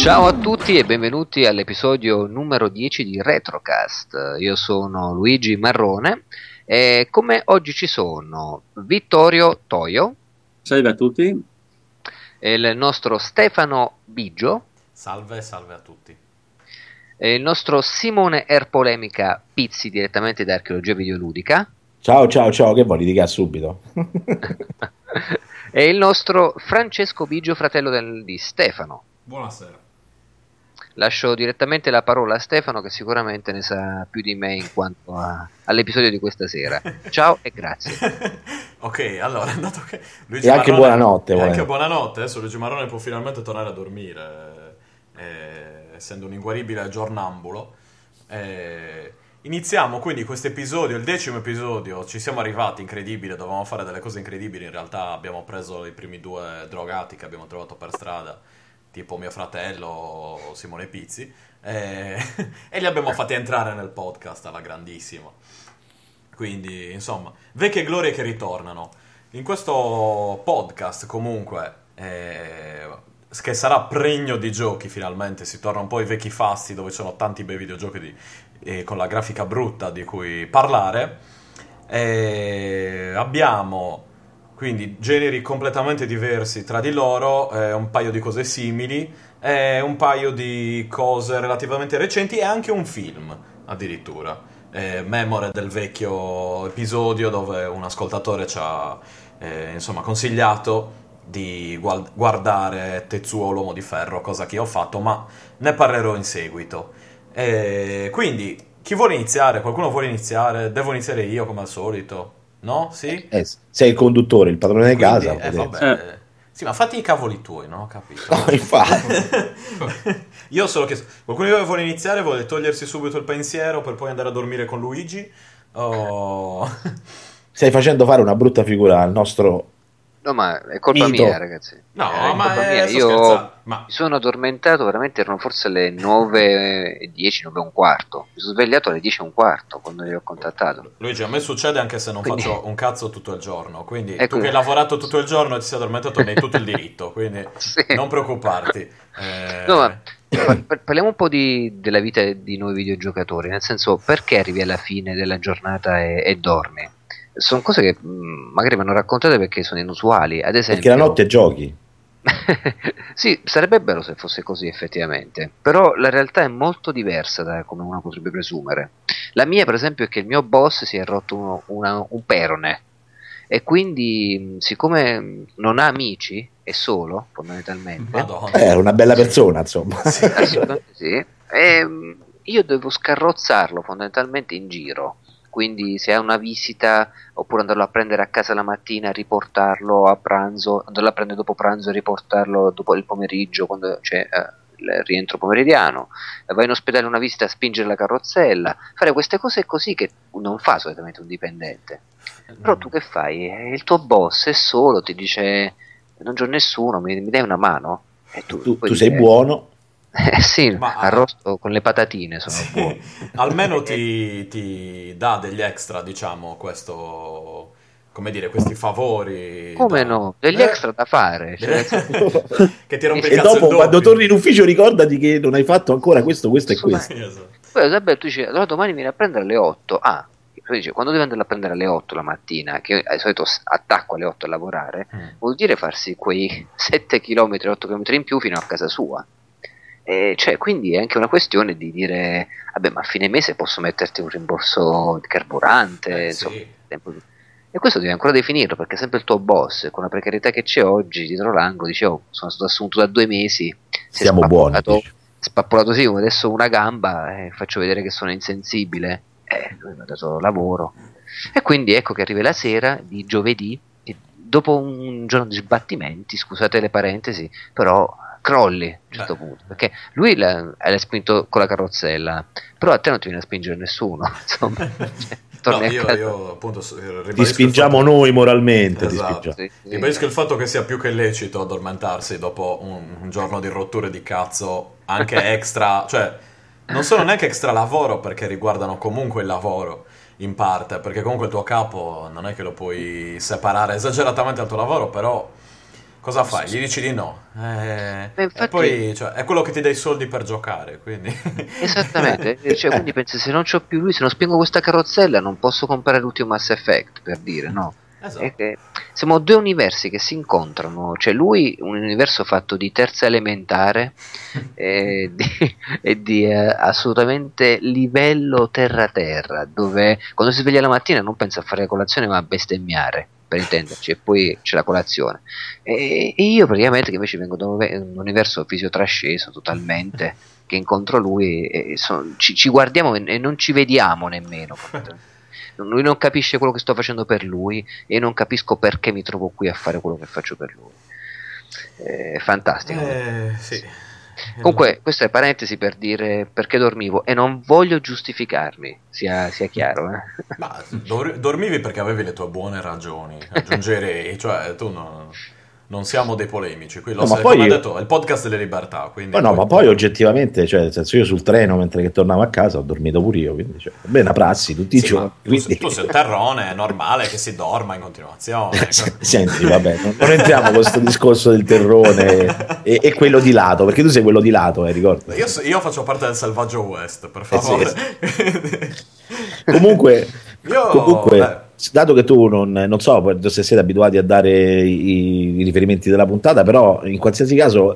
Ciao a tutti e benvenuti all'episodio numero 10 di Retrocast. Io sono Luigi Marrone e come oggi ci sono Vittorio Toio. Salve a tutti. E il nostro Stefano Biggio. Salve a tutti. E il nostro Simone Erpolemica Pizzi direttamente da Archeologia Videoludica. Ciao, che vuoi litigare subito? E il nostro Francesco Biggio, fratello di Stefano. Buonasera. Lascio direttamente la parola a Stefano, che sicuramente ne sa più di me in quanto all'episodio di questa sera. Ciao e grazie. Ok, allora, dato che Luigi e anche Marrone, buonanotte. Anche buonanotte, adesso Luigi Marrone può finalmente tornare a dormire, essendo un inguaribile giornambulo. Iniziamo quindi questo episodio, il 10° episodio, ci siamo arrivati, incredibile, dovevamo fare delle cose incredibili, in realtà abbiamo preso i primi 2 drogati che abbiamo trovato per strada, tipo mio fratello Simone Pizzi, e li abbiamo fatti entrare nel podcast alla grandissima. Quindi, insomma, vecchie glorie che ritornano. In questo podcast, comunque, che sarà pregno di giochi finalmente, si torna un po' ai vecchi fasti dove ci sono tanti bei videogiochi con la grafica brutta di cui parlare. Abbiamo quindi generi completamente diversi tra di loro, un paio di cose simili, un paio di cose relativamente recenti e anche un film addirittura, memore del vecchio episodio dove un ascoltatore ci ha insomma consigliato di guardare Tetsuo l'Uomo di Ferro, cosa che io ho fatto, ma ne parlerò in seguito. Quindi chi vuole iniziare? Qualcuno vuole iniziare? Devo iniziare io come al solito? No? Sì? Sei il conduttore, il padrone di Quindi, casa. vabbè. Sì, ma fatti i cavoli tuoi, no? Capito? No, infatti. Io ho solo chiesto. Qualcuno di voi vuole iniziare? Vuole togliersi subito il pensiero per poi andare a dormire con Luigi? Oh. Stai facendo fare una brutta figura al nostro... No, ma è colpa mito. mia, ragazzi. No, colpa ma mia. sto Io scherzando. Ma mi sono addormentato, veramente erano forse le 9:10, 9:15. Mi sono svegliato alle 10:15 quando li ho contattato. Luigi, a me succede anche se non Quindi- faccio un cazzo tutto il giorno. Quindi Ecco. tu che hai lavorato tutto il giorno e ti sei addormentato, ne hai tutto il diritto. Quindi Sì. non preoccuparti. No, ma parliamo un po' della vita di noi videogiocatori, nel senso, perché arrivi alla fine della giornata e dormi? Sono cose che magari mi hanno raccontate perché sono inusuali, ad esempio. Perché la notte giochi. Sì, sarebbe bello se fosse così effettivamente, però la realtà è molto diversa da come uno potrebbe presumere. La mia, per esempio, è che il mio boss si è rotto un perone e quindi, siccome non ha amici, è solo, fondamentalmente. Madonna. Era una bella persona, insomma. Assolutamente sì. Io devo scarrozzarlo fondamentalmente in giro. Quindi se ha una visita, oppure andarlo a prendere a casa la mattina, riportarlo a pranzo, andarlo a prendere dopo pranzo e riportarlo dopo il pomeriggio, quando c'è il rientro pomeridiano, vai in ospedale una visita a spingere la carrozzella, fare queste cose così che non fa solitamente un dipendente. Però tu che fai? Il tuo boss è solo, ti dice non c'ho nessuno, mi dai una mano? E Tu poi sei dici, buono. sì, Ma- arrosto con le patatine sono Sì, buono. almeno ti dà degli extra, diciamo, questo, come dire, questi favori. Come no? Degli extra da fare. Cioè, nel senso- Che ti rompe il E cazzo dopo, il quando doppio. torni in ufficio, ricordati che non hai fatto ancora questo e Insomma, questo. Esatto. Poi vabbè, tu dici, allora domani vieni a prendere alle 8. Ah, poi dice, quando devi andare a prendere alle 8 la mattina, che di solito attacco alle 8 a lavorare, vuol dire farsi quei 7 km, 8 km in più fino a casa sua. Cioè, quindi è anche una questione di dire, vabbè, ma a fine mese posso metterti un rimborso di carburante, insomma, Sì. e questo devi ancora definirlo, perché è sempre il tuo boss, con la precarietà che c'è oggi, dietro l'angolo, dice, oh, sono stato assunto da 2 mesi, si è Siamo buoni. spappolato, spappolato sì, come adesso una gamba, faccio vedere che sono insensibile, lui mi ha dato lavoro. E quindi ecco che arriva la sera di giovedì, e dopo un giorno di sbattimenti, scusate le parentesi, però crolli a un certo punto, perché lui l'ha spinto con la carrozzella, però a te non ti viene a spingere nessuno, insomma. Cioè, torni No, a casa. io appunto ribadisco Ti spingiamo il fatto- noi moralmente. Ti Esatto. spingiamo. Sì, sì. Ribadisco il fatto che sia più che lecito addormentarsi dopo un giorno di rotture di cazzo, anche extra, cioè non sono neanche extra lavoro perché riguardano comunque il lavoro in parte, perché comunque il tuo capo non è che lo puoi separare esageratamente dal tuo lavoro, però cosa fai? Gli dici di no. Infatti, E poi cioè, è quello che ti dà i soldi per giocare, quindi... esattamente, cioè, quindi pensi, se non c'ho più lui, se non spengo questa carrozzella non posso comprare l'ultimo Mass Effect, per dire, no? Esatto. È che siamo due universi che si incontrano, cioè lui un universo fatto di terza elementare e di assolutamente livello terra-terra, dove quando si sveglia la mattina non pensa a fare colazione ma a bestemmiare, per intenderci, e poi c'è la colazione. E io praticamente che invece vengo da un universo fisiotrasceso totalmente, che incontro lui ci guardiamo e non ci vediamo nemmeno. Lui non capisce quello che sto facendo per lui e io non capisco perché mi trovo qui a fare quello che faccio per lui. È fantastico. Sì. Comunque, questa è parentesi per dire perché dormivo e non voglio giustificarmi, sia chiaro. Ma dormivi perché avevi le tue buone ragioni, aggiungerei, cioè tu non siamo dei polemici, qui No, ma come poi ha detto, è il podcast delle libertà, quindi... ma poi oggettivamente, cioè, nel senso, io sul treno mentre che tornavo a casa ho dormito pure io, quindi cioè, è una prassi tutti i Sì, giorni. ma Quindi... tu sei un terrone, è normale che si dorma in continuazione. Senti, vabbè, non entriamo con questo discorso del terrone e quello di lato, perché tu sei quello di lato, ricorda. Io faccio parte del selvaggio West, per favore. Comunque, Io... dato che tu non so se siete abituati a dare i riferimenti della puntata, però in qualsiasi caso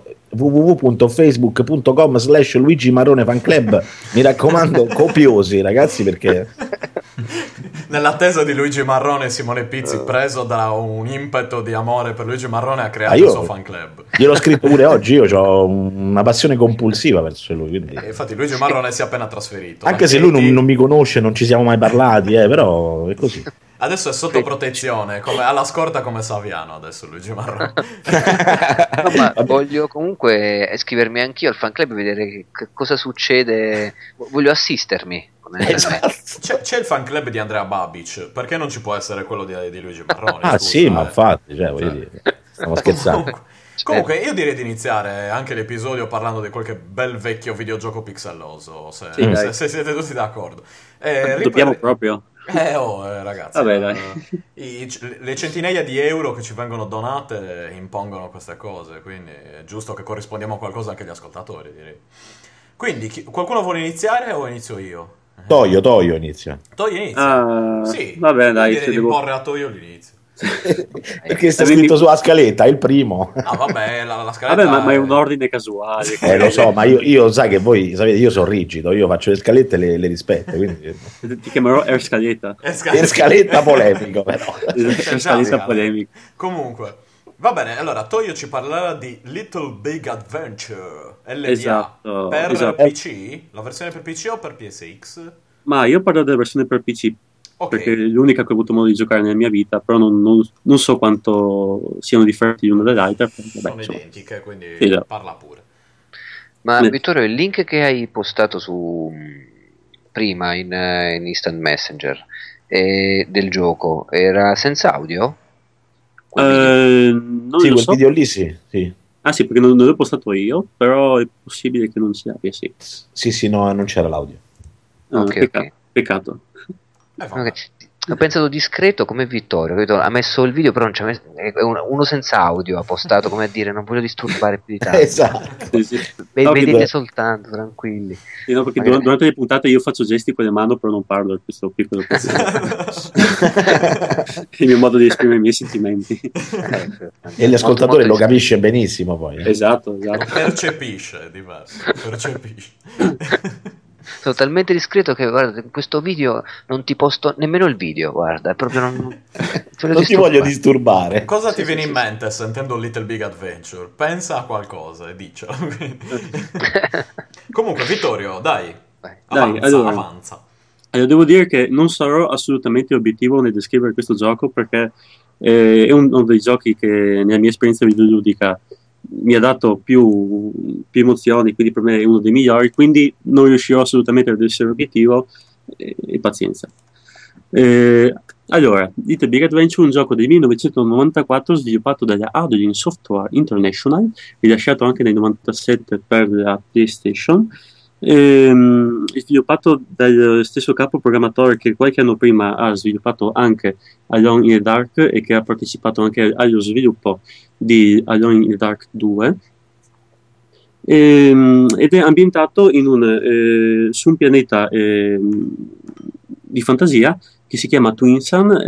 www.facebook.com/Luigi Marrone Fan Club, mi raccomando, copiosi ragazzi, perché nell'attesa di Luigi Marrone, Simone Pizzi, preso da un impeto di amore per Luigi Marrone, ha creato il suo fan club. Gliel'ho scritto pure oggi, io ho una passione compulsiva verso lui, quindi... infatti Luigi Marrone si è appena trasferito, anche se lui non mi conosce, non ci siamo mai parlati, però è così. Adesso è sotto protezione, alla scorta come Saviano adesso Luigi Marrone. No, ma voglio comunque iscrivermi anch'io al fan club e vedere che cosa succede. Voglio assistermi. Esatto. C'è il fan club di Andrea Babic, perché non ci può essere quello di Luigi Marrone? Ah, scusa, sì, ma infatti, voglio dire, stiamo scherzando. Comunque io direi di iniziare anche l'episodio parlando di qualche bel vecchio videogioco pixelloso, se siete tutti d'accordo. Dobbiamo proprio? Ragazzi, vabbè, dai. Le centinaia di euro che ci vengono donate impongono queste cose, quindi è giusto che corrispondiamo a qualcosa anche agli ascoltatori, direi. Quindi, qualcuno vuole iniziare o inizio io? Toio inizia. Toio inizia? Sì, vabbè, dai, direi di imporre a Toio l'inizio. Perché sta scritto sulla scaletta, è il primo. Ah, vabbè, la scaletta. Vabbè, ma è un ordine casuale. Lo so, ma io sai che voi sapete, io sono rigido, io faccio le scalette e le rispetto, quindi... Ti chiamerò Scaletta. Scaletta polemico, però. Scaletta polemico. Comunque, va bene, allora Toyo ci parlerà di Little Big Adventure LBA esatto, per esatto. PC, la versione per PC o per PSX? Ma io parlo della versione per PC. Okay. Perché è l'unica che ho avuto modo di giocare nella mia vita, però non so quanto siano differenti l'una dall'altra. Sono identiche, quindi parla pure. Ma Vittorio, il link che hai postato prima in Instant Messenger del gioco era senza audio? Non sì, lo quel so. video lì sì. Ah sì, perché non l'ho postato io, però è possibile che non sia PSX. Sì, no, non c'era l'audio. Peccato. Okay. Ho pensato discreto come Vittorio, ha messo il video però non c'ha messo, uno senza audio ha postato, come a dire non voglio disturbare più di tanto. Esatto. Sì. Vedete soltanto, tranquilli. Sì, no, perché durante le puntate io faccio gesti con le mani però non parlo di questo piccolo è il mio modo di esprimere i miei sentimenti. E l'ascoltatore lo capisce benissimo poi. Esatto. Percepisce, è diverso. Percepisce. Sono talmente discreto che guarda, in questo video non ti posto nemmeno il video, guarda, è proprio non ti voglio disturbare. Cosa ti viene in mente sentendo Little Big Adventure? Pensa a qualcosa e diccelo. Comunque Vittorio, dai, avanza. Allora, devo dire che non sarò assolutamente obiettivo nel descrivere questo gioco perché è uno dei giochi che nella mia esperienza videoludica mi ha dato più emozioni, quindi per me è uno dei migliori, quindi non riuscirò assolutamente ad essere obiettivo e pazienza. Allora, Little Big Adventure è un gioco del 1994 sviluppato dalla Ardoin Software International, rilasciato anche nel 97 per la PlayStation, sviluppato dal stesso capo programmatore che qualche anno prima ha sviluppato anche Alone in the Dark e che ha partecipato anche allo sviluppo di Alone in the Dark 2, ed è ambientato su un pianeta di fantasia che si chiama Twinsan.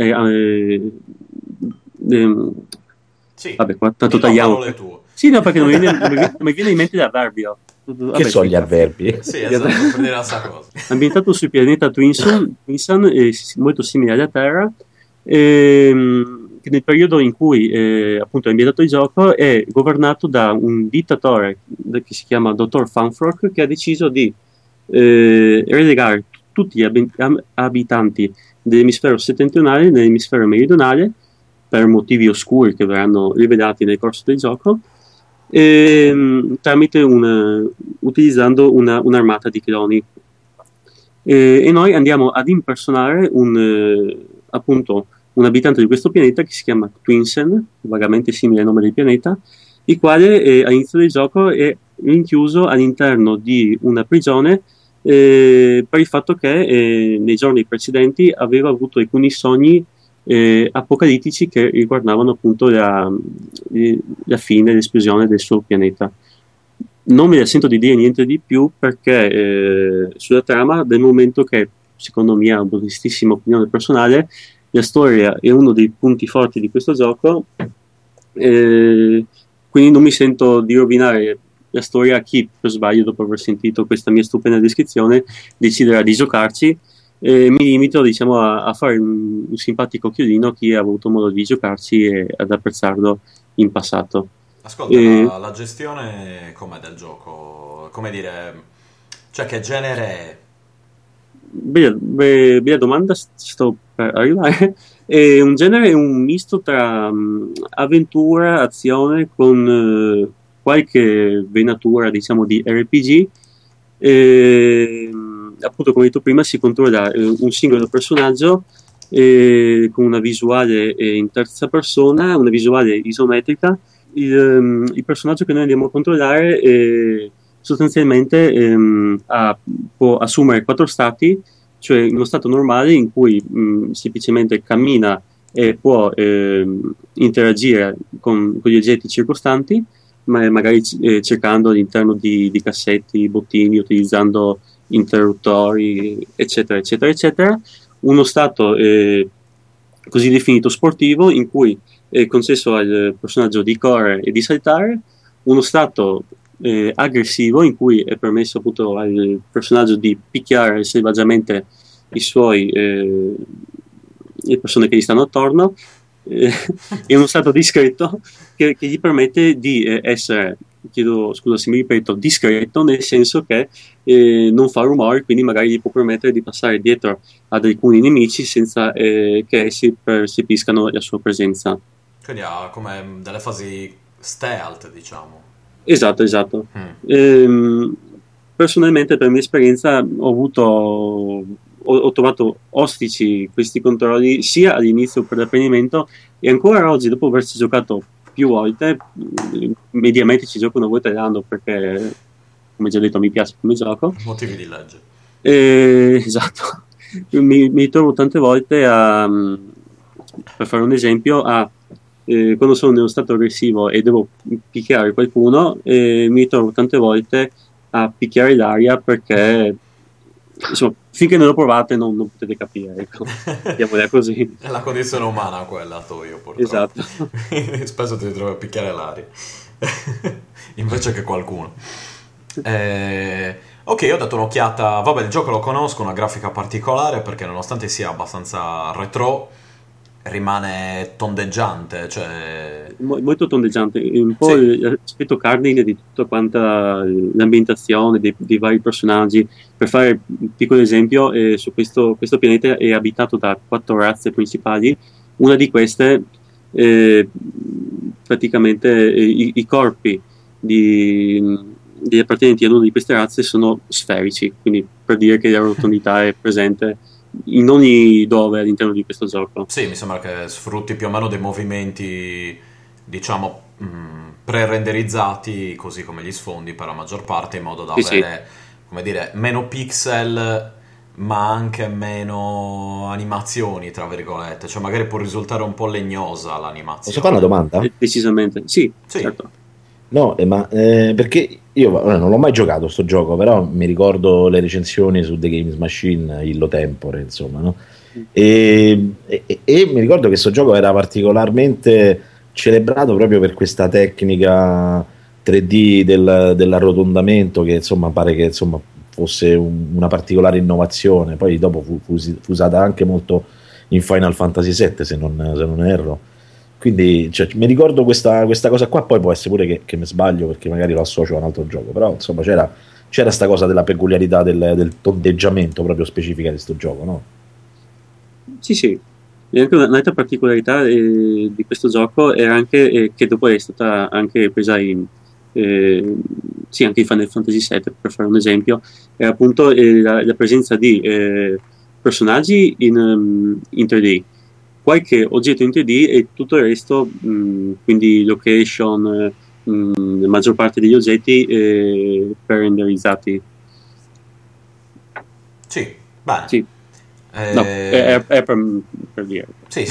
Sì, Vabbè, qua tanto dillo a tagliamo. parole tue. Sì, no, perché non mi viene in mente l'avverbio. Vabbè, Che sono gli avverbi? Sì, esatto, per dire la stessa cosa. Ambientato sul pianeta Twinsan, molto simile alla Terra, che nel periodo in cui appunto è ambientato il gioco è governato da un dittatore che si chiama Dottor Fanfrock, che ha deciso di relegare tutti gli abitanti dell'emisfero settentrionale nell'emisfero meridionale per motivi oscuri che verranno rivelati nel corso del gioco, tramite utilizzando un'armata di cloni. E noi andiamo ad impersonare appunto un abitante di questo pianeta che si chiama Twinsen, vagamente simile al nome del pianeta, il quale all'inizio del gioco è rinchiuso all'interno di una prigione per il fatto che nei giorni precedenti aveva avuto alcuni sogni apocalittici che riguardavano appunto la fine, l'esplosione del suo pianeta. Non me la sento di dire niente di più perché sulla trama, del momento che, secondo mia modestissima opinione personale, la storia è uno dei punti forti di questo gioco, quindi non mi sento di rovinare la storia a chi, per sbaglio, dopo aver sentito questa mia stupenda descrizione, deciderà di giocarci. Mi limito, diciamo, a fare un simpatico chiodino a chi ha avuto modo di giocarci e ad apprezzarlo in passato. Ascolta, la gestione com'è del gioco? Come dire, cioè che genere è? Bella domanda, sto per arrivare. È un genere, un misto tra avventura, azione con qualche venatura, diciamo, di RPG. Appunto, come detto prima, si controlla un singolo personaggio con una visuale in terza persona, una visuale isometrica. Il personaggio che noi andiamo a controllare sostanzialmente può assumere 4 stati, cioè uno stato normale in cui semplicemente cammina e può interagire con gli oggetti circostanti, magari cercando all'interno di cassetti, bottini, utilizzando interruttori, eccetera, eccetera, eccetera. Uno stato così definito sportivo, in cui è concesso al personaggio di correre e di saltare. Uno stato aggressivo, in cui è permesso appunto al personaggio di picchiare selvaggiamente le persone che gli stanno attorno, e uno stato discreto che gli permette di essere, chiedo scusa se mi ripeto, discreto, nel senso che non fa rumore, quindi magari gli può permettere di passare dietro ad alcuni nemici senza che essi percepiscano la sua presenza. Quindi ha come delle fasi stealth, diciamo. Esatto. Personalmente, per mia esperienza, ho trovato ostici questi controlli sia all'inizio per l'apprendimento, e ancora oggi, dopo averci giocato più volte, mediamente ci gioco una volta all'anno perché, come già detto, mi piace come gioco. Motivi di legge. Esatto. Mi trovo tante volte per fare un esempio, quando sono nello stato aggressivo e devo picchiare qualcuno, mi trovo tante volte a picchiare l'aria perché, insomma, finché non lo provate non potete capire, ecco. Diamola così. È la condizione umana quella, io purtroppo. Esatto. Spesso ti trovi a picchiare l'aria invece che qualcuno. Ok, ho dato un'occhiata. Vabbè, il gioco lo conosco, una grafica particolare perché nonostante sia abbastanza retro rimane tondeggiante, cioè molto tondeggiante, un po' sì. L'aspetto cardine di tutta quanta l'ambientazione dei vari personaggi. Per fare un piccolo esempio, su questo pianeta è abitato da 4 razze principali. Una di queste, praticamente i corpi degli appartenenti ad una di queste razze sono sferici, quindi per dire che la rotondità è presente in ogni dove all'interno di questo gioco. Sì, mi sembra che sfrutti più o meno dei movimenti, diciamo, pre-renderizzati, così come gli sfondi per la maggior parte, in modo da avere come dire, meno pixel ma anche meno animazioni, tra virgolette, cioè magari può risultare un po' legnosa l'animazione. Posso fare una domanda? Decisamente, sì, Sì. certo. No, ma perché io non l'ho mai giocato sto gioco, però mi ricordo le recensioni su The Games Machine, illo tempore, insomma, no? E mi ricordo che questo gioco era particolarmente celebrato proprio per questa tecnica 3D dell'arrotondamento, che insomma pare che insomma fosse una particolare innovazione. Poi dopo fu usata anche molto in Final Fantasy VII, se non erro. Quindi cioè, mi ricordo questa cosa qua, poi può essere pure che mi sbaglio perché magari lo associo a un altro gioco, però insomma c'era sta cosa della peculiarità del tondeggiamento proprio specifica di questo gioco, no? Sì, sì. E anche un'altra particolarità di questo gioco era anche che dopo è stata anche presa sì, anche in Final Fantasy VII, per fare un esempio, è appunto la presenza di personaggi in 3D, qualche oggetto in 3D e tutto il resto, quindi location, la maggior parte degli oggetti pre-renderizzati. Sì, bene. Sì. No, è per dire. Sì.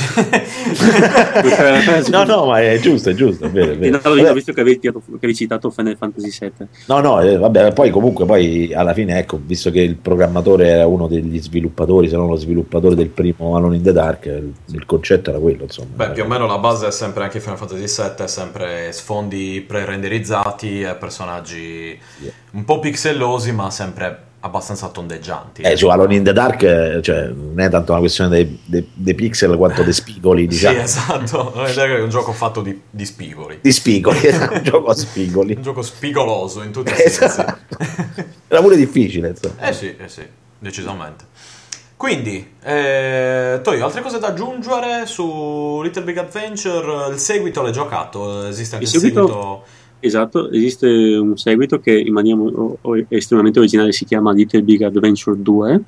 No, ma è giusto, è vero, è vero. No, visto che avevi citato Final Fantasy VII. No, vabbè, poi comunque poi alla fine, ecco, visto che il programmatore era uno degli sviluppatori, se non lo sviluppatore del primo Alone in the Dark, il concetto era quello, insomma. Beh, più o meno la base è sempre, anche Final Fantasy VII, è sempre sfondi pre-renderizzati e personaggi un po' pixellosi, ma sempre abbastanza tondeggianti. Su Alone in the Dark, cioè, non è tanto una questione dei pixel quanto dei spigoli, diciamo. Sì, esatto. Alone in the Dark è un gioco fatto di spigoli. Di spigoli, un gioco a spigoli. Un gioco spigoloso in tutti i sensi. Esatto. Era pure difficile, insomma. Sì, decisamente. Quindi, Toio, altre cose da aggiungere su Little Big Adventure? Il seguito l'hai giocato? Esiste anche il seguito? Esatto, esiste un seguito che in maniera estremamente originale si chiama Little Big Adventure 2.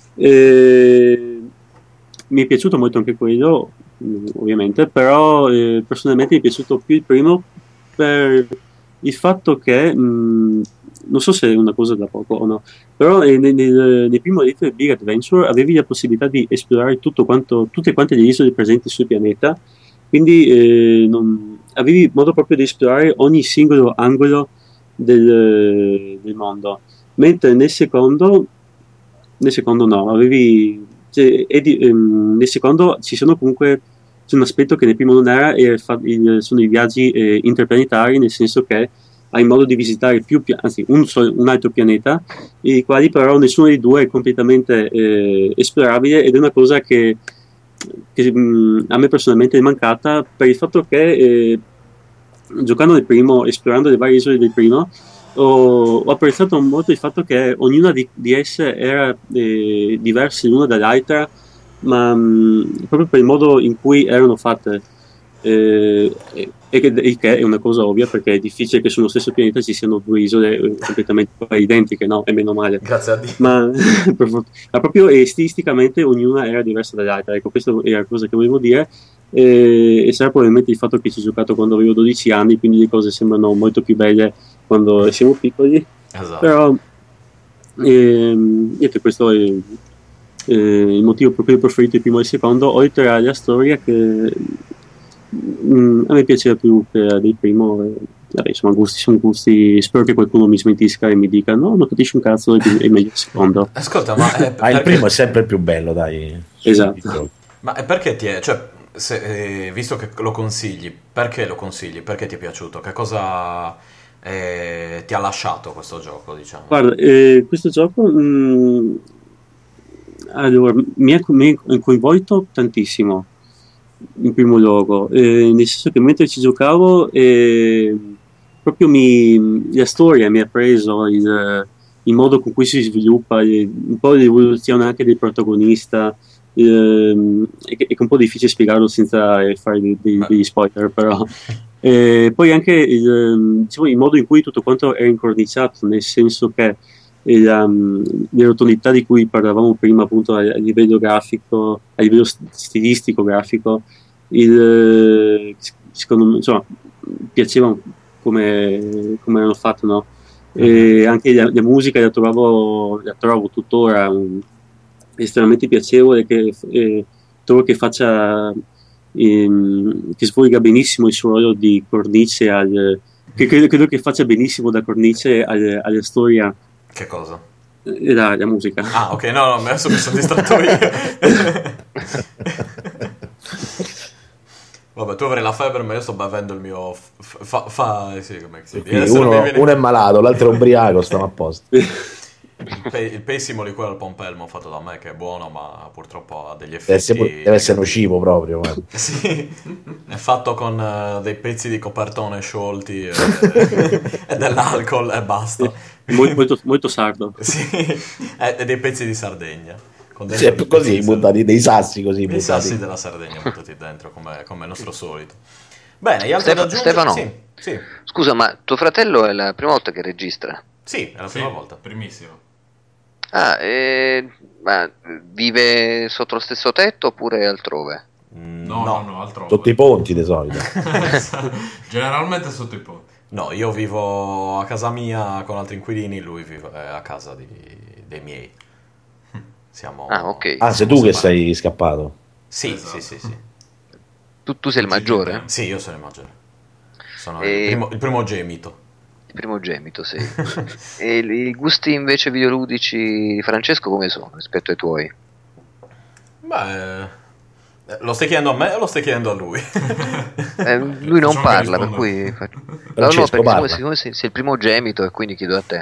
Mi è piaciuto molto anche quello, ovviamente, però personalmente mi è piaciuto più il primo per il fatto che, non so se è una cosa da poco o no, però nel primo Little Big Adventure avevi la possibilità di esplorare tutte quante le isole presenti sul pianeta, quindi avevi modo proprio di esplorare ogni singolo angolo del mondo, mentre nel secondo no, nel secondo c'è un aspetto che nel primo non era, sono i viaggi interplanetari, nel senso che hai modo di visitare un altro pianeta, i quali però nessuno dei due è completamente esplorabile, ed è una cosa che a me personalmente è mancata, per il fatto che giocando nel primo, esplorando le varie isole del primo, ho apprezzato molto il fatto che ognuna di esse era diversa l'una dall'altra, ma proprio per il modo in cui erano fatte, il che è una cosa ovvia, perché è difficile che sullo stesso pianeta ci siano due isole completamente identiche, no? E meno male. Grazie a Dio. Ma proprio stilisticamente ognuna era diversa dall'altra. Ecco, questa è la cosa che volevo dire. E sarà probabilmente il fatto che ci ho giocato quando avevo 12 anni, quindi le cose sembrano molto più belle quando siamo piccoli. Esatto. Però niente, questo è il motivo per cui ho preferito il primo e il secondo, oltre alla storia che a me piaceva più che del primo. Vabbè, insomma, gusti sono gusti. Spero che qualcuno mi smentisca e mi dica no, non capisci un cazzo, è meglio il secondo. Ascolta, ma il primo è sempre il più bello, dai. Esatto. Ma perché visto che lo consigli, perché lo consigli? Perché ti è piaciuto? Che cosa ti ha lasciato questo gioco, diciamo? Guarda, questo gioco allora, mi ha coinvolto tantissimo in primo luogo, nel senso che mentre ci giocavo proprio la storia mi ha preso, il modo con cui si sviluppa, un po' l'evoluzione anche del protagonista, è un po' difficile spiegarlo senza fare degli spoiler, però poi anche diciamo, il modo in cui tutto quanto è incorniciato, nel senso che le rotondità di cui parlavamo prima, appunto a livello grafico, a livello stilistico grafico, secondo me, insomma, piaceva come erano fatte, no? E anche la musica la trovo tuttora estremamente piacevole, trovo che faccia che svolga benissimo il suo ruolo di cornice che credo che faccia benissimo da cornice alla storia. Che cosa? La musica. Ah, ok, no, adesso mi sono distratto io. Vabbè, tu avrai la febbre, ma io sto bevendo il mio sì, come si dice? Uno è malato, l'altro è ubriaco, stiamo a posto. Il pessimo liquore al pompelmo fatto da me, che è buono, ma purtroppo ha degli effetti. Deve essere nocivo proprio. Sì, è fatto con dei pezzi di copertone sciolti e dell'alcol e basta. Molto, molto sardo. Sì, e dei pezzi di Sardegna. Così buttati, dei sassi così buttati. Sassi della Sardegna buttati dentro, come il nostro solito. Bene, gli altri da aggiungere? Stefano, sì. Scusa, ma tuo fratello è la prima volta che registra? Sì, è la prima volta. Primissimo. Ah, ma vive sotto lo stesso tetto oppure altrove? No, altrove. Sotto i ponti di solito. Generalmente sotto i ponti. No, io vivo a casa mia con altri inquilini, lui vive a casa dei miei. Siamo... Ah, ok. Ah, sei tu che sei scappato? Sì, esatto. sì. Tu sei il maggiore? Sì, io sono il maggiore. Sono il primogenito. Il primogenito, sì. E i gusti invece videoludici di Francesco come sono rispetto ai tuoi? Beh, lo stai chiedendo a me o lo stai chiedendo a lui? Lui non parla, per rispondo. cui... Francesco, parla. Siccome sei il primogenito e quindi chiedo a te.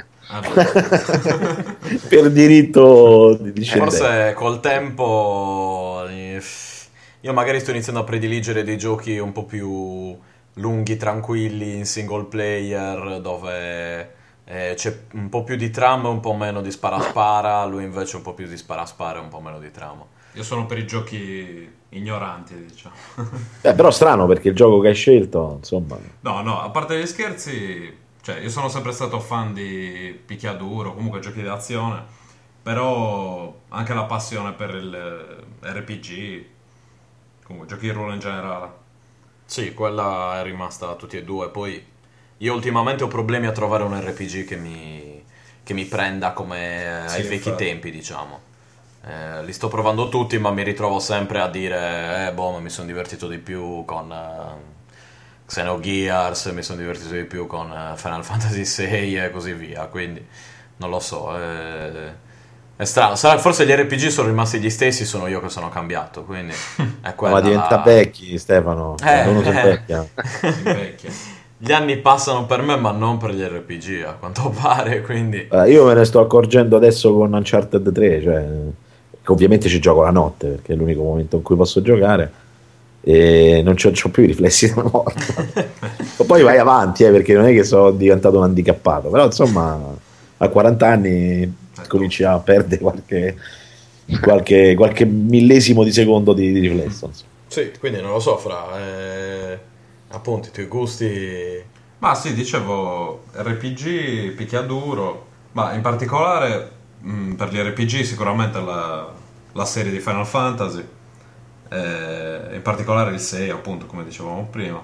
Per diritto di discendente. Forse col tempo io magari sto iniziando a prediligere dei giochi un po' più lunghi, tranquilli, in single player, dove c'è un po' più di trama e un po' meno di spara-spara, lui invece un po' più di spara-spara e un po' meno di trama. Io sono per i giochi ignoranti, diciamo. Però strano perché il gioco che hai scelto, insomma... No, a parte gli scherzi, cioè io sono sempre stato fan di picchiaduro, comunque giochi di azione, però anche la passione per il RPG, comunque giochi di ruolo in generale. Sì, quella è rimasta a tutti e due. Poi io ultimamente ho problemi a trovare un RPG che mi prenda come ai Sì, vecchi infatti. tempi, diciamo. Li sto provando tutti, ma mi ritrovo sempre a dire ma mi sono divertito di più con Xenogears, mi sono divertito di più con Final Fantasy VI e così via. Quindi non lo so, è strano. Forse gli RPG sono rimasti gli stessi, sono io che sono cambiato, quindi è quella Ma diventa vecchi, Stefano. Non si invecchia. Si invecchia. Gli anni passano per me, ma non per gli RPG, a quanto pare, quindi... Io me ne sto accorgendo adesso con Uncharted 3, cioè, che ovviamente ci gioco la notte, perché è l'unico momento in cui posso giocare, e non c'ho più i riflessi della morte. Poi vai avanti, perché non è che sono diventato un handicappato, però insomma a 40 anni cominci a perdere qualche millesimo di secondo di riflesso, insomma. Sì, quindi non lo so, appunto i tuoi gusti... Ma sì, dicevo, RPG, picchiaduro, ma in particolare per gli RPG sicuramente la serie di Final Fantasy, in particolare il 6 appunto come dicevamo prima,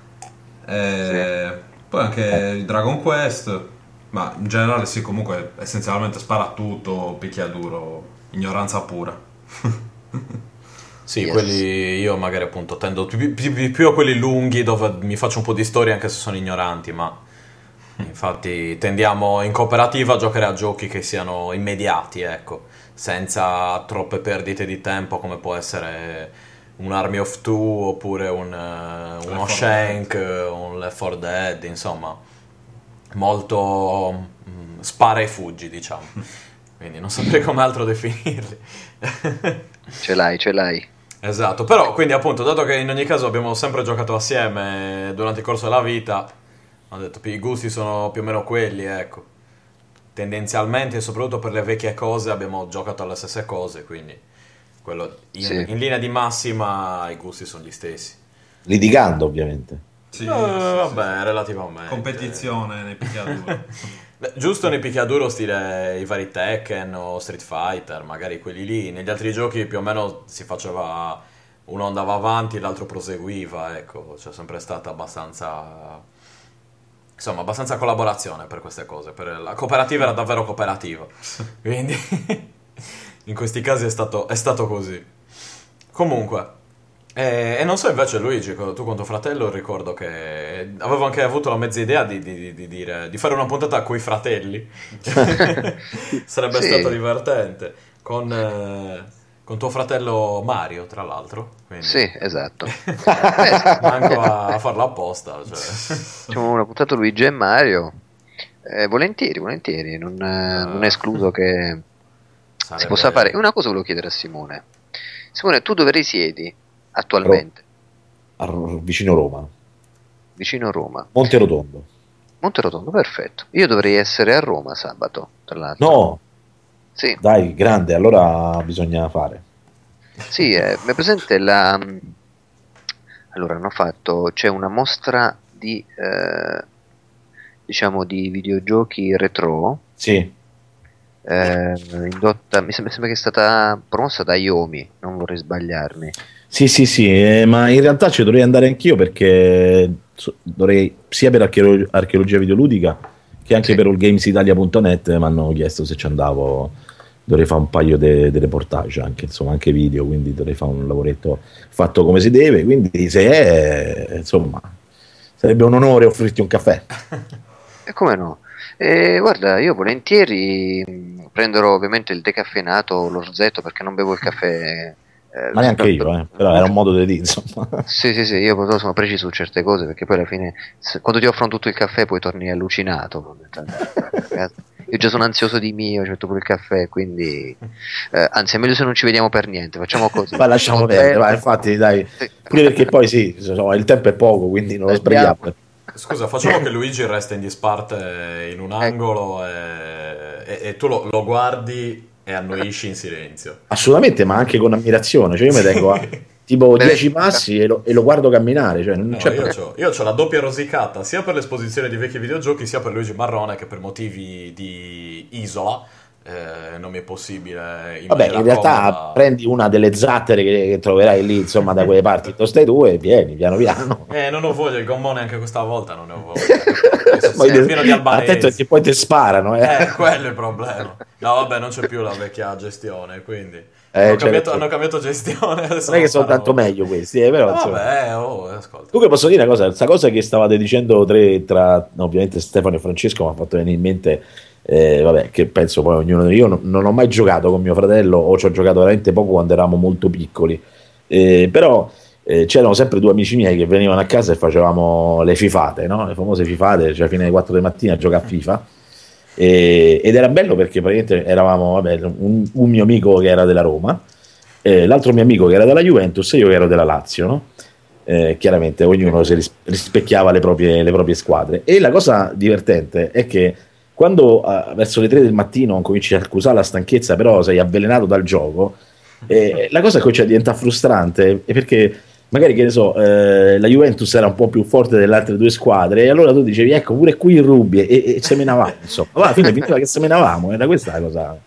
poi anche il Dragon Quest, ma in generale sì, comunque essenzialmente spara a tutto, picchiaduro, ignoranza pura. Sì, Yes. quelli io magari appunto tendo più a quelli lunghi dove mi faccio un po' di storia anche se sono ignoranti, ma infatti tendiamo in cooperativa a giocare a giochi che siano immediati, ecco, senza troppe perdite di tempo come può essere un Army of Two oppure uno 4 Shank, un Left 4 Dead, insomma, molto spara e fuggi, diciamo. Quindi non saprei come altro definirli. Ce l'hai. Esatto, però quindi appunto, dato che in ogni caso abbiamo sempre giocato assieme durante il corso della vita, ho detto i gusti sono più o meno quelli, ecco. Tendenzialmente, soprattutto per le vecchie cose, abbiamo giocato alle stesse cose, quindi Sì. in linea di massima i gusti sono gli stessi. Litigando ovviamente. Sì, Vabbè, relativamente. competizione nei picchiaduro. Beh, giusto nei picchiaduro stile i vari Tekken o Street Fighter, magari quelli lì. Negli altri giochi più o meno si faceva, uno andava avanti e l'altro proseguiva, ecco, c'è sempre stata abbastanza insomma, abbastanza collaborazione per queste cose. La cooperativa era davvero cooperativa. Quindi, in questi casi è stato così. Comunque, e non so invece Luigi, tu con tuo fratello ricordo che avevo anche avuto la mezza idea di fare una puntata coi fratelli. Sarebbe Sì. stato divertente. Con tuo fratello Mario, tra l'altro. Quindi, Sì, esatto. manco a farlo apposta. Cioè. Facciamo una puntata Luigi e Mario. Volentieri, volentieri. Non è escluso che si Sarebbe- possa fare. Una cosa volevo chiedere a Simone. Simone, tu dove risiedi attualmente? Vicino Roma, Vicino a Roma. Monterotondo. Monterotondo, perfetto. Io dovrei essere a Roma sabato, tra l'altro. No, Sì, dai, grande, allora bisogna fare. sì, mi è presente la... Allora, c'è una mostra di, diciamo, di videogiochi retro, Sì, indotta, mi sembra che è stata promossa da Iomi, non vorrei sbagliarmi. sì, ma in realtà ci dovrei andare anch'io perché dovrei, sia per archeologia videoludica che anche Sì. per allgamesitalia.net mi hanno chiesto se ci andavo, dovrei fare un paio di reportage anche, insomma, anche video, quindi dovrei fare un lavoretto fatto come si deve, quindi se è, insomma, sarebbe un onore offrirti un caffè. E come no? Guarda, io volentieri prenderò ovviamente il decaffeinato, l'orzetto, perché non bevo il caffè. Ma neanche io, però era un modo di dire, insomma. Sì, io però sono preciso su certe cose, perché poi alla fine, quando ti offrono tutto il caffè, poi torni allucinato. Fondamentalmente. Io già sono ansioso di mio, ci metto pure il caffè, quindi anzi è meglio se non ci vediamo per niente, facciamo così. Ma lasciamo perdere, vai, infatti, dai, Sì. pure perché poi sì, insomma, il tempo è poco, quindi non lo Andiamo. sbagliamo. Scusa, facciamo che Luigi resta in disparte in un angolo e tu lo guardi e annuisci in silenzio. Assolutamente, ma anche con ammirazione, cioè io mi tengo a tipo Beh, 10 passi e lo guardo camminare, cioè non No, c'è io c'ho la doppia rosicata sia per l'esposizione di vecchi videogiochi sia per Luigi Marrone che per motivi di isola non mi è possibile Vabbè, maniera in realtà comoda. prendi una delle zattere che troverai lì, insomma, da quelle parti, tu stai tu e vieni piano piano. Non ho voglia, il gommone anche questa volta non ne ho voglia. Poi È pieno di albanesi. attento che poi ti sparano, Quello è il problema. No, vabbè, non c'è più la vecchia gestione, quindi hanno cambiato gestione. Adesso non è che sono fanno- tanto meglio questi, però insomma. Vabbè, ascolta. Comunque posso dire una cosa, questa cosa che stavate dicendo tra ovviamente Stefano e Francesco mi ha fatto venire in mente, vabbè, che penso poi ognuno, io non ho mai giocato con mio fratello o ci ho giocato veramente poco quando eravamo molto piccoli, però c'erano sempre due amici miei che venivano a casa e facevamo le fifate, no? Le famose fifate, cioè fino alle 4 di mattina a giocare a FIFA. Ed era bello perché praticamente eravamo, vabbè, un mio amico che era della Roma, l'altro mio amico che era della Juventus e io che ero della Lazio, no? Chiaramente ognuno si rispecchiava le proprie squadre. E la cosa divertente è che quando verso le 3 del mattino cominci a accusare la stanchezza, però sei avvelenato dal gioco, la cosa comincia a diventare frustrante perché magari, che ne so, la Juventus era un po' più forte delle altre due squadre e allora tu dicevi ecco pure qui il Rubi e semenavamo, insomma. Alla fine finiva che semenavamo, era questa la cosa.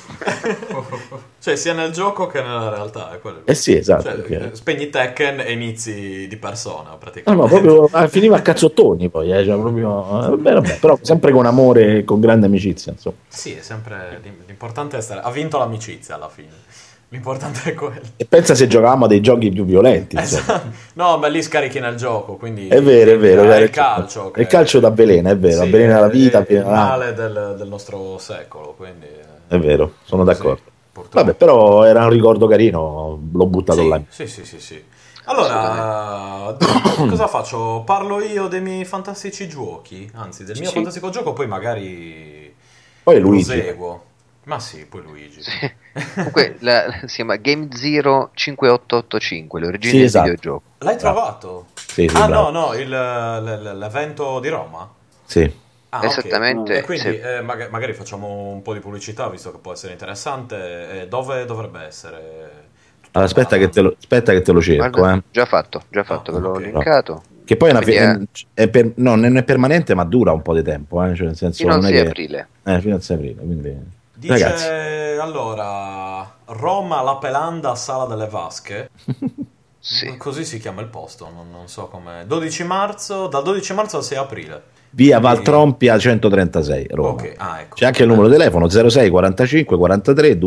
Cioè, sia nel gioco che nella realtà, è quello. Sì, esatto, Cioè, perché- spegni Tekken e inizi di persona, No, praticamente. proprio finiva a cazzottoni poi, cioè, proprio, vabbè, però sempre con amore e con grande amicizia, insomma. Sì, è sempre l'importante è essere. Ha vinto l'amicizia alla fine. L'importante è quello. E pensa se giocavamo a dei giochi più violenti, insomma. Esatto. No, ma lì scarichi nel gioco, quindi È vero, è è il calcio. il calcio d'avvelena, è vero, Sì, avvelena la vita, è il avvelena la- male del nostro secolo, quindi è vero, sono d'accordo. sì, purtroppo. Vabbè, però era un ricordo carino, l'ho buttato là. Sì. Allora, cosa faccio? Parlo io dei miei fantastici giochi, anzi del mio Sì. fantastico gioco, poi magari Poi Luigi. proseguo. Ma sì, poi Luigi. Sì. Comunque si chiama Game Zero 5885, le origini Sì, del esatto. videogioco. L'hai trovato? Sì, No, bravo. l'evento di Roma? Sì. Ah, ok. Esattamente, E quindi sì. magari facciamo un po' di pubblicità, visto che può essere interessante. Dove dovrebbe essere? Tutto Allora, aspetta che te lo cerco, Guarda, già fatto, ve l'ho ok. linkato. Che poi è una Quindi no, non è permanente, ma dura un po' di tempo, cioè nel senso fino al non è 6 che aprile. fino al 6 aprile, quindi Dice ragazzi, allora Roma, La Pelanda, Sala delle Vasche. Sì. Così si chiama il posto, non so come. 12 marzo, dal 12 marzo al 6 aprile. Via Quindi- Valtrompia 136, Roma. Ok, ecco. C'è anche il numero di telefono 06 45 43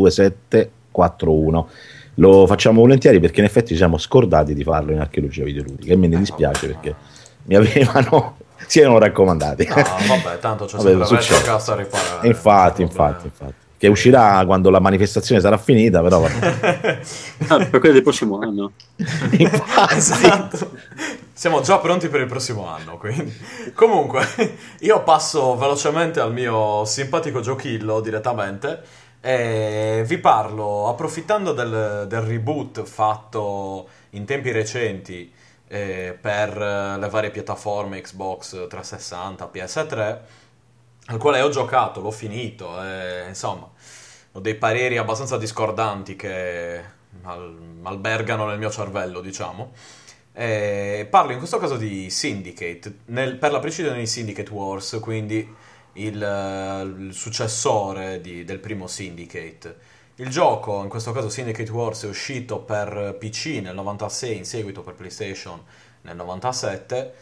2741. Lo facciamo volentieri perché in effetti ci siamo scordati di farlo in archeologia videoludica e me ne dispiace vabbè, perché mi avevano si erano raccomandati. No, vabbè, tanto c'è Vabbè, sempre succede. Retrocast a riparare. Infatti, non c'è problema. infatti. Che uscirà quando la manifestazione sarà finita, però vabbè. Per quello del prossimo anno. Infatti. Esatto. Siamo già pronti per il prossimo anno, quindi. Comunque, io passo velocemente al mio simpatico giochillo direttamente e vi parlo, approfittando del reboot fatto in tempi recenti per le varie piattaforme Xbox 360, PS3, al quale ho giocato, l'ho finito e insomma ho dei pareri abbastanza discordanti che albergano nel mio cervello, diciamo. Parlo in questo caso di Syndicate, per la precisione di Syndicate Wars, quindi il successore del primo Syndicate. Il gioco, in questo caso Syndicate Wars, è uscito per PC nel 96, in seguito per PlayStation nel 97,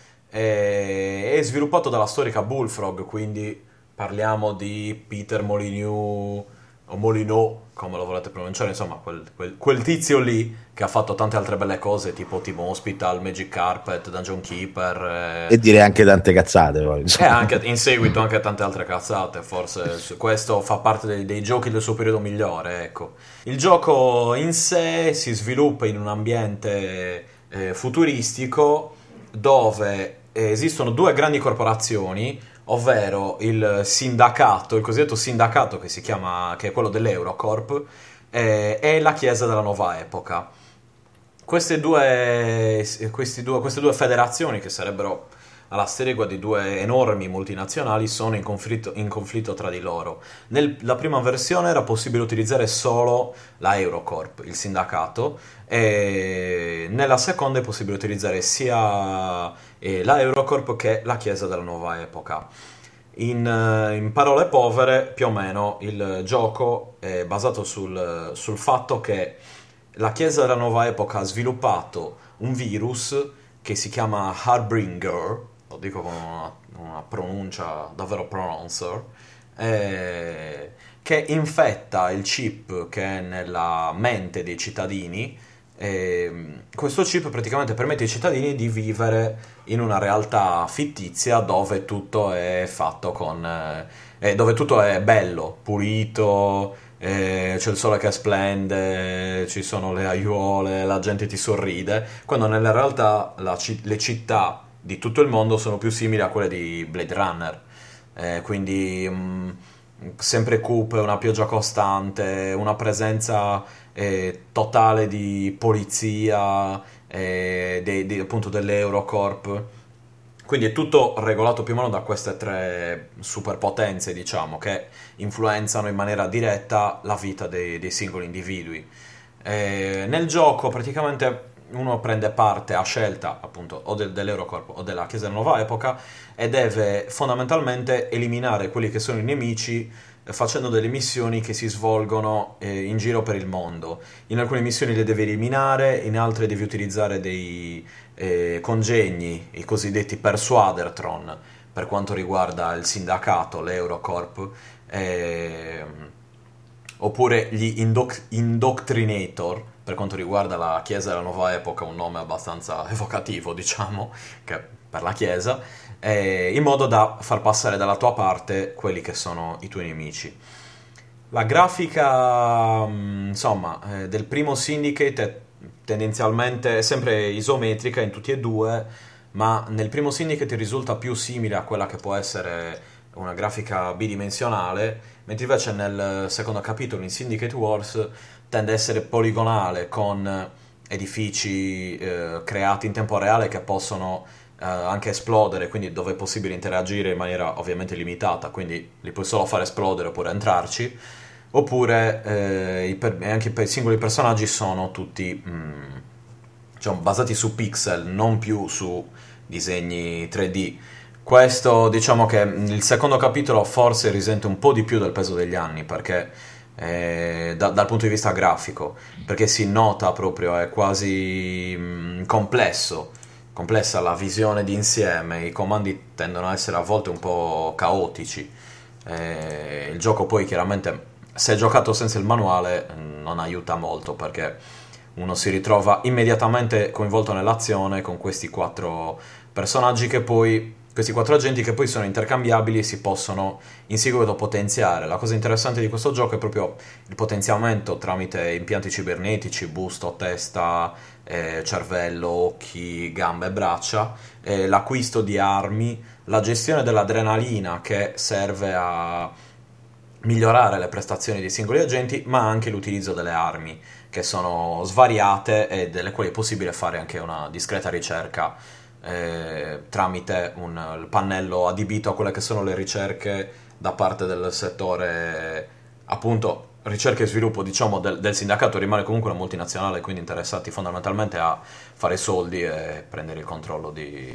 è sviluppato dalla storica Bullfrog, quindi parliamo di Peter Molyneux o Molyneux, come lo volete pronunciare, insomma, quel tizio lì che ha fatto tante altre belle cose, tipo Team Hospital, Magic Carpet, Dungeon Keeper. E direi anche tante cazzate poi, E insomma. anche in seguito anche tante altre cazzate, forse questo fa parte dei giochi del suo periodo migliore, ecco. Il gioco in sé si sviluppa in un ambiente futuristico dove esistono due grandi corporazioni, ovvero il sindacato, il cosiddetto sindacato che è quello dell'Eurocorp, e la Chiesa della Nuova Epoca. Queste due federazioni, che sarebbero alla stregua di due enormi multinazionali, sono in conflitto tra di loro. La prima versione era possibile utilizzare solo la Eurocorp, il sindacato, e nella seconda è possibile utilizzare sia la Eurocorp che la Chiesa della Nuova Epoca. In parole povere, più o meno, il gioco è basato sul fatto che la Chiesa della Nuova Epoca ha sviluppato un virus che si chiama Harbinger, lo dico con una pronuncia davvero prononcer, che infetta il chip che è nella mente dei cittadini. Questo chip praticamente permette ai cittadini di vivere in una realtà fittizia dove tutto è fatto dove tutto è bello, pulito, c'è il sole che splende, ci sono le aiuole, la gente ti sorride, quando nella realtà le città di tutto il mondo sono più simili a quelle di Blade Runner. Quindi sempre cupe, una pioggia costante, una presenza totale di polizia, appunto dell'Eurocorp. Quindi è tutto regolato più o meno da queste tre superpotenze, diciamo, che influenzano in maniera diretta la vita dei singoli individui. Nel gioco praticamente uno prende parte a scelta appunto o dell'Eurocorp o della Chiesa della Nuova Epoca e deve fondamentalmente eliminare quelli che sono i nemici facendo delle missioni che si svolgono in giro per il mondo. In alcune missioni le devi eliminare, in altre devi utilizzare dei congegni, i cosiddetti Persuadertron, per quanto riguarda il sindacato, l'Eurocorp, oppure gli Indoctrinator, per quanto riguarda la Chiesa della Nuova Epoca, un nome abbastanza evocativo, diciamo, che per la Chiesa, in modo da far passare dalla tua parte quelli che sono i tuoi nemici. La grafica, insomma, del primo Syndicate è tendenzialmente sempre isometrica in tutti e due, ma nel primo Syndicate risulta più simile a quella che può essere una grafica bidimensionale, mentre invece nel secondo capitolo, in Syndicate Wars, tende a essere poligonale, con edifici creati in tempo reale che possono anche esplodere, quindi dove è possibile interagire in maniera ovviamente limitata, quindi li puoi solo fare esplodere oppure entrarci, oppure anche i singoli personaggi sono tutti diciamo, basati su pixel, non più su disegni 3D. Questo, diciamo che il secondo capitolo forse risente un po' di più del peso degli anni, perché dal punto di vista grafico, perché si nota proprio, è quasi complessa la visione d'insieme, i comandi tendono a essere a volte un po' caotici. Il gioco poi chiaramente, se è giocato senza il manuale, non aiuta molto, perché uno si ritrova immediatamente coinvolto nell'azione con questi quattro personaggi questi quattro agenti che poi sono intercambiabili e si possono in seguito potenziare. La cosa interessante di questo gioco è proprio il potenziamento tramite impianti cibernetici, busto, testa, cervello, occhi, gambe e braccia, l'acquisto di armi, la gestione dell'adrenalina che serve a migliorare le prestazioni dei singoli agenti, ma anche l'utilizzo delle armi, che sono svariate e delle quali è possibile fare anche una discreta ricerca tramite il pannello adibito a quelle che sono le ricerche da parte del settore, appunto, ricerca e sviluppo, diciamo, del sindacato. Rimane comunque una multinazionale, quindi interessati fondamentalmente a fare soldi e prendere il controllo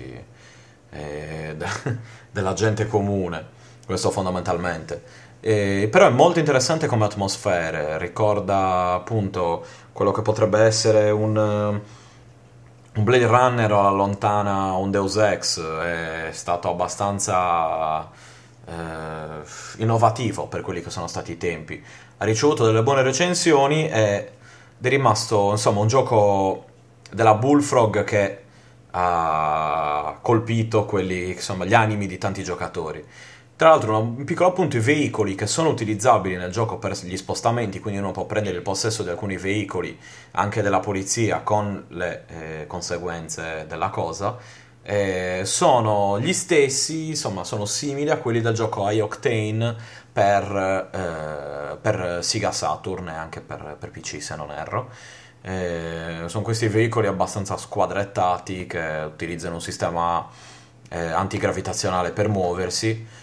della gente comune, questo fondamentalmente. Però è molto interessante come atmosfere, ricorda appunto quello che potrebbe essere un Blade Runner o alla lontana un Deus Ex. È stato abbastanza innovativo per quelli che sono stati i tempi. Ha ricevuto delle buone recensioni ed è rimasto, insomma, un gioco della Bullfrog che ha colpito insomma, gli animi di tanti giocatori. Tra l'altro, un piccolo appunto: i veicoli che sono utilizzabili nel gioco per gli spostamenti, quindi uno può prendere il possesso di alcuni veicoli, anche della polizia, con le conseguenze della cosa, sono gli stessi, insomma, sono simili a quelli del gioco High Octane per Sega Saturn e anche per PC, se non erro. Sono questi veicoli abbastanza squadrettati che utilizzano un sistema antigravitazionale per muoversi.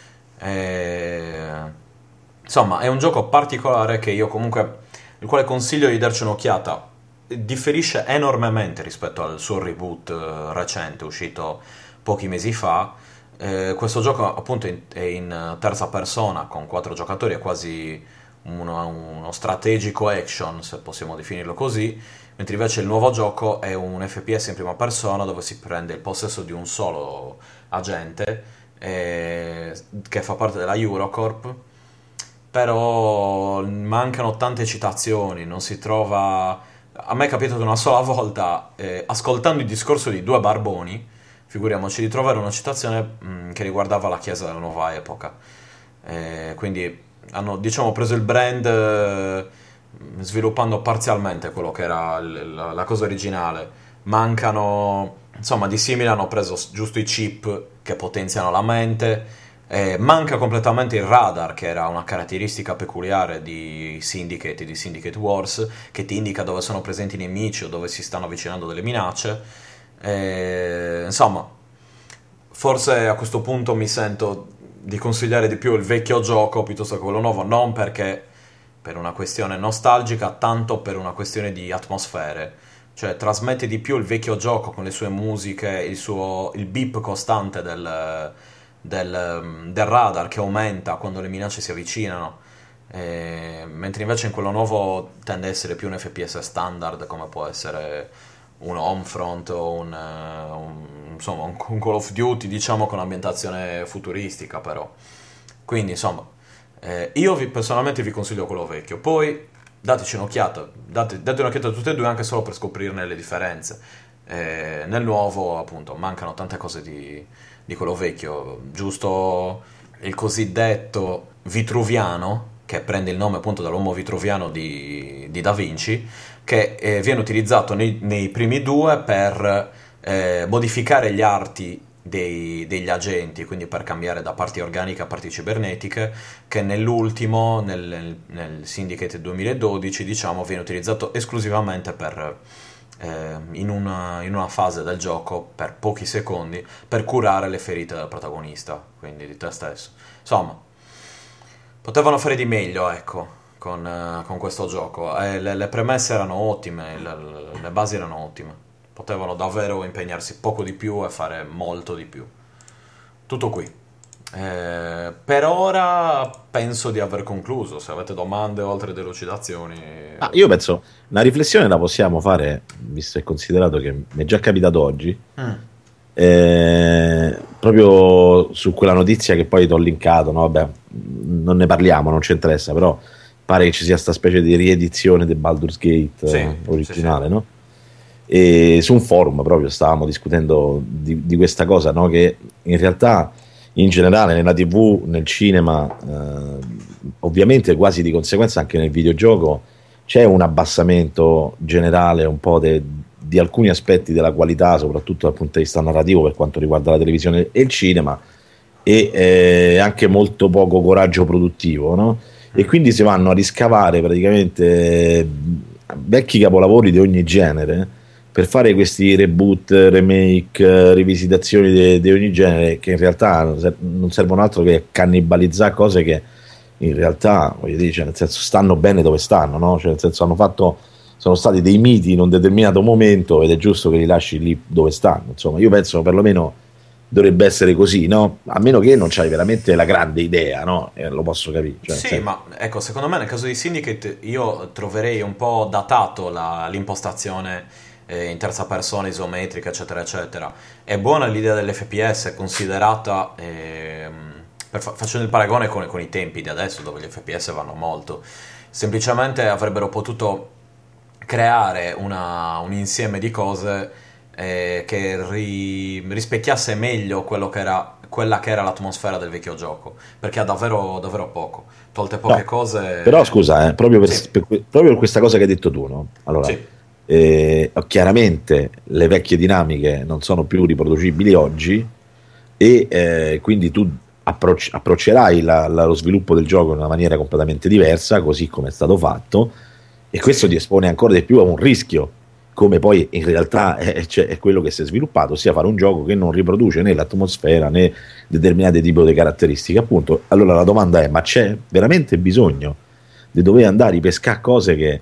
Insomma, è un gioco particolare che io comunque, il quale consiglio di darci un'occhiata. Differisce enormemente rispetto al suo reboot recente, uscito pochi mesi fa. Questo gioco appunto è in terza persona con 4 giocatori, è quasi uno strategico action, se possiamo definirlo così, mentre invece il nuovo gioco è un FPS in prima persona dove si prende il possesso di un solo agente che fa parte della Eurocorp. Però mancano tante citazioni, non si trova. A me è capitato una sola volta, ascoltando il discorso di 2 barboni, figuriamoci, di trovare una citazione che riguardava la Chiesa della Nuova Epoca. Quindi hanno, diciamo, preso il brand sviluppando parzialmente quello che era la cosa originale. Mancano, insomma, di simile hanno preso giusto i chip che potenziano la mente. Manca completamente il radar, che era una caratteristica peculiare di Syndicate Wars, che ti indica dove sono presenti i nemici o dove si stanno avvicinando delle minacce. Insomma, forse a questo punto mi sento di consigliare di più il vecchio gioco piuttosto che quello nuovo, non perché per una questione nostalgica, tanto per una questione di atmosfere. Cioè, trasmette di più il vecchio gioco con le sue musiche, il beep costante del radar che aumenta quando le minacce si avvicinano, mentre invece in quello nuovo tende a essere più un FPS standard, come può essere un Homefront o insomma, un Call of Duty, diciamo, con ambientazione futuristica. Però quindi insomma, io personalmente vi consiglio quello vecchio. Poi dateci un'occhiata, date un'occhiata a tutte e due, anche solo per scoprirne le differenze. Nel nuovo appunto mancano tante cose di quello vecchio, giusto il cosiddetto vitruviano, che prende il nome appunto dall'uomo vitruviano di Da Vinci, che viene utilizzato nei primi 2 per modificare gli arti degli agenti, quindi per cambiare da parti organiche a parti cibernetiche, che nell'ultimo, nel Syndicate 2012, diciamo, viene utilizzato esclusivamente in una fase del gioco, per pochi secondi, per curare le ferite del protagonista, quindi di te stesso. Insomma, potevano fare di meglio, ecco, con questo gioco. Le premesse erano ottime, le basi erano ottime. Potevano davvero impegnarsi poco di più e fare molto di più. Tutto qui. Per ora penso di aver concluso. Se avete domande o altre delucidazioni, Io penso, una riflessione la possiamo fare, visto e considerato che mi è già capitato oggi, proprio su quella notizia che poi ti ho linkato, no? Vabbè, non ne parliamo, non ci interessa, però pare che ci sia questa specie di riedizione del Baldur's Gate Sì, originale, sì. no? E su un forum proprio stavamo discutendo di questa cosa, no? Che in realtà in generale nella TV, nel cinema, ovviamente quasi di conseguenza anche nel videogioco c'è un abbassamento generale un po' di alcuni aspetti della qualità, soprattutto dal punto di vista narrativo per quanto riguarda la televisione e il cinema, e anche molto poco coraggio produttivo, no? E quindi si vanno a riscavare praticamente vecchi capolavori di ogni genere per fare questi reboot, remake, rivisitazioni di ogni genere, che in realtà non servono altro che cannibalizzare cose che in realtà, voglio dire, cioè, nel senso, stanno bene dove stanno, no? Cioè, nel senso, sono stati dei miti in un determinato momento ed è giusto che li lasci lì dove stanno. Insomma, io penso perlomeno dovrebbe essere così, no? A meno che non c'hai veramente la grande idea, no? Lo posso capire. Cioè, Sì, ma ecco, secondo me nel caso di Syndicate io troverei un po' datato l'impostazione in terza persona, isometrica, eccetera, eccetera. È buona l'idea dell'FPS, considerata, facendo il paragone con i tempi di adesso, dove gli FPS vanno molto. Semplicemente avrebbero potuto creare un insieme di cose che rispecchiasse meglio quella che era l'atmosfera del vecchio gioco, perché ha davvero, davvero poco. Tolte poche no, cose. però scusa, proprio Sì. proprio per questa cosa che hai detto tu, no? Allora, Sì. chiaramente le vecchie dinamiche non sono più riproducibili oggi e quindi tu approccerai lo sviluppo del gioco in una maniera completamente diversa, così come è stato fatto, e questo ti espone ancora di più a un rischio, come poi in realtà è quello che si è sviluppato, ossia fare un gioco che non riproduce né l'atmosfera né determinate tipi di caratteristiche. Appunto, allora la domanda è: ma c'è veramente bisogno di dover andare a ripescare cose che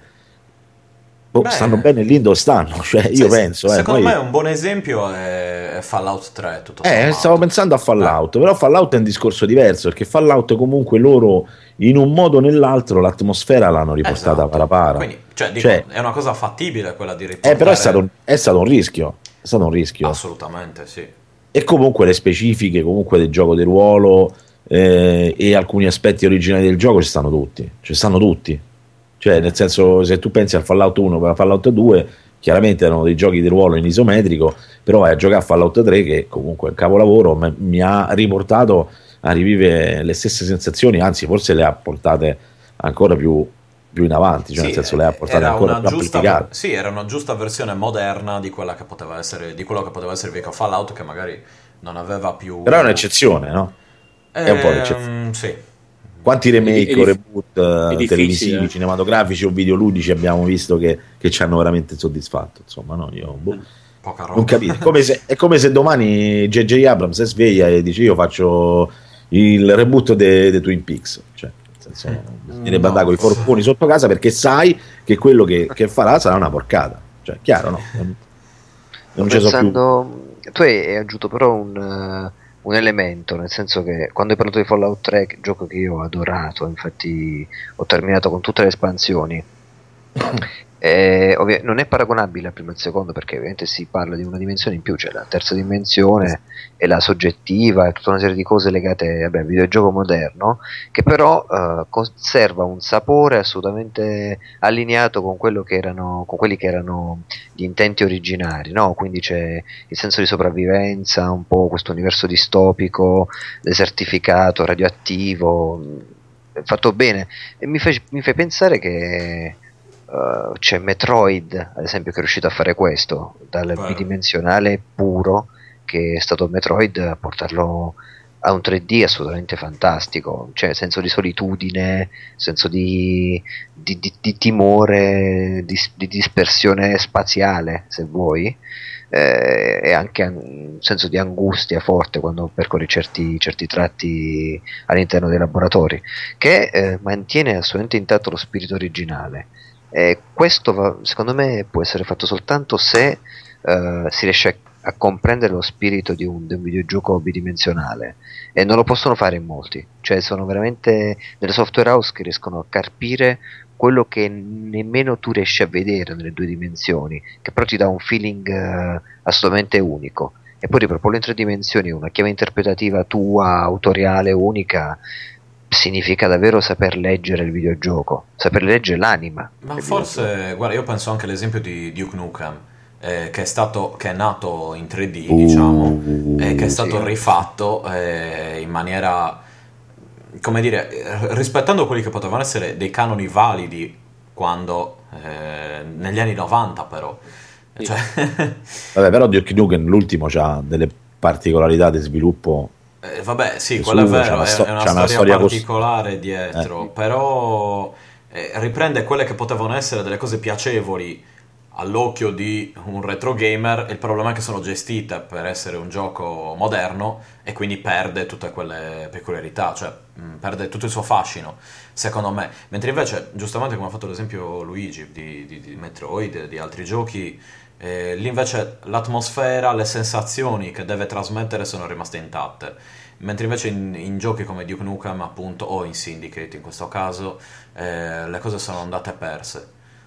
stanno Beh, bene lì dove stanno? Cioè, io penso, secondo poi me un buon esempio è Fallout 3, tutto stavo sommato. pensando a Fallout, però Fallout è un discorso diverso, perché Fallout comunque loro in un modo o nell'altro l'atmosfera l'hanno riportata Esatto. parapara. Quindi, dico, Cioè, è una cosa fattibile quella di riportare. però è stato un rischio, è stato un rischio. Assolutamente, sì. E comunque le specifiche comunque del gioco di ruolo e alcuni aspetti originali del gioco ci stanno tutti. Cioè, nel senso, se tu pensi al Fallout 1 e a Fallout 2, chiaramente erano dei giochi di ruolo in isometrico, però vai a giocare a Fallout 3 che comunque è un capolavoro, mi ha riportato a rivivere le stesse sensazioni, anzi forse le ha portate ancora più in avanti, cioè Sì, nel senso le ha portate era ancora una più amplificate. sì, era una giusta versione moderna di quella che poteva essere, di quello che poteva essere vecchio Fallout, che magari non aveva più. Però è un'eccezione, no? È un po' un'eccezione. Sì. Quanti remake o reboot è difficile, televisivi, cinematografici o videoludici abbiamo visto che ci hanno veramente soddisfatto? Insomma, no? Io Poca roba. non capisco. È come se domani J.J. Abrams si sveglia e dice: io faccio il reboot di Twin Peaks. Cioè, nel senso, bisognerebbe andare con i forconi sotto casa, perché sai che quello che farà sarà una porcata. Cioè, chiaro, no? Non ci sono più. Tu hai aggiunto però un elemento, nel senso che quando hai parlato di Fallout 3, gioco che io ho adorato, infatti ho terminato con tutte le espansioni, non è paragonabile al primo e al secondo, perché ovviamente si parla di una dimensione in più, cioè la terza dimensione e la soggettiva e tutta una serie di cose legate al videogioco moderno, che però conserva un sapore assolutamente allineato con quelli che erano gli intenti originari, no? Quindi c'è il senso di sopravvivenza, un po' questo universo distopico, desertificato, radioattivo, fatto bene, e mi fa pensare che c'è Metroid, ad esempio, che è riuscito a fare questo dal bidimensionale puro che è stato Metroid, a portarlo a un 3D assolutamente fantastico, cioè senso di solitudine, senso di timore, di dispersione spaziale, se vuoi, e anche un senso di angustia forte quando percorri certi tratti all'interno dei laboratori, che mantiene assolutamente intatto lo spirito originale. Questo secondo me può essere fatto soltanto se si riesce a comprendere lo spirito di un videogioco bidimensionale, e non lo possono fare in molti, cioè sono veramente delle software house che riescono a carpire quello che nemmeno tu riesci a vedere nelle due dimensioni, che però ti dà un feeling assolutamente unico. E poi riproporlo in tre dimensioni, una chiave interpretativa tua, autoriale, unica, significa davvero saper leggere il videogioco, saper leggere l'anima. Ma forse, guarda, io penso anche all'esempio di Duke Nukem, che è nato in 3D, diciamo, e che è stato sì. rifatto in maniera, come dire, rispettando quelli che potevano essere dei canoni validi quando, negli anni 90 però. Cioè, Vabbè, però Duke Nukem l'ultimo c'ha delle particolarità di sviluppo. vabbè, sì, Che quello è su, vero, c'è è una una storia storia particolare dietro, però riprende quelle che potevano essere delle cose piacevoli all'occhio di un retro gamer. Il problema è che sono gestite per essere un gioco moderno e quindi perde tutte quelle peculiarità, cioè perde tutto il suo fascino, secondo me. Mentre invece, giustamente come ha fatto l'esempio Luigi di Metroid, di altri giochi, lì invece l'atmosfera, le sensazioni che deve trasmettere sono rimaste intatte. Mentre invece in giochi come Duke Nukem, appunto, o in Syndicate in questo caso, le cose sono andate perse.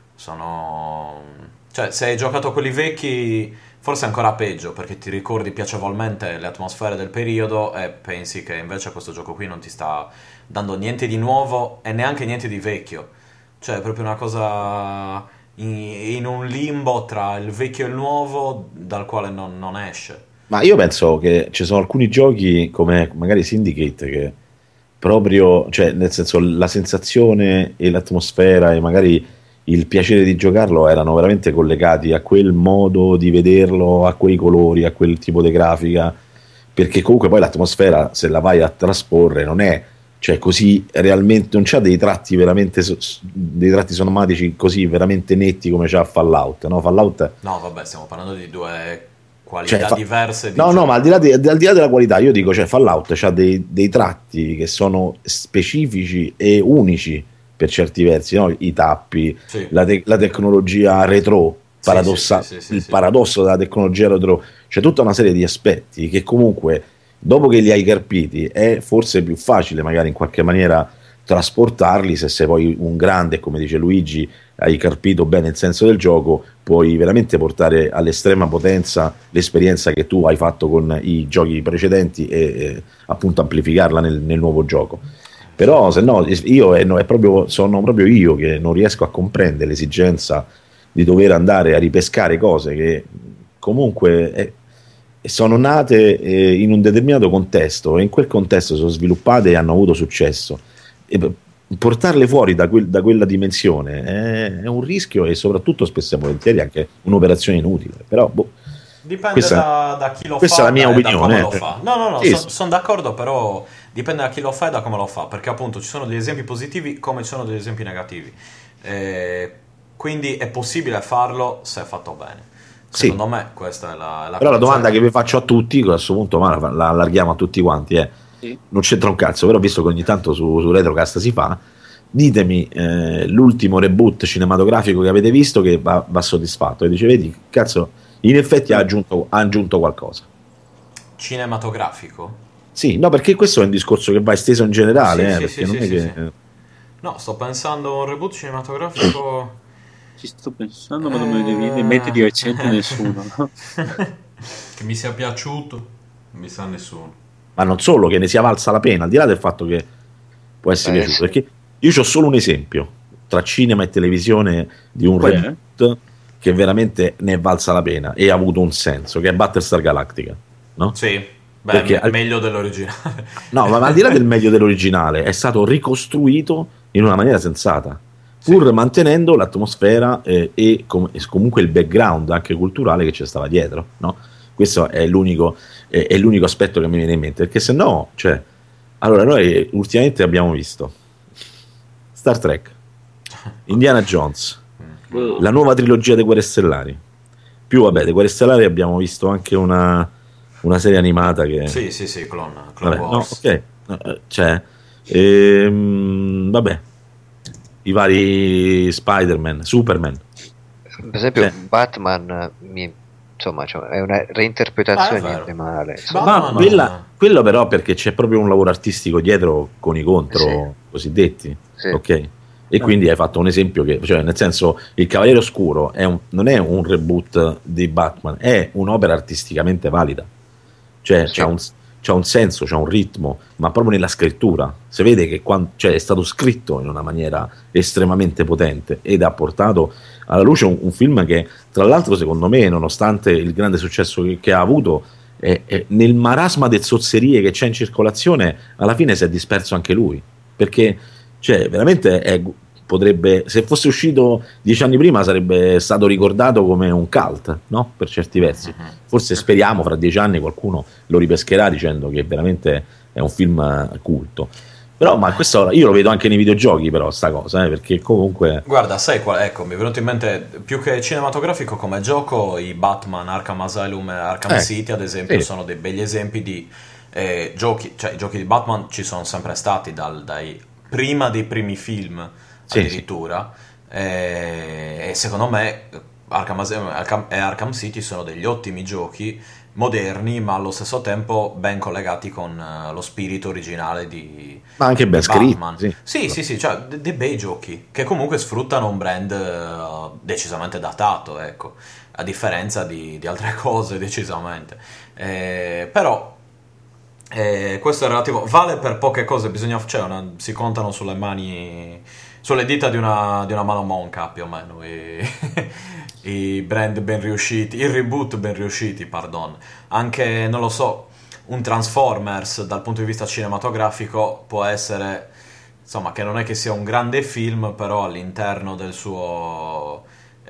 Cioè, se hai giocato a quelli vecchi, forse è ancora peggio, perché ti ricordi piacevolmente le atmosfere del periodo e pensi che invece questo gioco qui non ti sta dando niente di nuovo e neanche niente di vecchio. Cioè, è proprio una cosa in un limbo tra il vecchio e il nuovo dal quale non esce. Ma io penso che ci sono alcuni giochi come magari Syndicate che proprio, cioè nel senso la sensazione e l'atmosfera e magari il piacere di giocarlo erano veramente collegati a quel modo di vederlo, a quei colori, a quel tipo di grafica, perché comunque poi l'atmosfera se la vai a trasporre non è, cioè così realmente, non c'ha dei tratti veramente dei tratti sonomatici così veramente netti come c'ha Fallout, no? Fallout, No, vabbè, stiamo parlando di due cioè, qualità diverse di no, no, gioco. ma al di là della qualità, io dico, cioè, Fallout c'ha dei tratti che sono specifici e unici per certi versi, no? I tappi, Sì. la tecnologia retro, Sì, sì, il sì. paradosso della tecnologia retro, c'è tutta una serie di aspetti che comunque, dopo che li hai carpiti, è forse più facile magari in qualche maniera trasportarli se sei poi un grande, come dice Luigi, hai carpito bene il senso del gioco, puoi veramente portare all'estrema potenza l'esperienza che tu hai fatto con i giochi precedenti e appunto amplificarla nel nuovo gioco. Però se no, io no, sono proprio io che non riesco a comprendere l'esigenza di dover andare a ripescare cose che comunque sono nate in un determinato contesto e in quel contesto sono sviluppate e hanno avuto successo. E portarle fuori da quella dimensione è un rischio e soprattutto spesso e volentieri anche un'operazione inutile. Però Dipende questa, da chi lo questa fa è la mia e da come opinione. lo fa. No, Sì, sono d'accordo, però dipende da chi lo fa e da come lo fa, perché appunto ci sono degli esempi positivi come ci sono degli esempi negativi. Quindi è possibile farlo se è fatto bene. sì. Secondo me questa è la Però la cosa. domanda che vi faccio a tutti, a questo punto ma la allarghiamo a tutti quanti, Sì. non c'entra un cazzo, però visto che ogni tanto su Retrocast si fa, ditemi l'ultimo reboot cinematografico che avete visto che va soddisfatto e dice, vedi, cazzo, in effetti ha aggiunto qualcosa. Cinematografico? Sì, no, perché questo è un discorso che va esteso in generale, Sì, perché sì, non sì, è sì, che... sì. No, sto pensando a un reboot cinematografico. Ci sto pensando, ma non me ne viene in mente di recente nessuno. No? Che mi sia piaciuto, non mi sa nessuno. Ma non solo, che ne sia valsa la pena, al di là del fatto che può essere piaciuto, Sì. perché io ho solo un esempio tra cinema e televisione di un Qual è? reboot che veramente ne è valsa la pena e ha avuto un senso, che è Battlestar Galactica, no? Sì, beh, Perché meglio dell'originale. no, ma al di là del meglio dell'originale, è stato ricostruito in una maniera sensata, pur mantenendo l'atmosfera e comunque il background anche culturale che c'è stava dietro, no? Questo è l'unico aspetto che mi viene in mente, perché se no, cioè, allora noi ultimamente abbiamo visto Star Trek, Indiana Jones, la nuova trilogia dei Guerre Stellari, più vabbè, dei Guerre Stellari abbiamo visto anche una serie animata che... Sì, Clone Vabbè, no, Wars. ok, cioè, vabbè, i vari Spider-Man, Superman. Per esempio, Cioè, Batman mi insomma, cioè, è una reinterpretazione, vero. niente male. Batman- Quello però perché c'è proprio un lavoro artistico dietro con i contro Sì. cosiddetti, Sì. ok? E quindi hai fatto un esempio che, cioè, nel senso, il Cavaliere Oscuro non è un reboot di Batman, è un'opera artisticamente valida, cioè Sì. c'ha un senso, c'ha un ritmo, ma proprio nella scrittura si vede che cioè, è stato scritto in una maniera estremamente potente ed ha portato alla luce un film che, tra l'altro, secondo me, nonostante il grande successo che ha avuto, nel marasma di zozzerie che c'è in circolazione, alla fine si è disperso anche lui, perché cioè, veramente potrebbe, se fosse uscito 10 anni prima, sarebbe stato ricordato come un cult, no? Per certi versi. Forse speriamo fra 10 anni qualcuno lo ripescherà dicendo che veramente è un film culto. Però, ma questo io lo vedo anche nei videogiochi, però, sta cosa, perché comunque. Guarda, sai qual? Ecco, mi è venuto in mente più che cinematografico come gioco, i Batman Arkham Asylum e Arkham City, ad esempio, sì. sono dei begli esempi di giochi, cioè i giochi di Batman ci sono sempre stati prima dei primi film Sì, addirittura, e secondo me Arkham Asylum e Arkham City sono degli ottimi giochi moderni, ma allo stesso tempo ben collegati con lo spirito originale di Ma anche ben scritti. Batman. Sì. Sì, cioè dei bei giochi che comunque sfruttano un brand decisamente datato, ecco, a differenza di altre cose, decisamente. Però questo è relativo, vale per poche cose, si contano sulle mani, sulle dita di una mano monca più o meno i brand ben riusciti, i reboot ben riusciti, pardon. Anche, non lo so, un Transformers dal punto di vista cinematografico può essere, insomma, che non è che sia un grande film, però all'interno del suo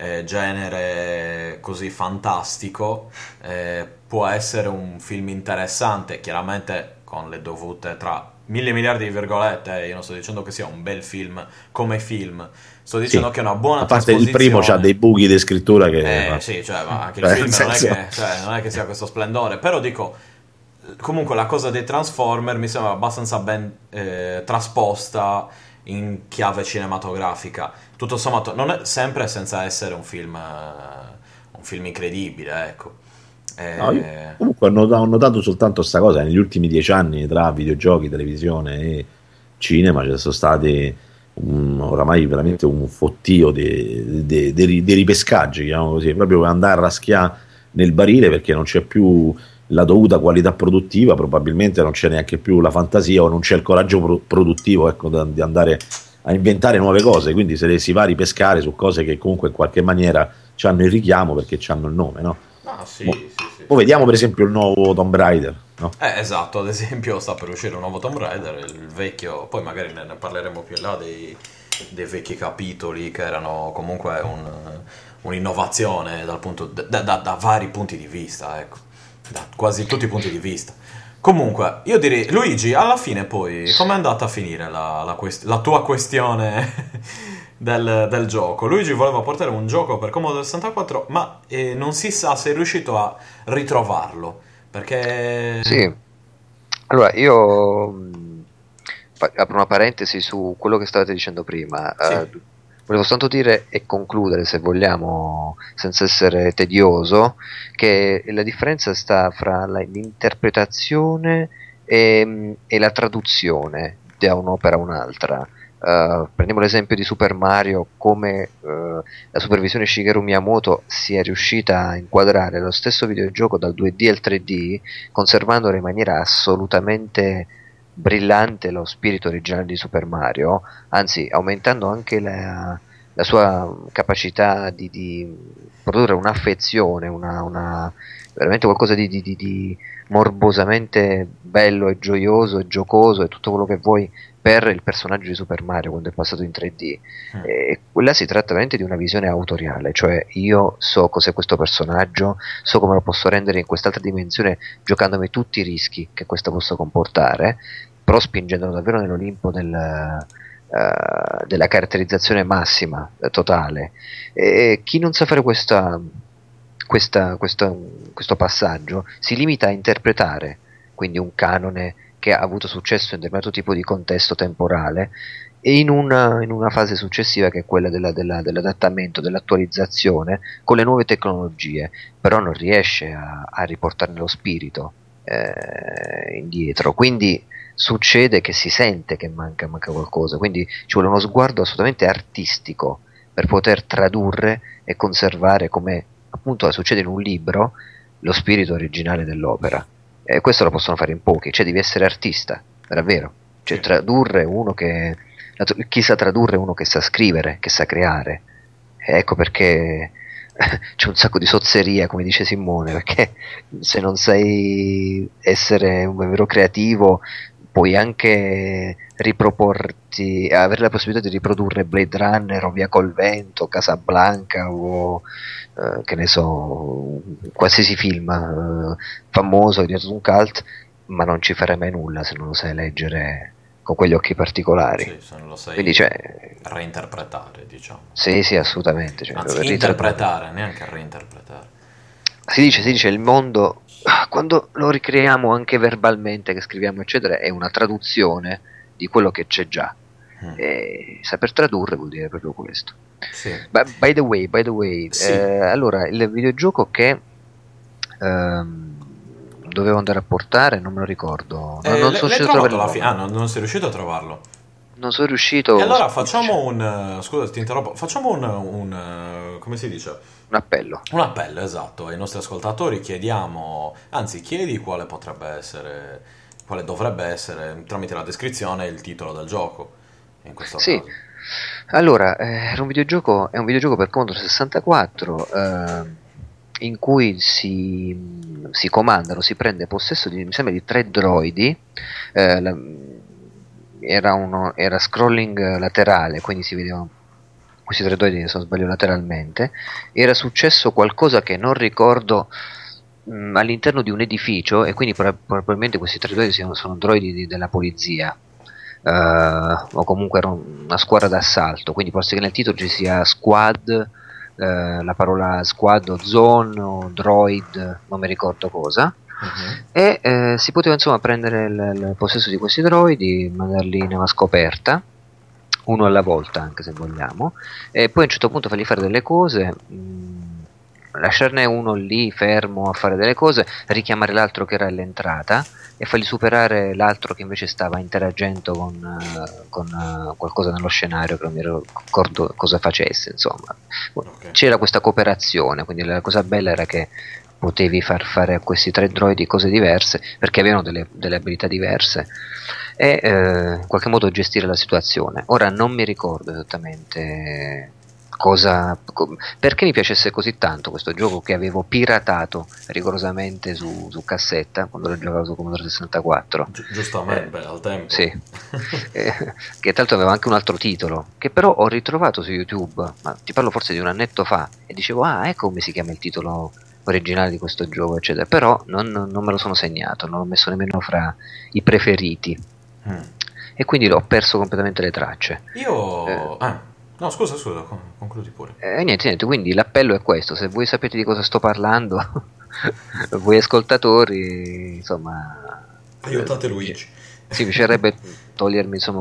genere così fantastico può essere un film interessante, chiaramente con le dovute, tra mille miliardi di virgolette, io non sto dicendo che sia un bel film come film, sto dicendo che è una buona A parte il trasposizione. primo c'ha dei buchi di scrittura che. Sì, cioè, ma anche Cioè, il film nel senso. non è che sia questo splendore, però dico, comunque la cosa dei Transformer mi sembra abbastanza ben trasposta in chiave cinematografica. Tutto sommato, non è sempre senza essere un film incredibile, ecco. No, io comunque ho notato soltanto sta cosa negli ultimi 10 anni tra videogiochi, televisione e cinema ci sono stati oramai veramente un fottio di ripescaggi, chiamiamo così, proprio andare a raschiare nel barile perché non c'è più la dovuta qualità produttiva, probabilmente non c'è neanche più la fantasia o non c'è il coraggio produttivo, ecco, di andare a inventare nuove cose, quindi se si va a ripescare su cose che comunque in qualche maniera hanno il richiamo perché hanno il nome, no? Ah, sì, sì. Poi vediamo per esempio il nuovo Tomb Raider, no? Esatto, ad esempio sta per uscire un nuovo Tomb Raider, il vecchio, poi magari ne parleremo più in là dei vecchi capitoli che erano comunque un'innovazione da vari punti di vista, ecco, da quasi tutti i punti di vista. Comunque, io direi, Luigi, alla fine poi, com'è andata a finire la tua questione del gioco? Luigi voleva portare un gioco per Commodore 64, ma non si sa se è riuscito a ritrovarlo, perché. Sì, allora io apro una parentesi su quello che stavate dicendo prima. Sì. Volevo soltanto dire e concludere, se vogliamo, senza essere tedioso, che la differenza sta fra l'interpretazione e la traduzione da un'opera a un'altra. Prendiamo l'esempio di Super Mario, come la supervisione Shigeru Miyamoto sia riuscita a inquadrare lo stesso videogioco dal 2D al 3D, conservandolo in maniera assolutamente brillante lo spirito originale di Super Mario, anzi aumentando anche la sua capacità di produrre un'affezione, veramente qualcosa di morbosamente bello e gioioso e giocoso e tutto quello che vuoi per il personaggio di Super Mario quando è passato in 3D. E quella si tratta veramente di una visione autoriale, cioè io so cos'è questo personaggio, so come lo posso rendere in quest'altra dimensione giocandomi tutti i rischi che questo possa comportare, però spingendolo davvero nell'Olimpo della caratterizzazione massima, totale. E chi non sa fare questo passaggio si limita a interpretare quindi un canone che ha avuto successo in determinato tipo di contesto temporale, e in una fase successiva che è quella dell'adattamento, dell'attualizzazione con le nuove tecnologie, però non riesce a riportarne lo spirito indietro, quindi succede che si sente che manca qualcosa, quindi ci vuole uno sguardo assolutamente artistico per poter tradurre e conservare, come appunto succede in un libro, lo spirito originale dell'opera. E questo lo possono fare in pochi, cioè devi essere artista, davvero, cioè tradurre uno che chi sa tradurre, uno che sa scrivere, che sa creare. E ecco perché c'è un sacco di sozzeria, come dice Simone, perché se non sai essere un vero creativo puoi anche riproporti, avere la possibilità di riprodurre Blade Runner o Via col Vento, Casablanca o che ne so, qualsiasi film famoso che è diventato un cult, ma non ci farai mai nulla se non lo sai leggere con quegli occhi particolari. Sì, se non lo sai Quindi reinterpretare, diciamo. sì, assolutamente. Anzi, interpretare, neanche reinterpretare. Si dice il mondo, quando lo ricreiamo anche verbalmente, che scriviamo eccetera, è una traduzione di quello che c'è già. E saper tradurre vuol dire proprio questo. Sì. By the way, Sì. allora il videogioco che dovevo andare a portare, non me lo ricordo. Non sono riuscito a trovarlo. Non sei riuscito a trovarlo? Non sono riuscito. E allora facciamo scusa, ti interrompo. Facciamo un come si dice? Un appello. Un appello, esatto, ai nostri ascoltatori. Chiediamo, anzi, chiedi quale dovrebbe essere, tramite la descrizione, il titolo del gioco. In questo caso. Allora, è un videogioco per Commodore 64 in cui si comandano, si prende possesso mi sembra di 3 droidi. Era scrolling laterale, quindi si vedevano questi 3 droidi, se non sbaglio, lateralmente. Era successo qualcosa che non ricordo all'interno di un edificio, e quindi probabilmente questi 3 droidi sono droidi della polizia. O comunque era una squadra d'assalto, quindi può essere che nel titolo ci sia squad, la parola squad o zone o droid, non mi ricordo cosa. E si poteva insomma prendere il possesso di questi droidi, mandarli in una scoperta, uno alla volta anche se vogliamo, e poi a un certo punto fargli fare delle cose, lasciarne uno lì fermo a fare delle cose, richiamare l'altro che era all'entrata e fargli superare l'altro che invece stava interagendo con qualcosa nello scenario che non mi ricordo cosa facesse, insomma. C'era questa cooperazione, quindi la cosa bella era che potevi far fare a questi 3 droidi cose diverse perché avevano delle abilità diverse e in qualche modo gestire la situazione. Ora non mi ricordo esattamente perché mi piacesse così tanto questo gioco, che avevo piratato rigorosamente su cassetta quando lo giocavo su Commodore 64. Giustamente, al tempo. Sì. Che tra l'altro aveva anche un altro titolo che però ho ritrovato su YouTube, ma ti parlo forse di un annetto fa, e dicevo ecco come si chiama il titolo originale di questo gioco eccetera, però non me lo sono segnato, non l'ho messo nemmeno fra i preferiti e quindi l'ho perso completamente le tracce. No, scusa, concludi pure. Niente, quindi l'appello è questo: se voi sapete di cosa sto parlando, voi ascoltatori, insomma, aiutate Luigi. Sì, mi piacerebbe togliermi insomma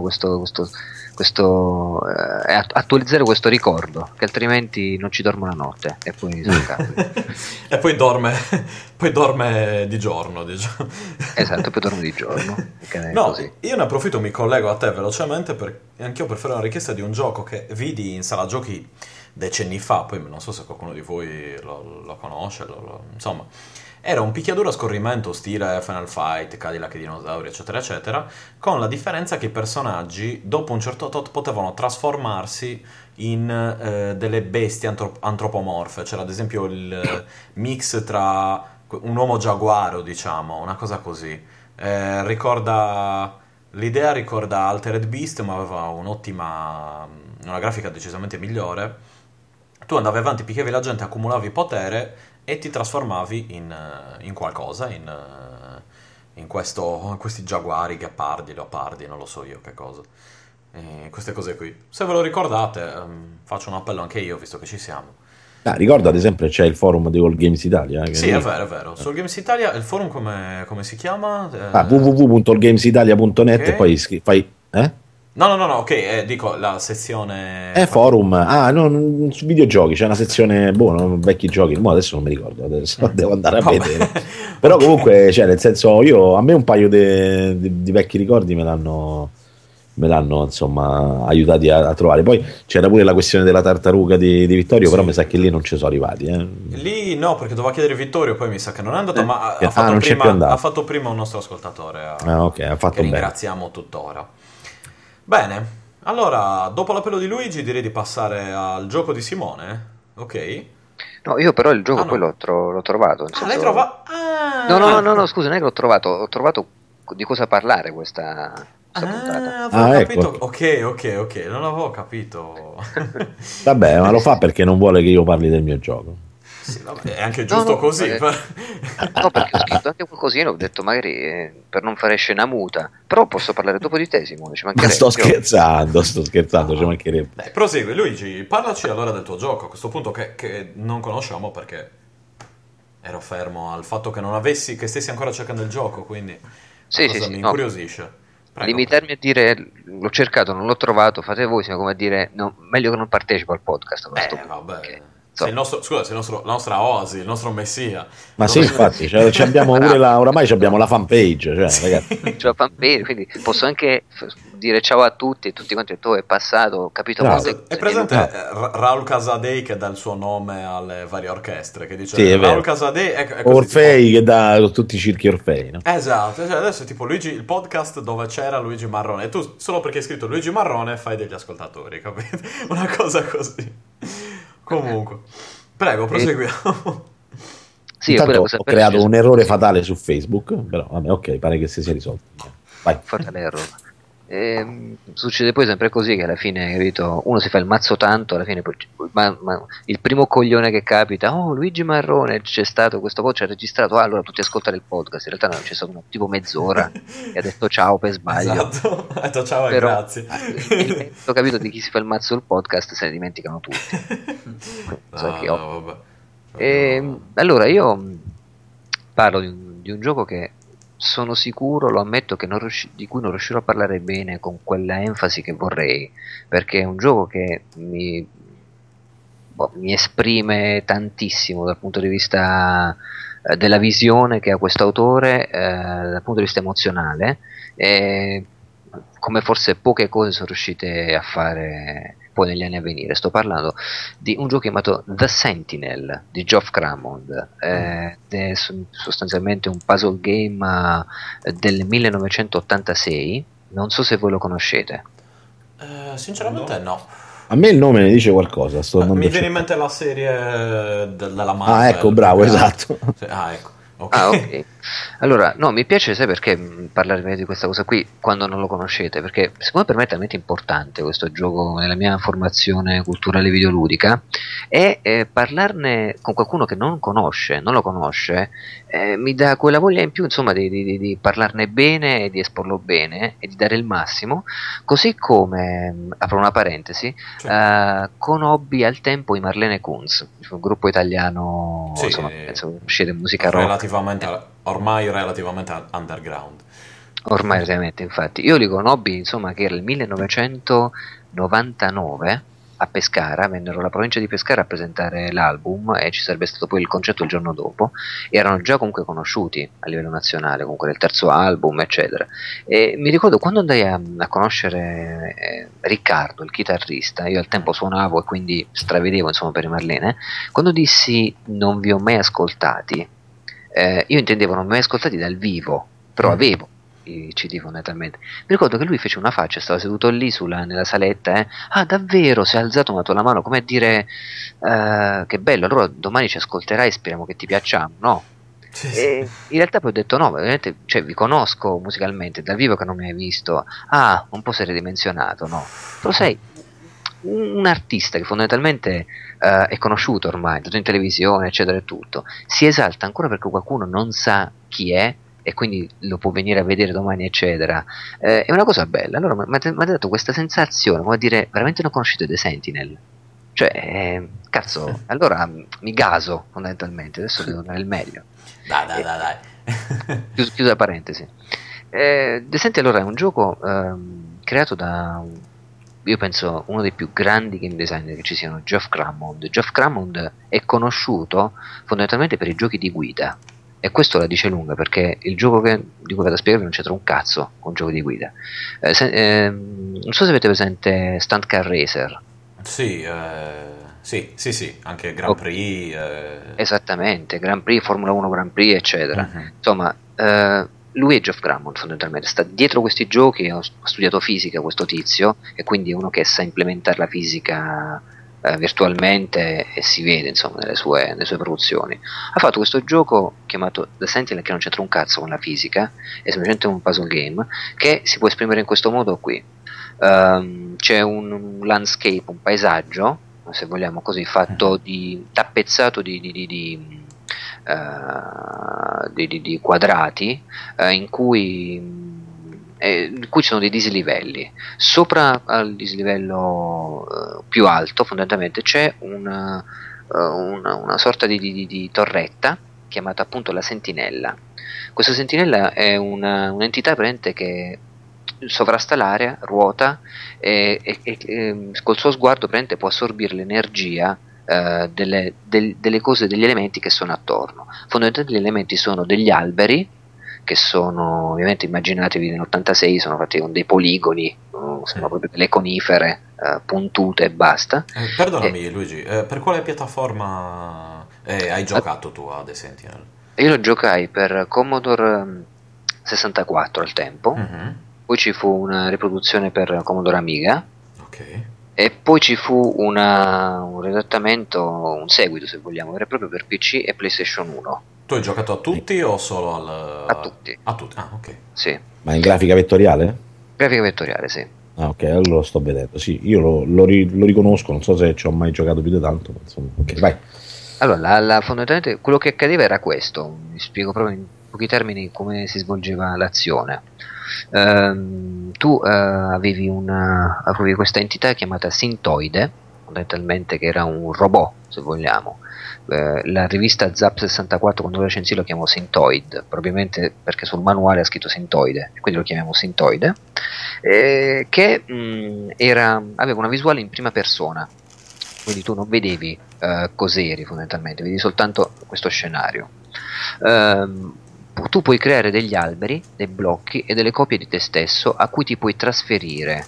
attualizzare questo ricordo, che altrimenti non ci dormo la notte e poi sono e poi dorme di giorno, diciamo. Esatto, poi dormo di giorno. No, così. io ne approfitto, mi collego a te velocemente anch'io per fare una richiesta di un gioco che vidi in sala giochi decenni fa, poi non so se qualcuno di voi lo conosce, insomma. Era un picchiaduro a scorrimento stile Final Fight, Cadillac e dinosauri, eccetera, eccetera, con la differenza che i personaggi, dopo un certo tot, potevano trasformarsi in delle bestie antropomorfe. C'era ad esempio il mix tra un uomo giaguaro, diciamo, una cosa così. L'idea ricorda Altered Beast, ma aveva una grafica decisamente migliore. Tu andavi avanti, picchiavi la gente, accumulavi potere e ti trasformavi in qualcosa, in questi giaguari, ghepardi, leopardi, non lo so io che cosa. Queste cose qui. Se ve lo ricordate, faccio un appello anche io, visto che ci siamo. Ricordo ad esempio c'è il forum di All Games Italia. Sì, è vero. Su All Games Italia il forum come si chiama? www.allgamesitalia.net Ok. e poi fai... No, ok, dico la sezione... Forum, su videogiochi c'è una sezione, vecchi giochi, adesso non mi ricordo, adesso devo andare a Vabbè. vedere. Però comunque, cioè, nel senso, a me un paio di vecchi ricordi me l'hanno insomma aiutati a trovare. Poi c'era pure la questione della tartaruga di Vittorio, Sì. però mi sa che lì non ci sono arrivati. Lì no, perché doveva chiedere Vittorio, poi mi sa che non è andato, ma non c'è più andato. ha fatto prima un nostro ascoltatore, Ok, ha fatto che bene. ringraziamo tuttora. Bene, allora, dopo l'appello di Luigi direi di passare al gioco di Simone, ok? No, io però il gioco no. poi l'ho trovato. Nel Ah, senso... l'hai trovato? No, scusa, non è che l'ho trovato di cosa parlare questa puntata. Capito. Ecco. Ok, non avevo capito. Vabbè, ma lo fa perché non vuole che io parli del mio gioco. Sì, vabbè, è anche giusto così. No, perché ho scritto anche qualcosina, ho detto magari per non fare scena muta, però posso parlare dopo di te, Simone, ci Ma mancherebbe. sto scherzando, ci mancherebbe. Dai, prosegui, Luigi, parlaci allora del tuo gioco, a questo punto che non conosciamo perché ero fermo al fatto che stessi ancora cercando il gioco, quindi Sì, mi incuriosisce. Prego. Limitarmi a dire l'ho cercato, non l'ho trovato, fate voi, come a dire no, meglio che non partecipo al podcast. Vabbè. Perché, Sei il nostro, scusa, sei la nostra oasi, il nostro messia. Ma sì, infatti, abbiamo pure oramai abbiamo la fanpage, cioè, ragazzi. C'è la fanpage, quindi posso anche dire ciao a tutti e tutti quanti è passato, ho capito No. molte È presente Raul Casadei che dà il suo nome alle varie orchestre, che dice Sì, è vero. Raul Casadei è così, Orfei che dà tutti i circhi Orfei, no? Esatto, cioè adesso è tipo Luigi, il podcast dove c'era Luigi Marrone e tu solo perché hai scritto Luigi Marrone fai degli ascoltatori, capito? Una cosa così. Comunque, prego, proseguiamo. Sì, Intanto poi ho creato un errore fatale su Facebook, però vabbè, ok, pare che si sia risolto. Vai. fatale errore. Succede poi sempre così che alla fine, capito, uno si fa il mazzo tanto, alla fine poi, ma il primo coglione che capita, oh Luigi Marrone, c'è stato questo podcast, c'è registrato, allora tutti ascoltare il podcast, in realtà no, c'è stato tipo mezz'ora e ha detto ciao per sbaglio. Esatto, ha detto ciao e Però, grazie. ho capito di chi si fa il mazzo del podcast, se ne dimenticano tutti. Vabbè. Allora io parlo di un gioco che sono sicuro, lo ammetto, che di cui non riuscirò a parlare bene con quella enfasi che vorrei, perché è un gioco che mi esprime tantissimo dal punto di vista della visione che ha questo autore, dal punto di vista emozionale, come forse poche cose sono riuscite a fare poi negli anni a venire. Sto parlando di un gioco chiamato The Sentinel di Geoff Crammond, è sostanzialmente un puzzle game del 1986, non so se voi lo conoscete. Sinceramente no. A me il nome ne dice qualcosa. Mi viene in mente la serie della Marvel. Ah, ecco, bravo, esatto. Ecco. Okay. Ah, ok. Allora, no, mi piace, sai perché parlarvi di questa cosa qui quando non lo conoscete? Perché secondo me per me è talmente importante questo gioco nella mia formazione culturale videoludica e parlarne con qualcuno che non lo conosce, mi dà quella voglia in più, insomma, di parlarne bene e di esporlo bene e di dare il massimo, così come, apro una parentesi, conobbi al tempo i Marlene Kunz, un gruppo italiano, sì, insomma, penso uscire musica rock. Ormai relativamente underground. Ormai relativamente, infatti. Io li conobbi, insomma, che era il 1999 a Pescara, vennero alla provincia di Pescara a presentare l'album e ci sarebbe stato poi il concerto il giorno dopo. Erano già comunque conosciuti a livello nazionale, comunque nel terzo album, eccetera. E mi ricordo quando andai a conoscere Riccardo, il chitarrista, io al tempo suonavo e quindi stravedevo, insomma, per i Marlene, quando dissi non vi ho mai ascoltati, io intendevo non mi ho mai ascoltati dal vivo, però avevo i CD fondamentalmente. Mi ricordo che lui fece una faccia, stava seduto lì nella saletta, ah davvero, si è alzato, mi ha dato la mano come a dire che bello, allora domani ci ascolterai, speriamo che ti piacciamo, no? Sì. E in realtà poi ho detto no, veramente, cioè, vi conosco musicalmente dal vivo che non mi hai visto, un po' sei ridimensionato, no? Però sei un artista che fondamentalmente è conosciuto ormai, è stato in televisione, eccetera e tutto, si esalta ancora perché qualcuno non sa chi è e quindi lo può venire a vedere domani, eccetera. È una cosa bella. Allora mi ha dato questa sensazione, come a dire, veramente non conoscete The Sentinel? Cioè, cazzo, allora mi gaso fondamentalmente, adesso devo dare il meglio. Dai. Chiusa parentesi. Senti, allora è un gioco creato da, io penso, uno dei più grandi game designer che ci siano, Geoff Crammond. Geoff Crammond è conosciuto fondamentalmente per i giochi di guida, e questo la dice lunga, perché il gioco di cui vado a spiegarvi non c'entra un cazzo con giochi di guida. Non so se avete presente Stunt Car Racer. Sì, anche Grand Prix. Esattamente, Grand Prix, Formula 1 Grand Prix, eccetera. Insomma, lui è Geoff Crammond fondamentalmente, sta dietro questi giochi. Ho studiato fisica, questo tizio, e quindi è uno che sa implementare la fisica virtualmente, e si vede insomma nelle sue produzioni. Ha fatto questo gioco chiamato The Sentinel, che non c'entra un cazzo con la fisica, è semplicemente un puzzle game che si può esprimere in questo modo qui. C'è un landscape, un paesaggio, se vogliamo così, fatto tappezzato di quadrati, in cui ci sono dei dislivelli. Sopra al dislivello più alto fondamentalmente c'è una sorta di torretta chiamata appunto la sentinella. Questa sentinella è un'entità presente che sovrasta l'area, ruota, e col suo sguardo presente può assorbire l'energia delle cose, degli elementi che sono attorno. Fondamentalmente gli elementi sono degli alberi, che sono, ovviamente immaginatevi, nell'86 sono fatti con dei poligoni, sono proprio delle conifere puntute e basta. Perdonami Luigi, per quale piattaforma hai giocato tu a The Sentinel? Io lo giocai per Commodore 64 al tempo, poi ci fu una riproduzione per Commodore Amiga, e poi ci fu un riadattamento, un seguito se vogliamo, vero e proprio per PC e PlayStation 1. Tu hai giocato a tutti o solo A tutti. A tutti, ok. Sì. Ma in grafica vettoriale? Grafica vettoriale, sì. Ah, ok, allora lo sto vedendo. Sì, io lo riconosco, non so se ci ho mai giocato più di tanto, ma insomma, ok, vai. Allora, fondamentalmente quello che accadeva era questo, vi spiego proprio in pochi termini come si svolgeva l'azione. Tu avevi questa entità chiamata Sintoide, fondamentalmente, che era un robot, se vogliamo. La rivista Zap 64, quando lo recensì, lo chiamò Sintoid, probabilmente perché sul manuale ha scritto Sintoide, quindi lo chiamiamo Sintoide, che aveva una visuale in prima persona, quindi tu non vedevi cos'eri fondamentalmente, vedi soltanto questo scenario. Tu puoi creare degli alberi, dei blocchi e delle copie di te stesso a cui ti puoi trasferire.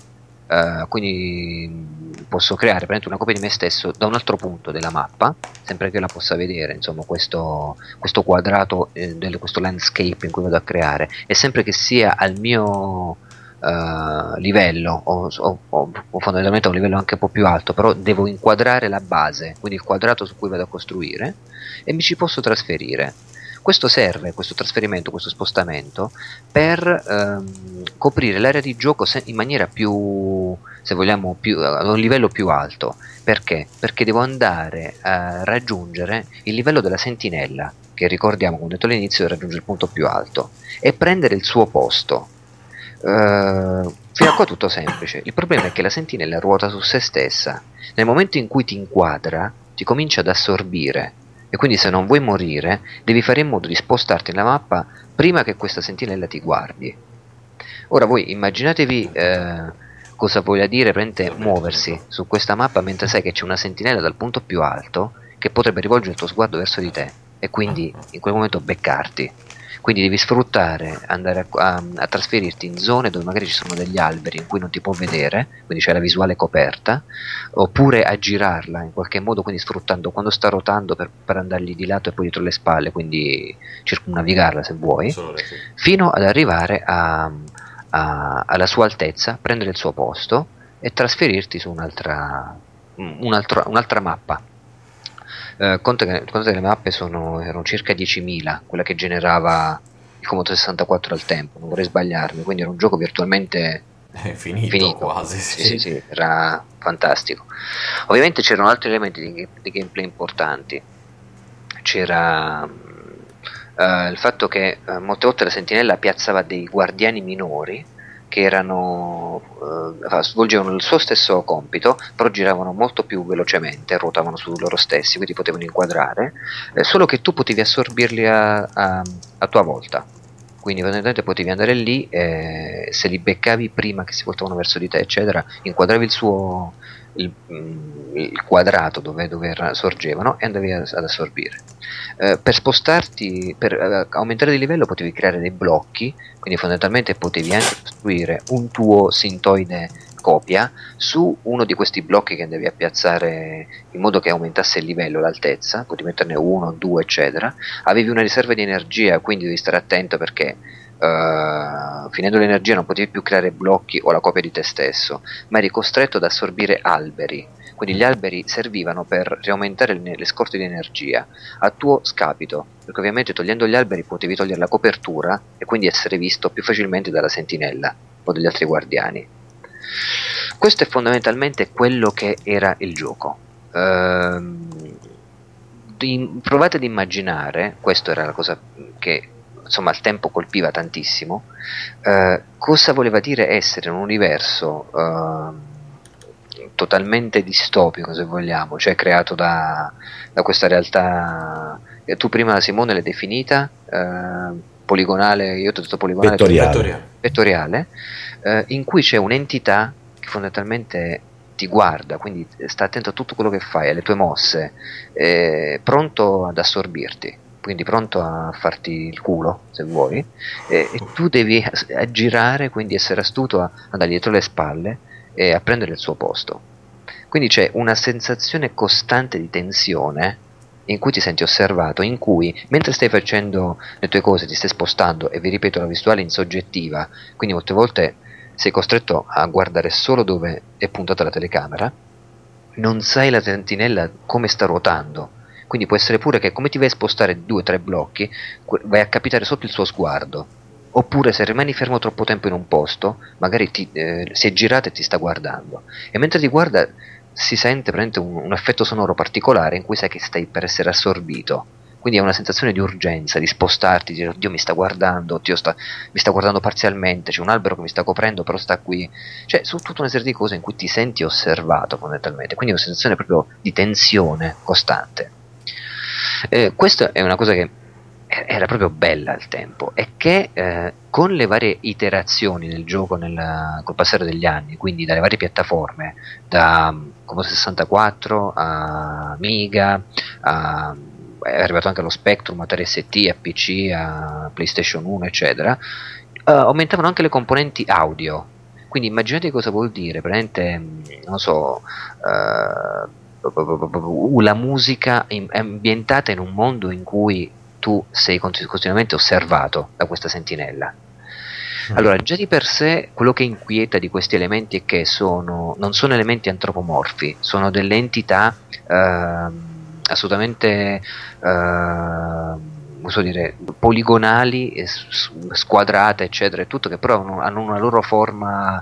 Quindi posso creare una copia di me stesso da un altro punto della mappa, sempre che la possa vedere, insomma, questo quadrato, questo landscape in cui vado a creare, e sempre che sia al mio livello o fondamentalmente a un livello anche un po' più alto, però devo inquadrare la base, quindi il quadrato su cui vado a costruire, e mi ci posso trasferire. Questo serve, questo trasferimento, questo spostamento, per coprire l'area di gioco in maniera più, se vogliamo, ad un livello più alto. Perché? Perché devo andare a raggiungere il livello della sentinella, che ricordiamo, come ho detto all'inizio, raggiunge il punto più alto, e prendere il suo posto. Fino a qua tutto semplice. Il problema è che la sentinella ruota su se stessa. Nel momento in cui ti inquadra, ti comincia ad assorbire, e quindi se non vuoi morire devi fare in modo di spostarti nella mappa prima che questa sentinella ti guardi. Ora voi immaginatevi cosa voglia dire muoversi su questa mappa mentre sai che c'è una sentinella dal punto più alto che potrebbe rivolgere il tuo sguardo verso di te e quindi in quel momento beccarti. Quindi devi sfruttare, andare a trasferirti in zone dove magari ci sono degli alberi in cui non ti può vedere, quindi c'è la visuale coperta, oppure a girarla in qualche modo, quindi sfruttando quando sta rotando per andargli di lato e poi dietro le spalle, quindi circumnavigarla se vuoi, fino ad arrivare alla sua altezza, prendere il suo posto e trasferirti su un'altra mappa. Conta che le mappe erano circa 10.000, quella che generava il Commodore 64 al tempo, non vorrei sbagliarmi, quindi era un gioco virtualmente finito quasi. Sì, era fantastico. Ovviamente c'erano altri elementi di gameplay importanti. C'era il fatto che molte volte la sentinella piazzava dei guardiani minori che erano svolgevano il suo stesso compito, però giravano molto più velocemente, ruotavano su loro stessi, quindi potevano inquadrare, solo che tu potevi assorbirli a tua volta. Quindi fondamentalmente potevi andare lì, se li beccavi prima che si voltavano verso di te, eccetera, inquadravi il quadrato dove sorgevano e andavi ad assorbire. Per spostarti, per aumentare di livello potevi creare dei blocchi, quindi fondamentalmente potevi anche costruire un tuo sintoide copia su uno di questi blocchi che andavi a piazzare in modo che aumentasse il livello, l'altezza, potevi metterne uno, due, eccetera. Avevi una riserva di energia, quindi devi stare attento perché finendo l'energia non potevi più creare blocchi o la copia di te stesso, ma eri costretto ad assorbire alberi. Quindi gli alberi servivano per riaumentare le scorte di energia a tuo scapito, perché ovviamente togliendo gli alberi potevi togliere la copertura e quindi essere visto più facilmente dalla sentinella o dagli altri guardiani. Questo è fondamentalmente quello che era il gioco. Provate ad immaginare, questa era la cosa che insomma al tempo colpiva tantissimo, cosa voleva dire essere in un universo totalmente distopico, se vogliamo, cioè creato da questa realtà che tu prima, Simone, l'hai definita poligonale, io ti ho detto poligonale, vettoriale, in cui c'è un'entità che fondamentalmente ti guarda, quindi sta attento a tutto quello che fai, alle tue mosse, pronto ad assorbirti, quindi pronto a farti il culo se vuoi, e tu devi aggirare, quindi essere astuto a andare dietro le spalle e a prendere il suo posto. Quindi c'è una sensazione costante di tensione in cui ti senti osservato, in cui mentre stai facendo le tue cose ti stai spostando, e vi ripeto, la visuale è insoggettiva, quindi molte volte sei costretto a guardare solo dove è puntata la telecamera, non sai la sentinella come sta ruotando, quindi può essere pure che come ti vai a spostare 2 o 3 blocchi vai a capitare sotto il suo sguardo, oppure se rimani fermo troppo tempo in un posto magari si è girato e ti sta guardando, e mentre ti guarda si sente praticamente un effetto sonoro particolare in cui sai che stai per essere assorbito, quindi è una sensazione di urgenza, di spostarti, di dire oddio mi sta guardando, mi sta guardando parzialmente, c'è un albero che mi sta coprendo però sta qui, cioè su tutta una serie di cose in cui ti senti osservato fondamentalmente, quindi è una sensazione proprio di tensione costante. Questa è una cosa che era proprio bella al tempo e che con le varie iterazioni del gioco col passare degli anni, quindi dalle varie piattaforme, da Commodore 64 a Amiga, è arrivato anche allo Spectrum, Atari ST, a PC, a PlayStation 1 eccetera, aumentavano anche le componenti audio, quindi immaginate cosa vuol dire, praticamente, non so, la musica è ambientata in un mondo in cui tu sei continuamente osservato da questa sentinella. Allora, già di per sé quello che inquieta di questi elementi è che non sono elementi antropomorfi, sono delle entità assolutamente non so dire, poligonali, squadrate eccetera e tutto, che però hanno una loro forma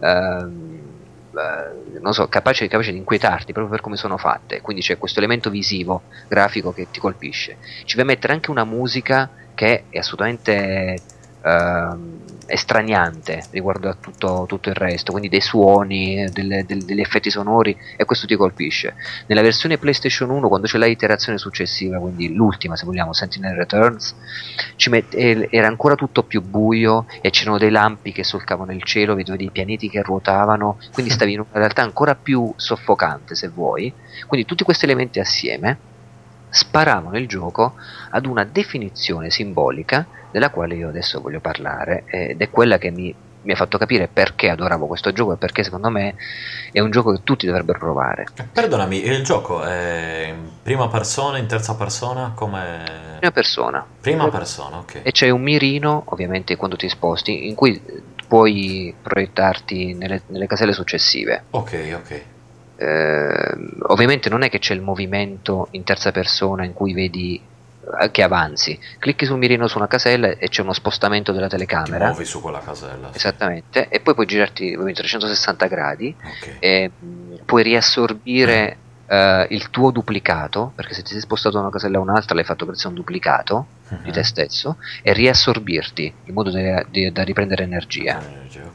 non so, capace di inquietarti proprio per come sono fatte, quindi c'è questo elemento visivo, grafico che ti colpisce. Ci vai a mettere anche una musica che è assolutamente estraniante riguardo a tutto il resto, quindi dei suoni, degli effetti sonori, e questo ti colpisce. Nella versione PlayStation 1, quando c'è la iterazione successiva, quindi l'ultima se vogliamo, Sentinel Returns, era ancora tutto più buio e c'erano dei lampi che solcavano il cielo, vedevi dei pianeti che ruotavano, quindi stavi in una realtà ancora più soffocante se vuoi. Quindi tutti questi elementi assieme sparavano il gioco ad una definizione simbolica della quale io adesso voglio parlare, ed è quella che mi ha fatto capire perché adoravo questo gioco e perché secondo me è un gioco che tutti dovrebbero provare. Perdonami, il gioco è in prima persona, in terza persona? Come... Prima persona. Prima persona, ok. E c'è un mirino, ovviamente, quando ti sposti, in cui puoi proiettarti nelle caselle successive. Ok. Ovviamente non è che c'è il movimento in terza persona in cui vedi che avanzi, clicchi sul mirino su una casella e c'è uno spostamento della telecamera, ti muovi su quella casella, sì. Esattamente, e poi puoi girarti 360 gradi, Okay. e puoi riassorbire il tuo duplicato, perché se ti sei spostato da una casella a un'altra l'hai fatto grazie a un duplicato di te stesso, e riassorbirti in modo da riprendere energia. Ok.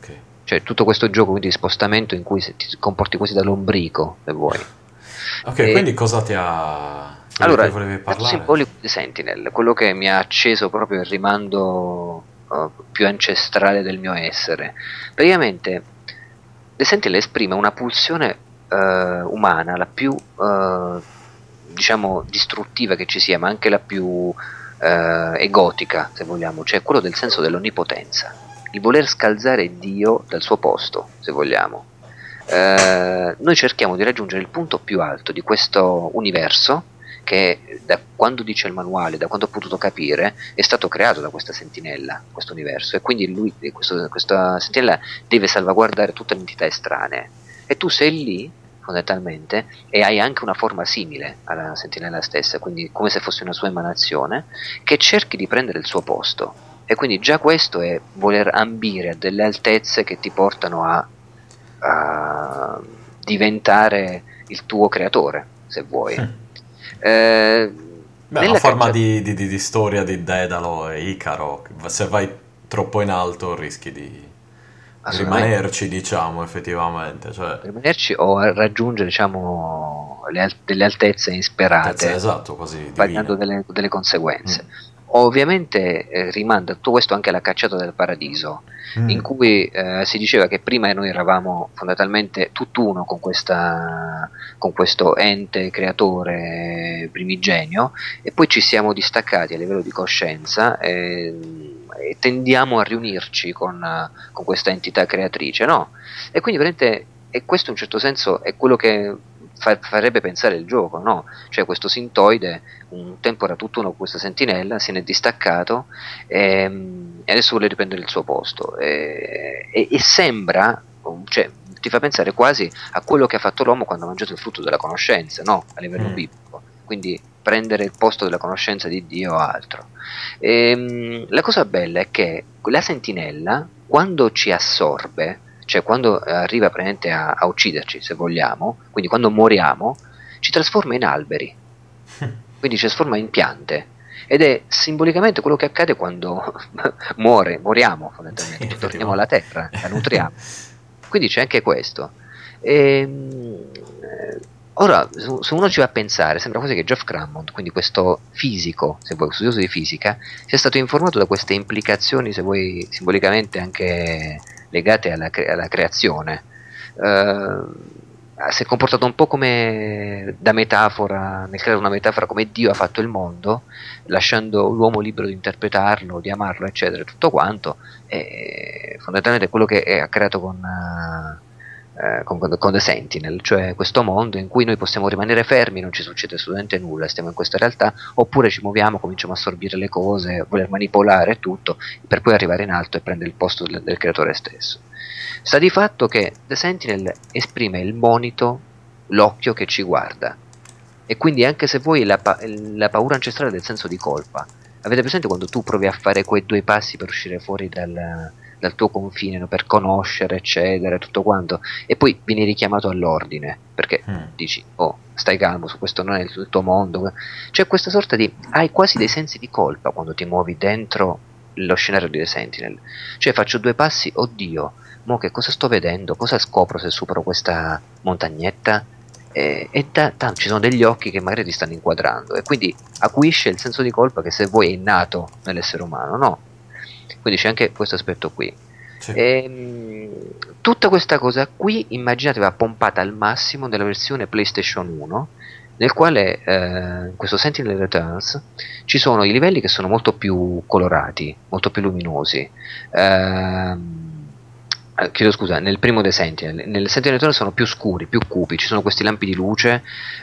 Cioè tutto questo gioco quindi di spostamento in cui ti comporti quasi da lombrico, se vuoi. Ok, quindi cosa ti ha... Allora, di cui volevi il lato parlare? simbolico di Sentinel, quello che mi ha acceso proprio il rimando più ancestrale del mio essere. Praticamente The Sentinel esprime una pulsione umana, la più diciamo distruttiva che ci sia, ma anche la più egotica, se vogliamo, cioè quello del senso dell'onnipotenza, il voler scalzare Dio dal suo posto, se vogliamo. Noi cerchiamo di raggiungere il punto più alto di questo universo che, da quando dice il manuale, da quando ho potuto capire, è stato creato da questa sentinella, questo universo, e quindi questa sentinella deve salvaguardare tutte le entità estranee, e tu sei lì fondamentalmente e hai anche una forma simile alla sentinella stessa, quindi come se fosse una sua emanazione, che cerchi di prendere il suo posto, e quindi già questo è voler ambire a delle altezze che ti portano a diventare il tuo creatore, se vuoi. Beh, una Nella forma caccia- di storia di Dedalo e Icaro. Se vai troppo in alto rischi di Assolutamente. rimanerci, diciamo, effettivamente. Cioè, Per rimanerci o a raggiungere, diciamo, delle altezze insperate, esatto, quasi pagando divine. delle conseguenze. Ovviamente rimanda tutto questo anche alla cacciata del paradiso, in cui si diceva che prima noi eravamo fondamentalmente tutt'uno con questo ente creatore primigenio, e poi ci siamo distaccati a livello di coscienza e tendiamo a riunirci con questa entità creatrice, no? E quindi veramente, e questo in un certo senso è quello che farebbe pensare il gioco, no? Cioè questo sintoide un tempo era tutt'uno con questa sentinella, se ne è distaccato e adesso vuole riprendere il suo posto, e sembra, cioè, ti fa pensare quasi a quello che ha fatto l'uomo quando ha mangiato il frutto della conoscenza, no? A livello biblico, quindi prendere il posto della conoscenza di Dio o altro. La cosa bella è che la sentinella, quando ci assorbe, cioè quando arriva praticamente a ucciderci, se vogliamo, quindi quando moriamo, ci trasforma in alberi, quindi ci trasforma in piante, ed è simbolicamente quello che accade quando moriamo fondamentalmente, Sì, torniamo alla terra, la nutriamo, quindi c'è anche questo. Ora, se uno ci va a pensare, sembra quasi che Geoff Crammond, quindi questo fisico, se vuoi, studioso di fisica, sia stato informato da queste implicazioni, se vuoi, simbolicamente anche legate alla creazione. Si è comportato un po' come da metafora, nel creare una metafora come Dio ha fatto il mondo, lasciando l'uomo libero di interpretarlo, di amarlo, eccetera, tutto quanto, e fondamentalmente quello che ha creato con The Sentinel, cioè questo mondo in cui noi possiamo rimanere fermi, non ci succede assolutamente nulla, stiamo in questa realtà, oppure ci muoviamo, cominciamo a assorbire le cose, voler manipolare tutto, per poi arrivare in alto e prendere il posto del creatore stesso. Sta di fatto che The Sentinel esprime il monito, l'occhio che ci guarda, e quindi anche se vuoi la paura ancestrale del senso di colpa. Avete presente quando tu provi a fare quei due passi per uscire fuori dal tuo confine, no? Per conoscere, eccetera, tutto quanto, e poi vieni richiamato all'ordine, perché dici, oh, stai calmo, su questo non è il tuo mondo. C'è questa sorta di, hai quasi dei sensi di colpa quando ti muovi dentro lo scenario di The Sentinel, cioè faccio due passi, oddio, mo che cosa sto vedendo, cosa scopro se supero questa montagnetta, ci sono degli occhi che magari ti stanno inquadrando, e quindi acuisce il senso di colpa che, se vuoi, è innato nell'essere umano, no? Quindi c'è anche questo aspetto qui. Sì. Tutta questa cosa qui immaginatevi pompata al massimo nella versione PlayStation 1, nel quale in questo Sentinel Returns ci sono i livelli che sono molto più colorati, molto più luminosi. Chiedo scusa, nel primo The Sentinel, nel Sentinel Returns sono più scuri, più cupi, ci sono questi lampi di luce.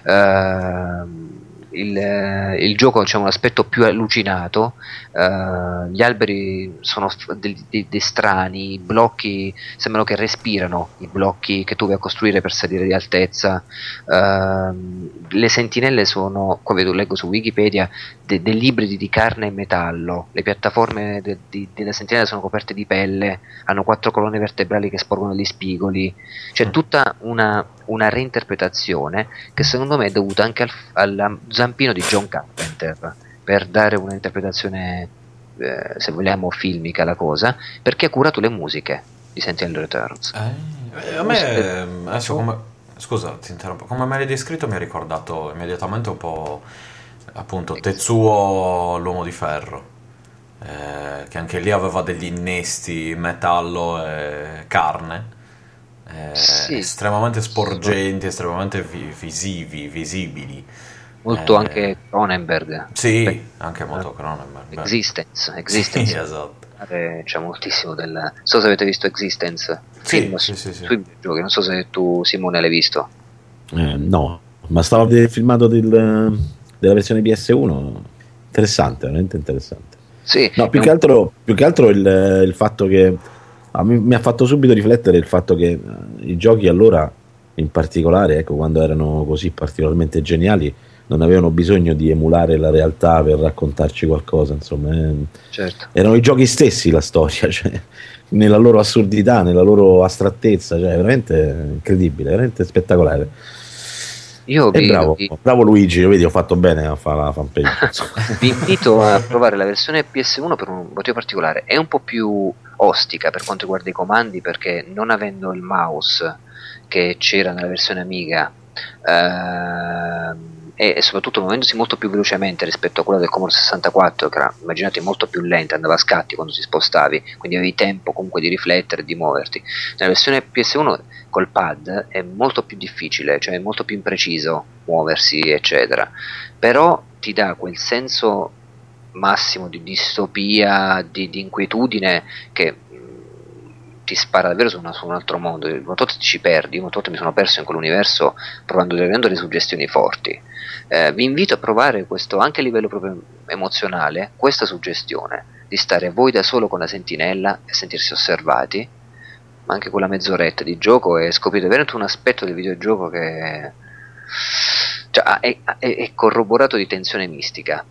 Il gioco ha, diciamo, un aspetto più allucinato, gli alberi sono dei strani, i blocchi sembrano che respirano, i blocchi che tu vai a costruire per salire di altezza, le sentinelle sono, come leggo su Wikipedia, degli ibridi di carne e metallo, le piattaforme delle sentinelle sono coperte di pelle, hanno 4 colonne vertebrali che sporgono gli spigoli, c'è tutta una reinterpretazione che secondo me è dovuta anche al zampino di John Carpenter, per dare un'interpretazione se vogliamo filmica alla cosa, perché ha curato le musiche. di Sentinel Returns. A me adesso scusa, ti interrompo. Come me l'hai descritto mi ha ricordato immediatamente un po' appunto Tetsuo l'uomo di ferro, che anche lì aveva degli innesti metallo e carne, Sì, estremamente sporgenti, estremamente visibili. molto anche Cronenberg. Sì, anche molto Cronenberg. Existence. Sì, esatto. C'è moltissimo del... Non so se avete visto Existence, Sì, film sì. sui videogiochi. Non so se tu, Simone, l'hai visto. No, ma stavo a vedere il filmato della versione PS1. Interessante, veramente interessante. Sì, No, più che altro il fatto che mi ha fatto subito riflettere il fatto che i giochi allora, in particolare, ecco, quando erano così particolarmente geniali, non avevano bisogno di emulare la realtà per raccontarci qualcosa, insomma, certo. erano i giochi stessi la storia, cioè, nella loro assurdità, nella loro astrattezza, cioè, veramente incredibile, veramente spettacolare. Io E bravo Luigi, vedi, ho fatto bene a fare la fanpage. vi invito a provare la versione PS1 per un motivo particolare. È un po' più ostica per quanto riguarda i comandi, perché non avendo il mouse che c'era nella versione Amiga, e soprattutto muovendosi molto più velocemente rispetto a quella del Commodore 64, che era, immaginate, molto più lenta, andava a scatti quando si spostavi, quindi avevi tempo comunque di riflettere e di muoverti. Nella versione PS1 col pad è molto più difficile, cioè è molto più impreciso muoversi, eccetera, però ti dà quel senso massimo di distopia, di inquietudine, che ti spara davvero su un altro mondo. Molte volte ci perdi, molte volte mi sono perso in quell'universo avendo delle suggestioni forti. Vi invito a provare questo anche a livello proprio emozionale, questa suggestione di stare voi da solo con la sentinella e sentirsi osservati, ma anche quella mezz'oretta di gioco, e scoprite veramente un aspetto del videogioco che cioè, è corroborato di tensione mistica.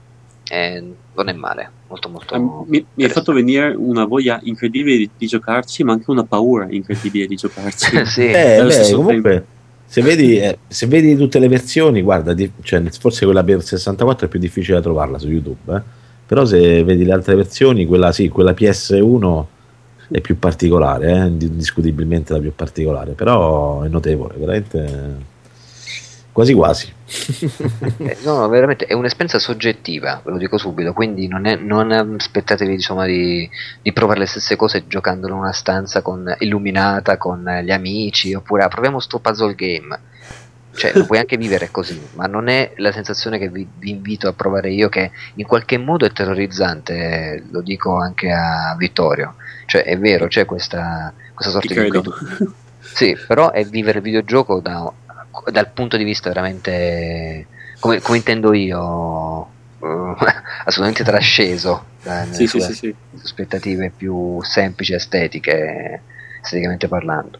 Non è male, molto molto mi hai fatto venire una voglia incredibile di giocarci, ma anche una paura incredibile di giocarci. sì. Comunque, se vedi tutte le versioni, guarda, cioè, forse quella per 64 è più difficile da trovarla su YouTube, però se vedi le altre versioni, quella PS1 è più particolare, indiscutibilmente la più particolare, però è notevole, veramente quasi quasi. No, veramente è un'esperienza soggettiva, ve lo dico subito, quindi non aspettatevi, insomma, di provare le stesse cose giocandolo in una stanza illuminata con gli amici, oppure proviamo sto puzzle game. Cioè, lo puoi anche vivere così, ma non è la sensazione che vi invito a provare io, che in qualche modo è terrorizzante, lo dico anche a Vittorio. Cioè, è vero, c'è questa sorta di... Sì, però è vivere il videogioco dal punto di vista veramente, come intendo io, assolutamente trasceso dalle sue aspettative più semplici, esteticamente parlando.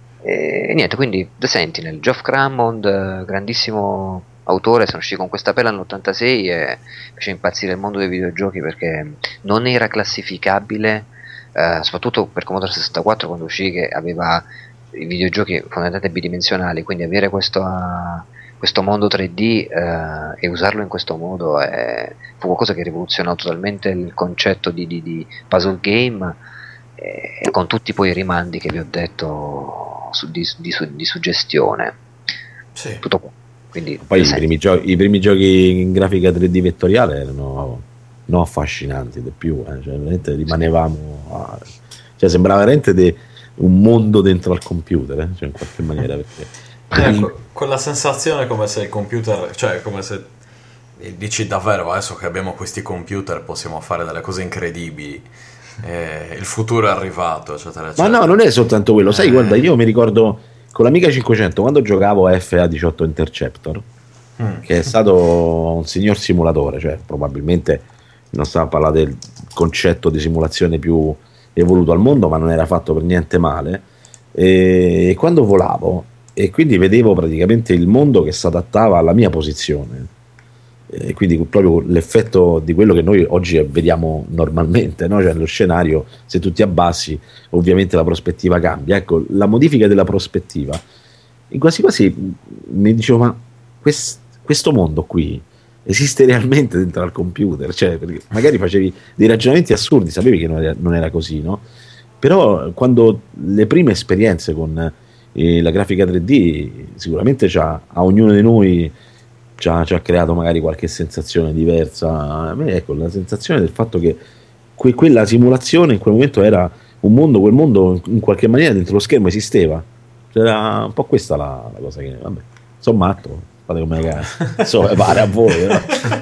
E niente, quindi The Sentinel, Geoff Crammond, grandissimo autore, sono usciti con questa pela nell'86 e fece impazzire il mondo dei videogiochi perché non era classificabile, soprattutto per Commodore 64 quando uscì, che aveva i videogiochi fondamentalmente bidimensionali, quindi avere questo mondo 3D e usarlo in questo modo fu qualcosa che rivoluzionò totalmente il concetto di puzzle game, con tutti poi i rimandi che vi ho detto di suggestione. Sì. Tutto qua. Quindi, poi i primi giochi in grafica 3D vettoriale erano affascinanti di più, cioè veramente rimanevamo cioè sembrava veramente un mondo dentro al computer, cioè in qualche maniera, perché quella sensazione come se il computer, cioè come se dici davvero adesso che abbiamo questi computer possiamo fare delle cose incredibili, il futuro è arrivato, eccetera, eccetera. Ma no, non è soltanto quello, sai, guarda, io mi ricordo con l'Amiga 500 quando giocavo a FA18 Interceptor, che è stato un signor simulatore, cioè probabilmente non stava a parlare del concetto di simulazione più evoluto al mondo, ma non era fatto per niente male, e quando volavo e quindi vedevo praticamente il mondo che si adattava alla mia posizione, e quindi proprio l'effetto di quello che noi oggi vediamo normalmente, no? Cioè, nello scenario, se tu ti abbassi ovviamente la prospettiva cambia. Ecco, la modifica della prospettiva, e quasi quasi mi dicevo, ma questo mondo qui esiste realmente dentro al computer? Cioè, perché magari facevi dei ragionamenti assurdi, sapevi che non era così, no? però quando le prime esperienze con la grafica 3D sicuramente a ognuno di noi ci ha creato magari qualche sensazione diversa. A me, ecco, la sensazione del fatto che quella simulazione in quel momento era un mondo, quel mondo in qualche maniera dentro lo schermo esisteva. C'era un po' questa la cosa che, vabbè, sono matto, fate come cazzo, insomma, pare a voi, però.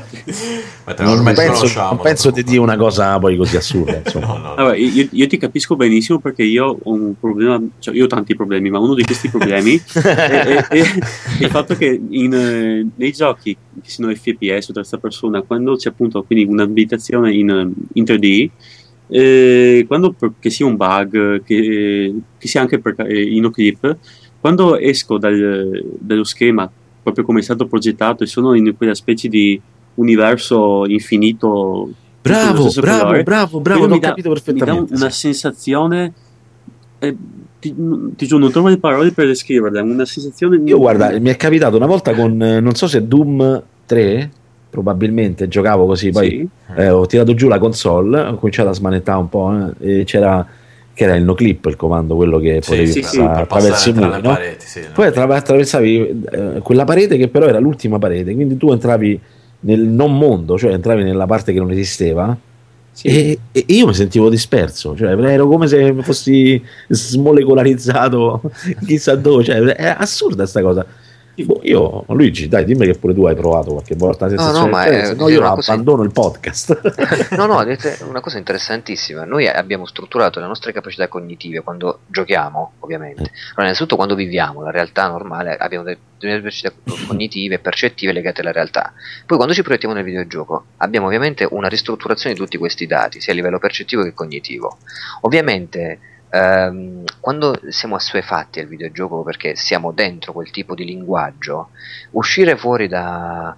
Non penso di dire una cosa poi così assurda, insomma. No. Allora, io ti capisco benissimo, perché io ho un problema, cioè io ho tanti problemi, ma uno di questi problemi è il fatto che nei giochi che sono FPS o terza persona, quando c'è appunto quindi un'ambientazione in 3D, quando che sia un bug, che sia anche in un clip, quando esco dallo schema proprio come è stato progettato e sono in quella specie di universo infinito, bravo, ho capito perfettamente. Mi dà una sensazione, ti giuro, non trovo le parole per descriverla, una sensazione. Io guarda, mi è capitato una volta con, non so se Doom 3, probabilmente giocavo così, poi sì. Ho tirato giù la console, ho cominciato a smanettare un po', e c'era, che era il no clip, il comando, quello che potevi passare attraverso i muri, no? Pareti, poi attraversavi quella parete che però era l'ultima parete, quindi tu entravi nel non mondo, cioè entravi nella parte che non esisteva, e io mi sentivo disperso, cioè ero come se fossi smolecolarizzato chissà dove, cioè è assurda sta cosa. Io, Luigi, dai, dimmi che pure tu hai provato qualche volta, no, ma io abbandono il podcast. no, è una cosa interessantissima. Noi abbiamo strutturato le nostre capacità cognitive quando giochiamo, ovviamente. Allora, innanzitutto quando viviamo la realtà normale abbiamo delle capacità cognitive e percettive legate alla realtà. Poi quando ci proiettiamo nel videogioco abbiamo ovviamente una ristrutturazione di tutti questi dati, sia a livello percettivo che cognitivo. Ovviamente quando siamo assuefatti al videogioco perché siamo dentro quel tipo di linguaggio, uscire fuori da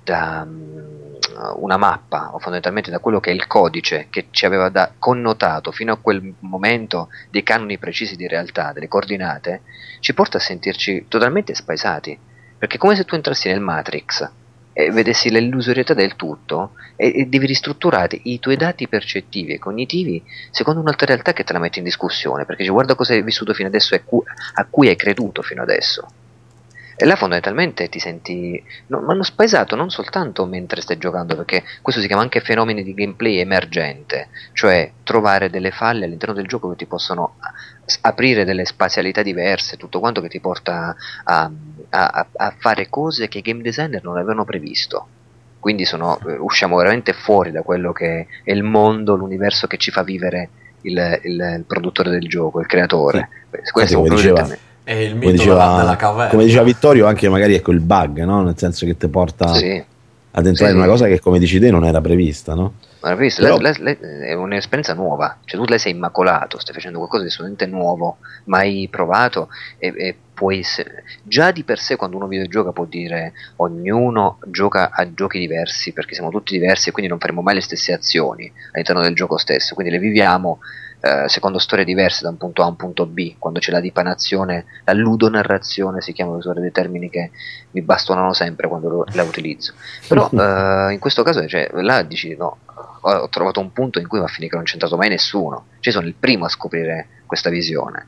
una mappa, o fondamentalmente da quello che è il codice che ci aveva connotato fino a quel momento dei canoni precisi di realtà, delle coordinate, ci porta a sentirci totalmente spaesati, perché è come se tu entrassi nel Matrix e vedessi l'illusorietà del tutto e devi ristrutturare i tuoi dati percettivi e cognitivi secondo un'altra realtà che te la mette in discussione, perché guarda cosa hai vissuto fino adesso e a cui hai creduto fino adesso. E là fondamentalmente ti senti ma hanno spaesato non soltanto mentre stai giocando, perché questo si chiama anche fenomeni di gameplay emergente, cioè trovare delle falle all'interno del gioco che ti possono aprire delle spazialità diverse, tutto quanto che ti porta a fare cose che i game designer non avevano previsto. Quindi usciamo veramente fuori da quello che è il mondo, l'universo che ci fa vivere il produttore del gioco, il creatore. Questo è il mito della caverna. Come diceva Vittorio, anche magari ecco il bug, no? Nel senso che ti porta ad entrare in una cosa che, come dici te, non era prevista, no? Non era prevista. È un'esperienza nuova, cioè tu lei sei immacolato, stai facendo qualcosa di assolutamente nuovo, mai provato, e puoi già di per sé quando uno videogioca può dire ognuno gioca a giochi diversi perché siamo tutti diversi e quindi non faremo mai le stesse azioni all'interno del gioco stesso, quindi le viviamo secondo storie diverse da un punto A a un punto B. Quando c'è la dipanazione, la ludonarrazione si chiama, usare dei termini che mi bastonano sempre quando la utilizzo, però in questo caso là dici no, ho trovato un punto in cui va a finire che non c'è entrato mai nessuno, cioè sono il primo a scoprire questa visione,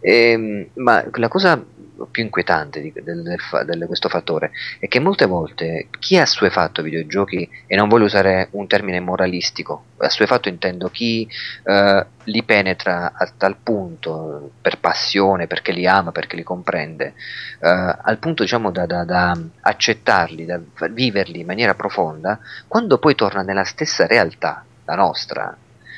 ma la cosa più inquietante di questo fattore è che molte volte chi è assuefatto ai videogiochi, e non voglio usare un termine moralistico, assuefatto intendo chi li penetra a tal punto per passione, perché li ama, perché li comprende, al punto diciamo da accettarli, da viverli in maniera profonda, quando poi torna nella stessa realtà, la nostra,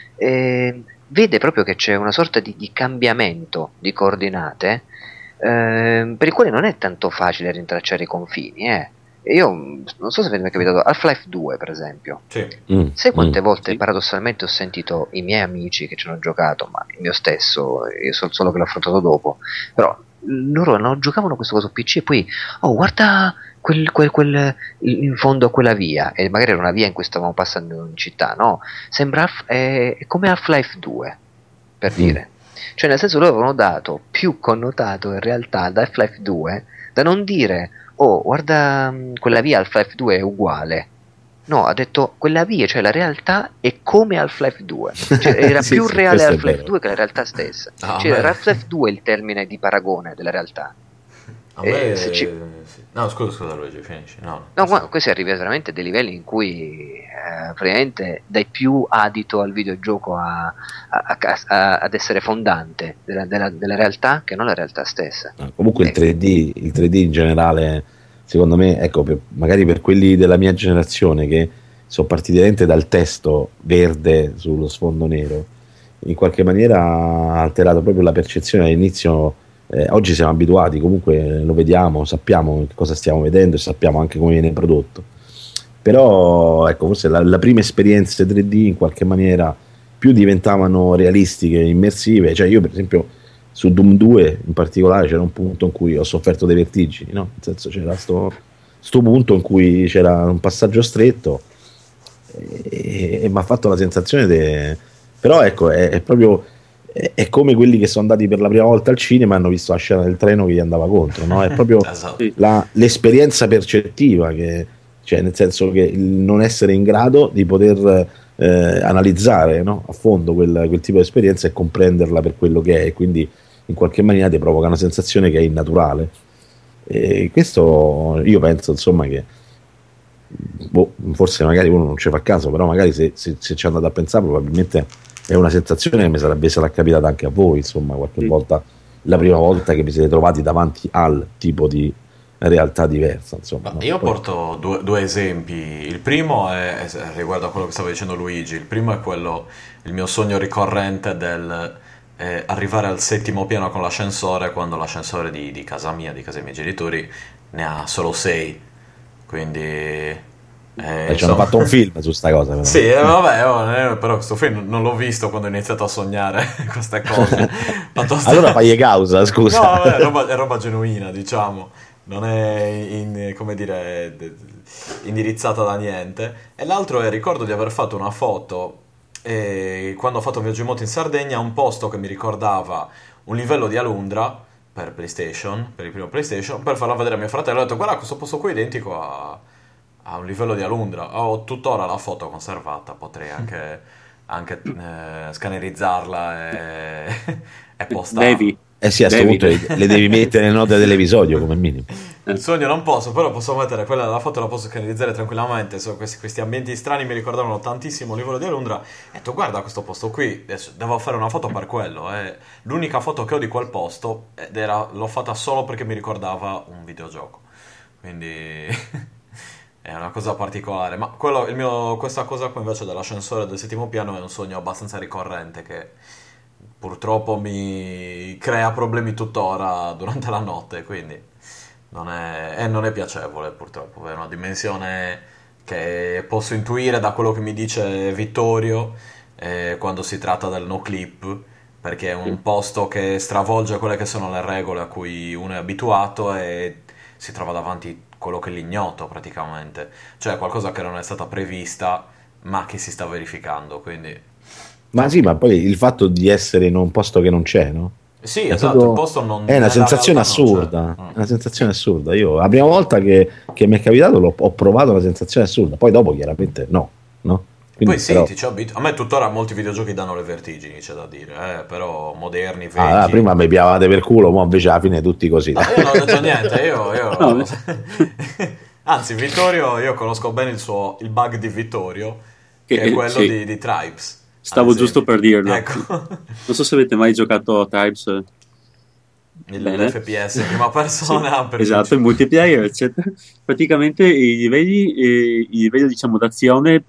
vede proprio che c'è una sorta di cambiamento di coordinate, per il quale non è tanto facile rintracciare i confini. Io non so se avete mai capitato Half-Life 2 per esempio, sai quante volte paradossalmente ho sentito i miei amici che ci hanno giocato, ma il mio stesso, io so solo che l'ho affrontato dopo, però loro giocavano questo coso PC e poi guarda quel in fondo a quella via, e magari era una via in cui stavamo passando in città, no? Sembra è come Half-Life 2, per dire. Cioè nel senso loro avevano dato più connotato in realtà ad Half-Life 2 da non dire guarda quella via Half-Life 2 è uguale. No, ha detto quella via, cioè la realtà è come Half-Life 2, cioè era Sì, più sì, reale questo è Half-Life vero. 2 che la realtà stessa. Ah, Cioè, beh. Half-Life 2 è il termine di paragone della realtà. A me... Se ci- sì. No, scusa Luigi, finisci. No, No, questo arriva veramente a dei livelli in cui praticamente dai più adito al videogioco ad essere fondante della realtà che non la realtà stessa. No, comunque il 3D in generale, secondo me, ecco, magari per quelli della mia generazione che sono partiti veramente dal testo verde sullo sfondo nero, in qualche maniera ha alterato proprio la percezione all'inizio. Oggi siamo abituati, comunque lo vediamo, sappiamo cosa stiamo vedendo e sappiamo anche come viene prodotto. Però ecco, forse la prima esperienze 3D in qualche maniera più diventavano realistiche, immersive. Cioè io per esempio su Doom 2 in particolare c'era un punto in cui ho sofferto dei vertigini, no? Nel senso c'era sto punto in cui c'era un passaggio stretto e mi ha fatto la sensazione però ecco, è proprio è come quelli che sono andati per la prima volta al cinema e hanno visto la scena del treno che gli andava contro, no? È proprio Esatto. Sì. l'esperienza percettiva, cioè nel senso che il non essere in grado di poter analizzare, no? A fondo quel tipo di esperienza e comprenderla per quello che è, e quindi in qualche maniera ti provoca una sensazione che è innaturale. E questo io penso insomma che forse magari uno non ci fa caso, però magari se ci andate a pensare probabilmente è una sensazione che sarà capitata anche a voi, insomma, qualche Sì. volta, la prima volta che vi siete trovati davanti al tipo di realtà diversa, insomma. Ma No? io Poi- porto due esempi. Il primo è riguardo a quello che stava dicendo Luigi. Il primo è quello, il mio sogno ricorrente del arrivare al 7° piano con l'ascensore, quando l'ascensore di casa mia, di casa dei miei genitori, ne ha solo 6. Quindi... ci hanno insomma. fatto un film su sta cosa, però. Sì, vabbè, però questo film non l'ho visto quando ho iniziato a sognare queste cose. Fatto sta- Allora fagli causa, scusa. No, vabbè, è roba genuina, diciamo. Non è, come dire, indirizzata da niente. E l'altro è, ricordo di aver fatto una foto quando ho fatto un viaggio in moto in Sardegna, a un posto che mi ricordava un livello di Alundra per PlayStation, per il primo PlayStation, per farla vedere a mio fratello. Ho detto, guarda, questo posto qui è identico a un livello di Alundra. Ho tuttora la foto conservata, potrei anche scannerizzarla e postarla. Devi. Eh sì, a questo Devi. punto le devi mettere nelle note dell'episodio come minimo. Il sogno non posso, però posso mettere quella della foto, la posso scannerizzare tranquillamente. Questi ambienti strani mi ricordavano tantissimo il livello di Alundra. Ho detto, guarda questo posto qui, adesso devo fare una foto per quello. È l'unica foto che ho di quel posto ed l'ho fatta solo perché mi ricordava un videogioco. Quindi è una cosa particolare. Ma questa cosa qua invece dell'ascensore del 7° piano è un sogno abbastanza ricorrente che purtroppo mi crea problemi tuttora durante la notte, quindi non è piacevole purtroppo, è una dimensione che posso intuire da quello che mi dice Vittorio quando si tratta del no clip, perché è un posto che stravolge quelle che sono le regole a cui uno è abituato e si trova davanti quello che è l'ignoto praticamente, cioè qualcosa che non è stata prevista ma che si sta verificando, quindi... Ma sì, ma poi il fatto di essere in un posto che non c'è, no? Sì, È esatto, proprio- il posto non è una nella sensazione realtà non c'è. assurda, è una sensazione assurda. Io la prima volta che mi è capitato ho provato una sensazione assurda, poi dopo chiaramente no? Quindi, Poi sì, però- a me tuttora molti videogiochi danno le vertigini, c'è da dire, però moderni, vecchi. allora, prima mi piavate per culo, ma invece alla fine tutti così. No, io non ho detto niente, io... No. Anzi, Vittorio, io conosco bene il bug di Vittorio, che è quello sì. di Tribes. Stavo ad giusto esempio. per dirlo. Ecco, Non so se avete mai giocato a Tribes. Bene. l'FPS in prima persona. Sì, per esatto, PC. il multiplayer, eccetera. Praticamente i livelli diciamo d'azione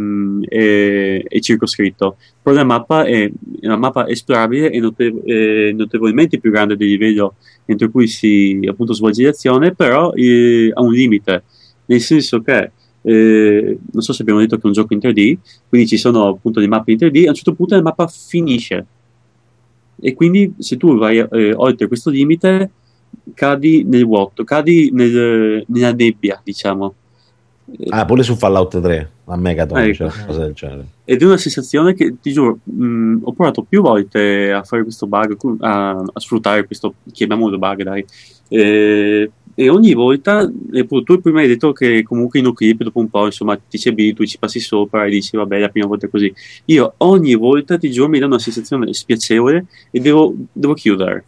è circoscritto. Poi la mappa è una mappa esplorabile e notevolmente più grande del livello entro cui si appunto svolge l'azione, però ha un limite, nel senso che non so se abbiamo detto che è un gioco in 3D, quindi ci sono appunto le mappe in 3D, a un certo punto la mappa finisce. E quindi se tu vai oltre questo limite cadi nel vuoto, cadi nella nebbia, diciamo. Ah, pure su Fallout 3 a Megaton Ecco. c'è una cosa del genere. Ed è una sensazione che, ti giuro, ho provato più volte a fare questo bug, a sfruttare questo, chiamiamolo bug, dai, E ogni volta, tu prima hai detto che comunque in un clip dopo un po', insomma, ti ci abitui, ci passi sopra e dici vabbè, la prima volta è così. Io ogni volta, ti giuro, mi dà una sensazione spiacevole e devo chiudere.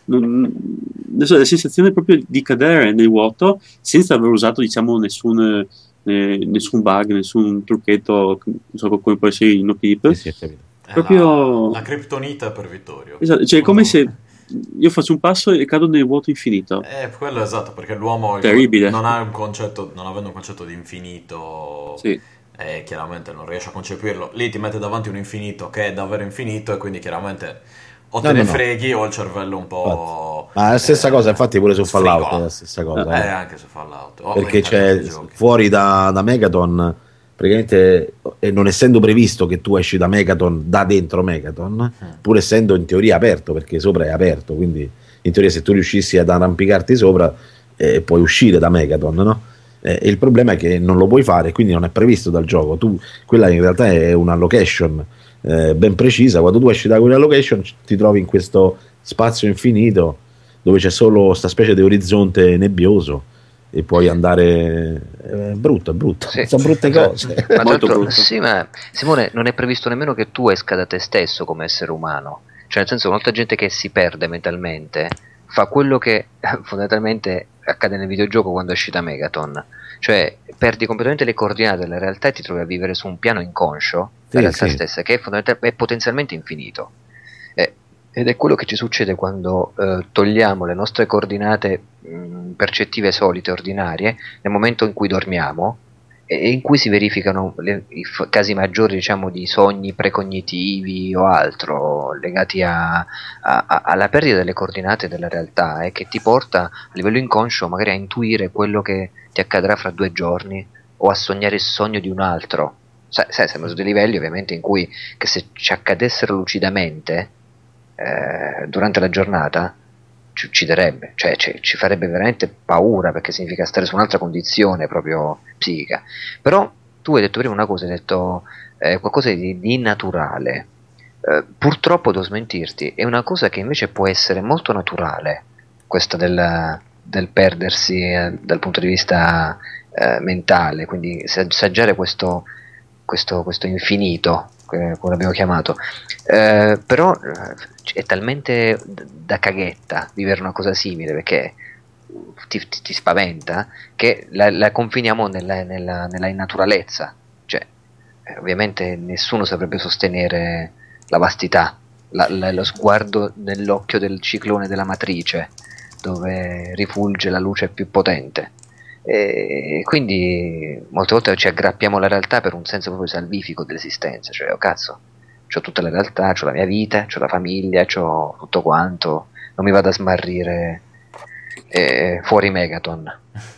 Non so, la sensazione proprio di cadere nel vuoto senza aver usato, diciamo, nessun bug, nessun trucchetto, non so come può essere in un clip. Sì, ho capito. Proprio la criptonita per Vittorio. esatto, cioè è come se io faccio un passo e cado nel vuoto infinito. Quello è esatto, perché l'uomo Terribile. non ha un concetto, non avendo un concetto di infinito, Sì. chiaramente non riesce a concepirlo. Lì ti mette davanti un infinito che è davvero infinito e quindi chiaramente o te ne freghi o il cervello un po'... Ma è la stessa cosa, infatti pure su Fallout è la sfrigola. stessa cosa. Anche su Fallout. Perché c'è fuori da Megaton, praticamente, e non essendo previsto che tu esci da Megaton, da dentro Megaton, pur essendo in teoria aperto, perché sopra è aperto, quindi in teoria se tu riuscissi ad arrampicarti sopra, puoi uscire da Megaton, no? E il problema è che non lo puoi fare, quindi non è previsto dal gioco. Quella in realtà è una location ben precisa. Quando tu esci da quella location ti trovi in questo spazio infinito dove c'è solo questa specie di orizzonte nebbioso e puoi andare è brutto, Sì. sono brutte cose. Ma, Molto tra l'altro, brutto. sì, ma Simone, non è previsto nemmeno che tu esca da te stesso come essere umano, cioè nel senso molta gente che si perde mentalmente fa quello che fondamentalmente accade nel videogioco quando esci da Megaton, cioè perdi completamente le coordinate della realtà e ti trovi a vivere su un piano inconscio della realtà stessa, che è potenzialmente infinito. Ed è quello che ci succede quando togliamo le nostre coordinate percettive solite, ordinarie, nel momento in cui dormiamo e in cui si verificano i casi maggiori, diciamo, di sogni precognitivi o altro legati alla perdita delle coordinate della realtà, che ti porta a livello inconscio magari a intuire quello che ti accadrà fra 2 giorni o a sognare il sogno di un altro. Sai, siamo su dei livelli ovviamente in cui che se ci accadessero lucidamente durante la giornata ci ucciderebbe, cioè ci farebbe veramente paura, perché significa stare su un'altra condizione proprio psichica. Però tu hai detto prima una cosa, hai detto qualcosa di innaturale. Purtroppo devo smentirti, è una cosa che invece può essere molto naturale, questa del perdersi dal punto di vista mentale, quindi saggiare questo infinito, come l'abbiamo chiamato, però è talmente da caghetta vivere una cosa simile, perché ti spaventa, che la confiniamo nella innaturalezza, cioè ovviamente nessuno saprebbe sostenere la vastità, lo sguardo nell'occhio del ciclone della matrice, dove rifulge la luce più potente. E quindi molte volte ci aggrappiamo alla realtà per un senso proprio salvifico dell'esistenza, cioè oh cazzo, c'ho tutta la realtà, c'ho la mia vita, c'ho la famiglia, c'ho tutto quanto, non mi vado a smarrire fuori Megaton.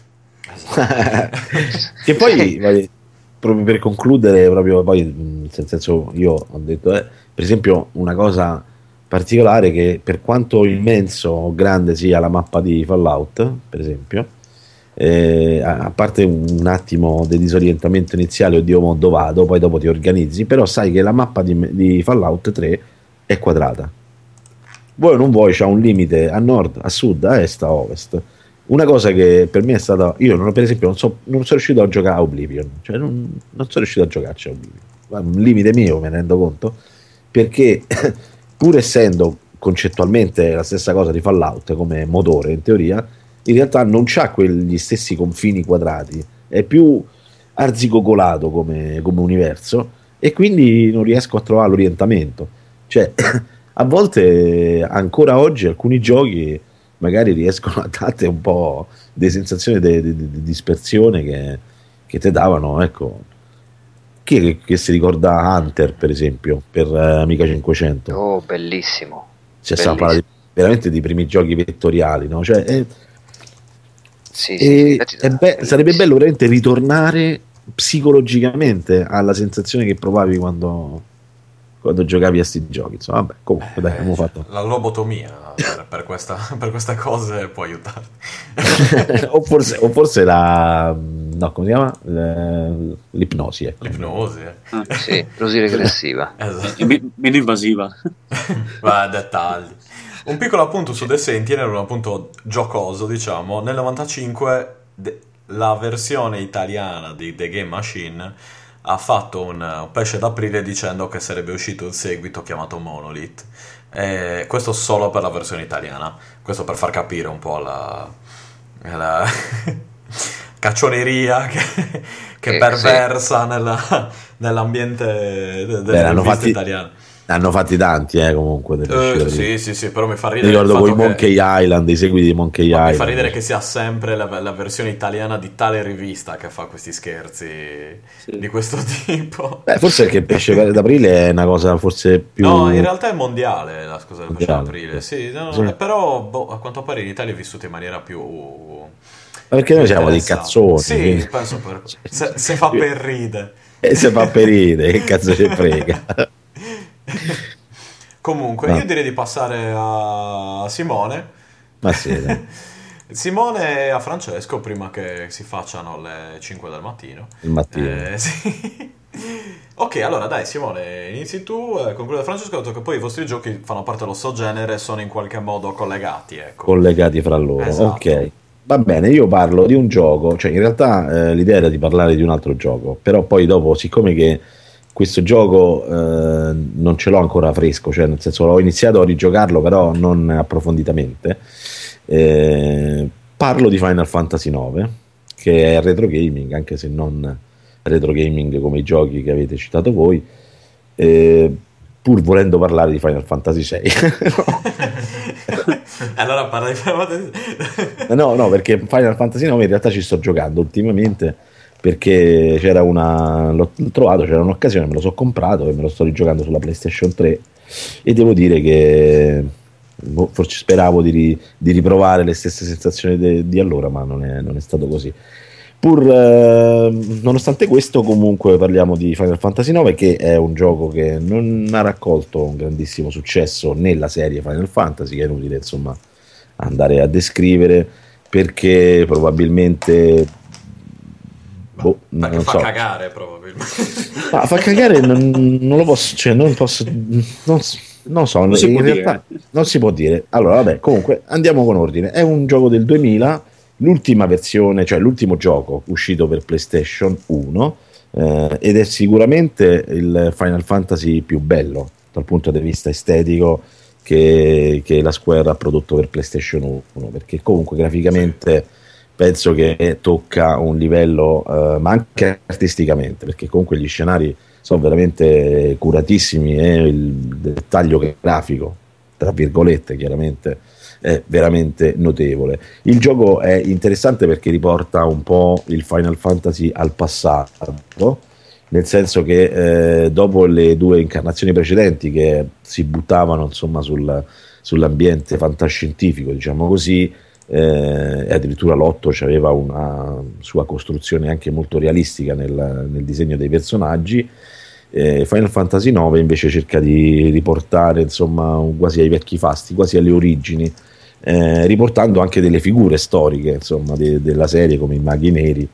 Che poi proprio per concludere, proprio poi nel senso, io ho detto per esempio una cosa particolare, che per quanto immenso o grande sia la mappa di Fallout, per esempio, a parte un attimo di disorientamento iniziale, oddio mo dove vado, poi dopo ti organizzi, però sai che la mappa di Fallout 3 è quadrata, vuoi o non vuoi, c'ha un limite a nord, a sud, a est, a ovest. Una cosa che per me è stata, io per esempio non sono riuscito a giocare a Oblivion, cioè non sono riuscito a giocarci a Oblivion, un limite mio, me ne rendo conto, perché pur essendo concettualmente la stessa cosa di Fallout come motore in teoria, in realtà non c'ha quegli stessi confini quadrati, è più arzigogolato come universo, e quindi non riesco a trovare l'orientamento, cioè a volte ancora oggi alcuni giochi magari riescono a dare un po' di sensazione di dispersione che ti davano, ecco. Chi è che si ricorda Hunter, per esempio, per Amiga 500? Oh, bellissimo. Cioè, stiamo parlando veramente di primi giochi vettoriali, no? Cioè, sì, sarebbe bello veramente ritornare psicologicamente alla sensazione che provavi quando giocavi a sti giochi. Insomma, vabbè, comunque dai, abbiamo fatto. La lobotomia per queste cose può aiutarti. o forse no, come si chiama? L'ipnosi, ecco. L'ipnosi, sì, l'ipnosi regressiva. Esatto. Meno invasiva. Va a dettagli. Un piccolo appunto su The Sentinel, un appunto giocoso, diciamo. Nel 95 la versione italiana di The Game Machine ha fatto un pesce d'aprile dicendo che sarebbe uscito un seguito chiamato Monolith. Questo solo per la versione italiana. Questo per far capire un po' la caccioneria che perversa nell'ambiente delle riviste italiane. Hanno fatti tanti comunque sì, però mi fa ridere. Mi ricordo con i Monkey Island, i seguiti di Monkey Island. Mi fa ridere che sia sempre la versione italiana di tale rivista che fa questi scherzi di questo tipo. Forse perché il pesce d'aprile è una cosa forse più... No, in realtà è mondiale la scusa del pesce d'aprile. Sì, però a quanto pare in Italia è vissuta in maniera più... Perché noi siamo dei cazzoni. Sì, quindi... penso se fa per ride. Se fa per ride, che cazzo ci frega. Comunque io direi di passare a Simone. Ma sì, Simone e a Francesco prima che si facciano le 5 del mattino. Il mattino. Sì. Ok, allora dai Simone, inizi tu, conclude Francesco, detto che poi i vostri giochi fanno parte dello genere e sono in qualche modo collegati, ecco. Collegati fra loro, esatto. Ok. Va bene, io parlo di un gioco, cioè in realtà l'idea era di parlare di un altro gioco, però poi dopo, siccome che questo gioco non ce l'ho ancora fresco, cioè nel senso l'ho iniziato a rigiocarlo però non approfonditamente, parlo di Final Fantasy IX, che è retro gaming, anche se non retro gaming come i giochi che avete citato voi, pur volendo parlare di Final Fantasy VI. Allora parla di Final Fantasy. No, perché Final Fantasy IX in realtà ci sto giocando ultimamente, perché c'era l'ho trovato, c'era un'occasione, me lo sono comprato e me lo sto rigiocando sulla PlayStation 3 e devo dire che forse speravo di riprovare le stesse sensazioni di allora, ma non è stato così. Nonostante questo, comunque parliamo di Final Fantasy IX, che è un gioco che non ha raccolto un grandissimo successo nella serie Final Fantasy, che è inutile insomma andare a descrivere, perché probabilmente perché fa cagare probabilmente. Ma fa cagare non lo posso, cioè non posso, non so, non si in può realtà dire. Non si può dire. Allora vabbè, comunque andiamo con ordine. È un gioco del 2000, l'ultima versione, cioè l'ultimo gioco uscito per PlayStation 1, ed è sicuramente il Final Fantasy più bello dal punto di vista estetico che la Square ha prodotto per PlayStation 1, perché comunque graficamente penso che tocca un livello, ma anche artisticamente, perché comunque gli scenari sono veramente curatissimi e il dettaglio grafico, tra virgolette chiaramente, è veramente notevole. Il gioco è interessante perché riporta un po' il Final Fantasy al passato, nel senso che dopo le due incarnazioni precedenti che si buttavano insomma sull'ambiente fantascientifico, diciamo così, e addirittura l'8 aveva una sua costruzione anche molto realistica nel disegno dei personaggi. Final Fantasy IX invece cerca di riportare insomma quasi ai vecchi fasti, quasi alle origini, riportando anche delle figure storiche insomma della serie, come i maghi neri,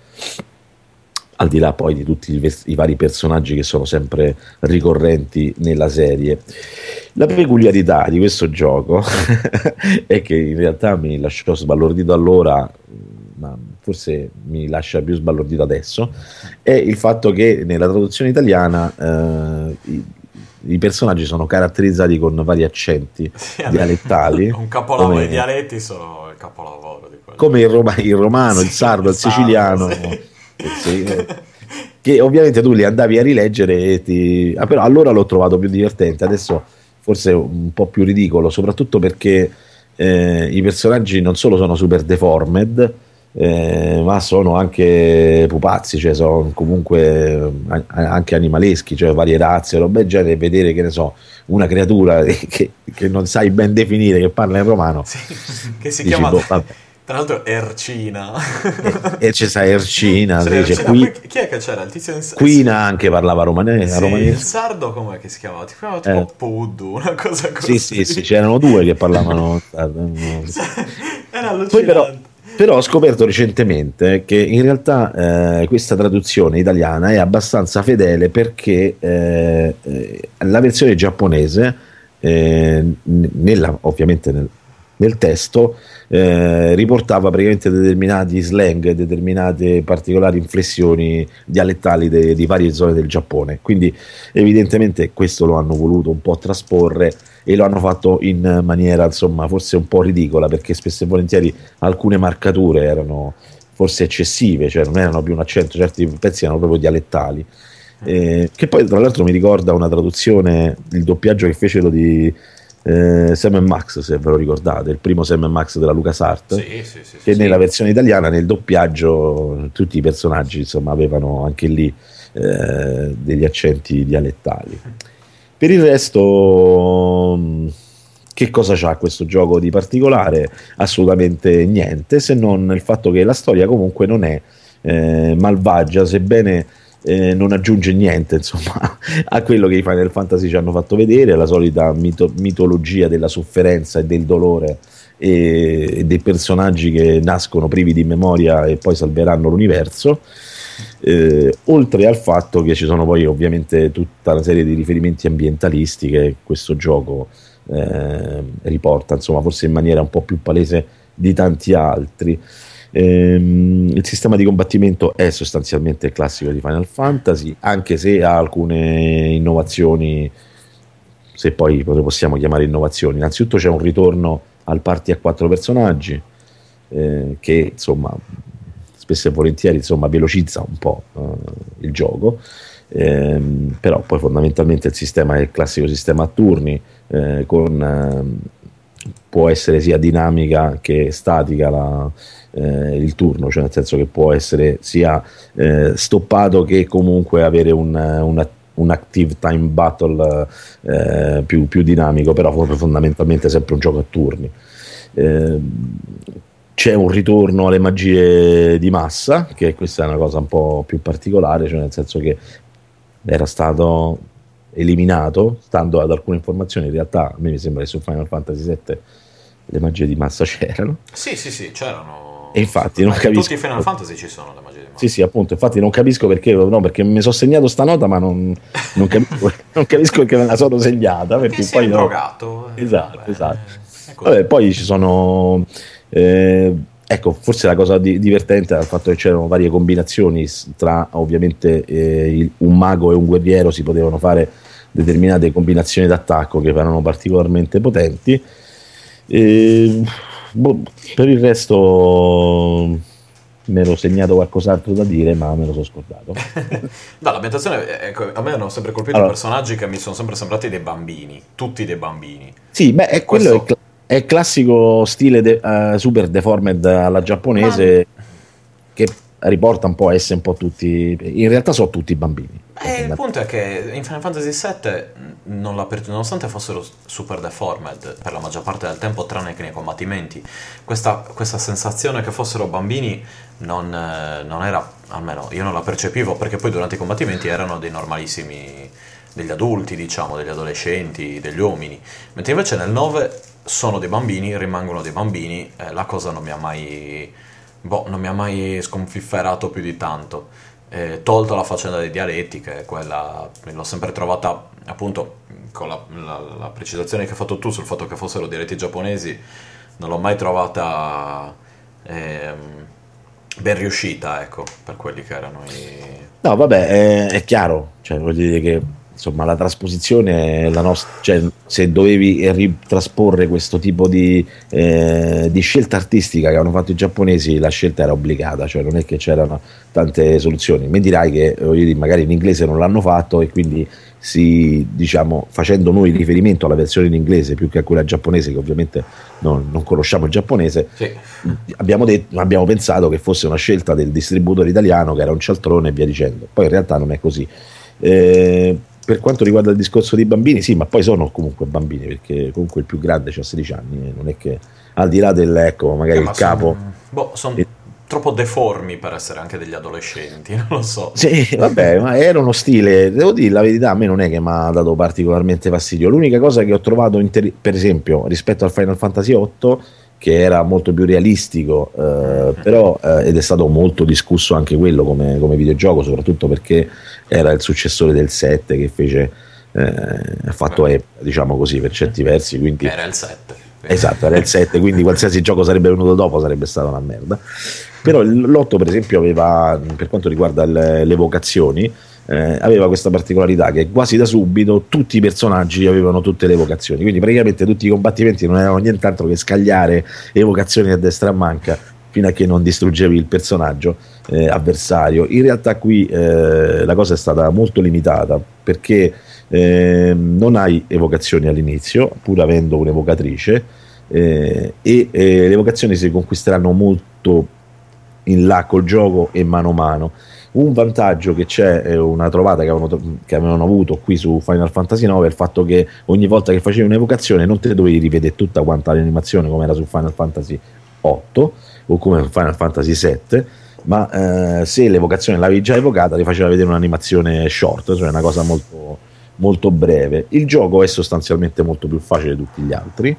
al di là poi di tutti i vari personaggi che sono sempre ricorrenti nella serie. La peculiarità di questo gioco è che in realtà mi lasciò sbalordito allora, ma forse mi lascia più sbalordito adesso, è il fatto che nella traduzione italiana i personaggi sono caratterizzati con vari accenti dialettali. Un capolavoro, i dialetti sono il capolavoro di quello. Come il romano, il sardo, il siciliano. Sì. Che ovviamente tu li andavi a rileggere però allora l'ho trovato più divertente, adesso forse un po' più ridicolo, soprattutto perché i personaggi non solo sono super deformed, ma sono anche pupazzi, cioè sono comunque anche animaleschi, cioè varie razze, roba del genere, e vedere, che ne so, una creatura che non sai ben definire, che parla in romano, sì, che si chiama vabbè. Tra l'altro Ercina. E c'è sta Ercina, chi è che c'era? Il tizio Quina anche parlava romanese. Il sardo com'è che si chiamava? Tipo Puddu, una cosa così. Sì, c'erano due che parlavano. Era allucinante. Però ho scoperto recentemente che in realtà questa traduzione italiana è abbastanza fedele, perché la versione giapponese ovviamente nel testo riportava praticamente determinati slang, determinate particolari inflessioni dialettali di varie zone del Giappone, quindi evidentemente questo lo hanno voluto un po' trasporre e lo hanno fatto in maniera insomma forse un po' ridicola, perché spesso e volentieri alcune marcature erano forse eccessive, cioè non erano più un accento, certi pezzi erano proprio dialettali, che poi tra l'altro mi ricorda una traduzione, il doppiaggio che fecero di Sam Max, se ve lo ricordate, il primo Sam Max della LucasArts, che nella versione italiana, nel doppiaggio, tutti i personaggi insomma avevano anche lì degli accenti dialettali. Per il resto, che cosa c'ha questo gioco di particolare? Assolutamente niente, se non il fatto che la storia comunque non è malvagia, sebbene non aggiunge niente insomma a quello che i Final Fantasy ci hanno fatto vedere, la solita mitologia della sofferenza e del dolore e dei personaggi che nascono privi di memoria e poi salveranno l'universo, oltre al fatto che ci sono poi ovviamente tutta una serie di riferimenti ambientalisti che questo gioco riporta, insomma, forse in maniera un po' più palese di tanti altri. Il sistema di combattimento è sostanzialmente il classico di Final Fantasy, anche se ha alcune innovazioni, se poi lo possiamo chiamare innovazioni. Innanzitutto c'è un ritorno al party a 4 personaggi, che insomma spesso e volentieri insomma velocizza un po' il gioco, però poi fondamentalmente il sistema è il classico sistema a turni, può essere sia dinamica che statica il turno, cioè nel senso che può essere sia stoppato che comunque avere un active time battle più dinamico, però fondamentalmente sempre un gioco a turni. C'è un ritorno alle magie di massa, che questa è una cosa un po' più particolare, cioè nel senso che era stato eliminato, stando ad alcune informazioni. In realtà a me mi sembra che su Final Fantasy VII le magie di massa c'erano. Sì, c'erano. E infatti non capisco. Tutti i Final Fantasy ci sono le magie di massa. Sì, appunto, infatti non capisco perché, no, perché mi sono segnato sta nota, ma non capisco perché me la sono segnata. Perché sei poi drogato. Esatto. Vabbè, poi ci sono ecco, forse la cosa divertente era il fatto che c'erano varie combinazioni tra ovviamente un mago e un guerriero, si potevano fare determinate combinazioni d'attacco che erano particolarmente potenti. Per il resto mi ero segnato qualcos'altro da dire, ma me lo sono scordato. No, l'ambientazione, ecco, a me hanno sempre colpito personaggi che mi sono sempre sembrati dei bambini, tutti dei bambini. Sì, beh, quello è il classico stile super deformed alla giapponese, che riporta un po' a essere un po' tutti, in realtà sono tutti bambini. Il punto è che in Final Fantasy VII, nonostante fossero super deformed per la maggior parte del tempo, tranne che nei combattimenti, questa sensazione che fossero bambini non era, almeno io non la percepivo, perché poi durante i combattimenti erano dei normalissimi, degli adulti, diciamo, degli adolescenti, degli uomini, mentre invece nel 9 sono dei bambini, rimangono dei bambini, la cosa non mi ha mai sconfifferato più di tanto. Tolto la faccenda dei dialetti, che quella l'ho sempre trovata, appunto, con la precisazione che hai fatto tu sul fatto che fossero dialetti giapponesi, non l'ho mai trovata ben riuscita, ecco, per quelli che erano No, vabbè, è chiaro, cioè voglio dire che insomma la trasposizione è la nostra, cioè se dovevi ritrasporre questo tipo di scelta artistica che hanno fatto i giapponesi, la scelta era obbligata, cioè non è che c'erano tante soluzioni. Mi dirai che magari in inglese non l'hanno fatto e quindi diciamo, facendo noi riferimento alla versione in inglese più che a quella giapponese, che ovviamente non conosciamo il giapponese, sì, abbiamo pensato che fosse una scelta del distributore italiano, che era un cialtrone e via dicendo. Poi in realtà non è così. Per quanto riguarda il discorso dei bambini, sì, ma poi sono comunque bambini, perché comunque il più grande ha 16 anni, non è che al di là ecco, magari il capo sono troppo deformi per essere anche degli adolescenti, non lo so. Sì, vabbè, ma era uno stile, devo dire la verità, a me non è che mi ha dato particolarmente fastidio. L'unica cosa che ho trovato per esempio rispetto al Final Fantasy VIII, che era molto più realistico, però ed è stato molto discusso anche quello come videogioco, soprattutto perché era il successore del 7, che fece fatto epoca, diciamo così, per certi versi, quindi Era il 7. esatto, era il 7, quindi qualsiasi gioco sarebbe venuto dopo sarebbe stata una merda. Però l'8 per esempio aveva, per quanto riguarda le vocazioni, aveva questa particolarità che quasi da subito tutti i personaggi avevano tutte le evocazioni, quindi praticamente tutti i combattimenti non erano nient'altro che scagliare evocazioni a destra e a manca fino a che non distruggevi il personaggio avversario. In realtà qui la cosa è stata molto limitata perché non hai evocazioni all'inizio, pur avendo un'evocatrice, le evocazioni si conquisteranno molto in là col gioco e mano a mano. Un vantaggio che c'è, è una trovata che avevano avuto qui su Final Fantasy IX, è il fatto che ogni volta che facevi un'evocazione non te dovevi rivedere tutta quanta l'animazione come era su Final Fantasy 8 o come Final Fantasy 7, ma se l'evocazione l'avevi già evocata ti faceva vedere un'animazione short, cioè una cosa molto, molto breve. Il gioco è sostanzialmente molto più facile di tutti gli altri,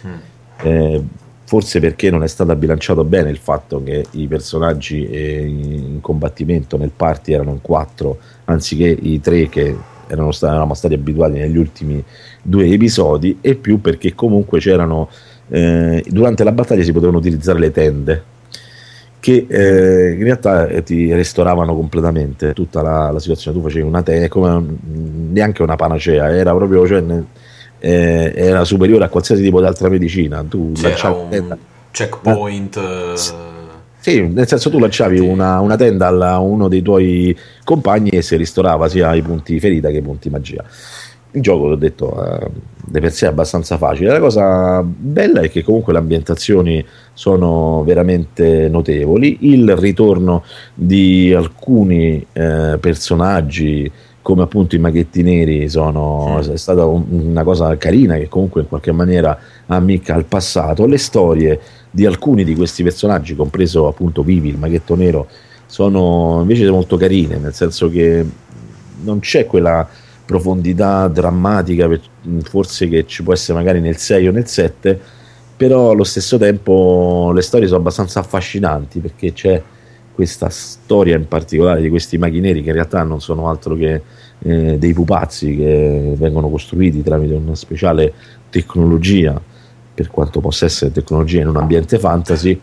forse perché non è stato bilanciato bene il fatto che i personaggi in combattimento nel party erano in 4 anziché i 3 che eravamo stati abituati negli ultimi 2 episodi, e più perché comunque c'erano durante la battaglia si potevano utilizzare le tende che in realtà ti restauravano completamente tutta la situazione. Tu facevi una tenda come neanche una panacea, era proprio, cioè, era superiore a qualsiasi tipo di altra medicina. Tu C'era lanciavi un checkpoint. sì, nel senso, tu lanciavi una tenda a uno dei tuoi compagni e si ristorava sia i punti ferita che i punti magia. Il gioco, l'ho detto, di per sé è abbastanza facile. La cosa bella è che comunque le ambientazioni sono veramente notevoli. Il ritorno di alcuni personaggi, come appunto i maghetti neri, è stata una cosa carina che comunque in qualche maniera ammicca al passato. Le storie di alcuni di questi personaggi, compreso appunto Vivi, il maghetto nero, sono invece molto carine, nel senso che non c'è quella profondità drammatica forse che ci può essere magari nel 6 o nel 7, però allo stesso tempo le storie sono abbastanza affascinanti perché c'è questa storia in particolare di questi maghi neri che in realtà non sono altro che dei pupazzi che vengono costruiti tramite una speciale tecnologia, per quanto possa essere tecnologia in un ambiente fantasy,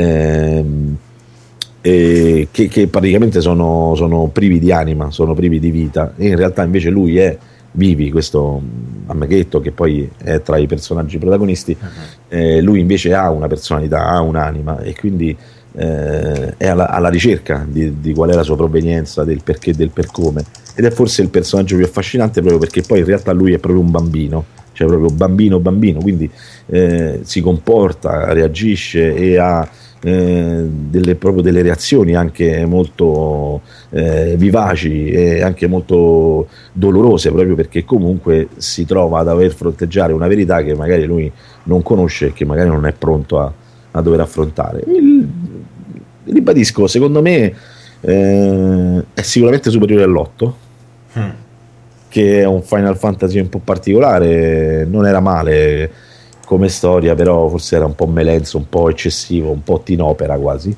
che praticamente sono privi di anima, sono privi di vita, e in realtà invece lui è Vivi, questo amaghetto che poi è tra i personaggi protagonisti. Lui invece ha una personalità, ha un'anima, e quindi è alla ricerca di qual è la sua provenienza, del perché, del per come, ed è forse il personaggio più affascinante proprio perché poi in realtà lui è proprio un bambino, cioè proprio bambino, quindi si comporta, reagisce e ha proprio delle reazioni anche molto vivaci e anche molto dolorose, proprio perché comunque si trova a dover fronteggiare una verità che magari lui non conosce e che magari non è pronto a dover affrontare. Ribadisco, secondo me è sicuramente superiore all'8, che è un Final Fantasy un po' particolare. Non era male come storia, però forse era un po' melenzo, un po' eccessivo, un po' teen opera quasi,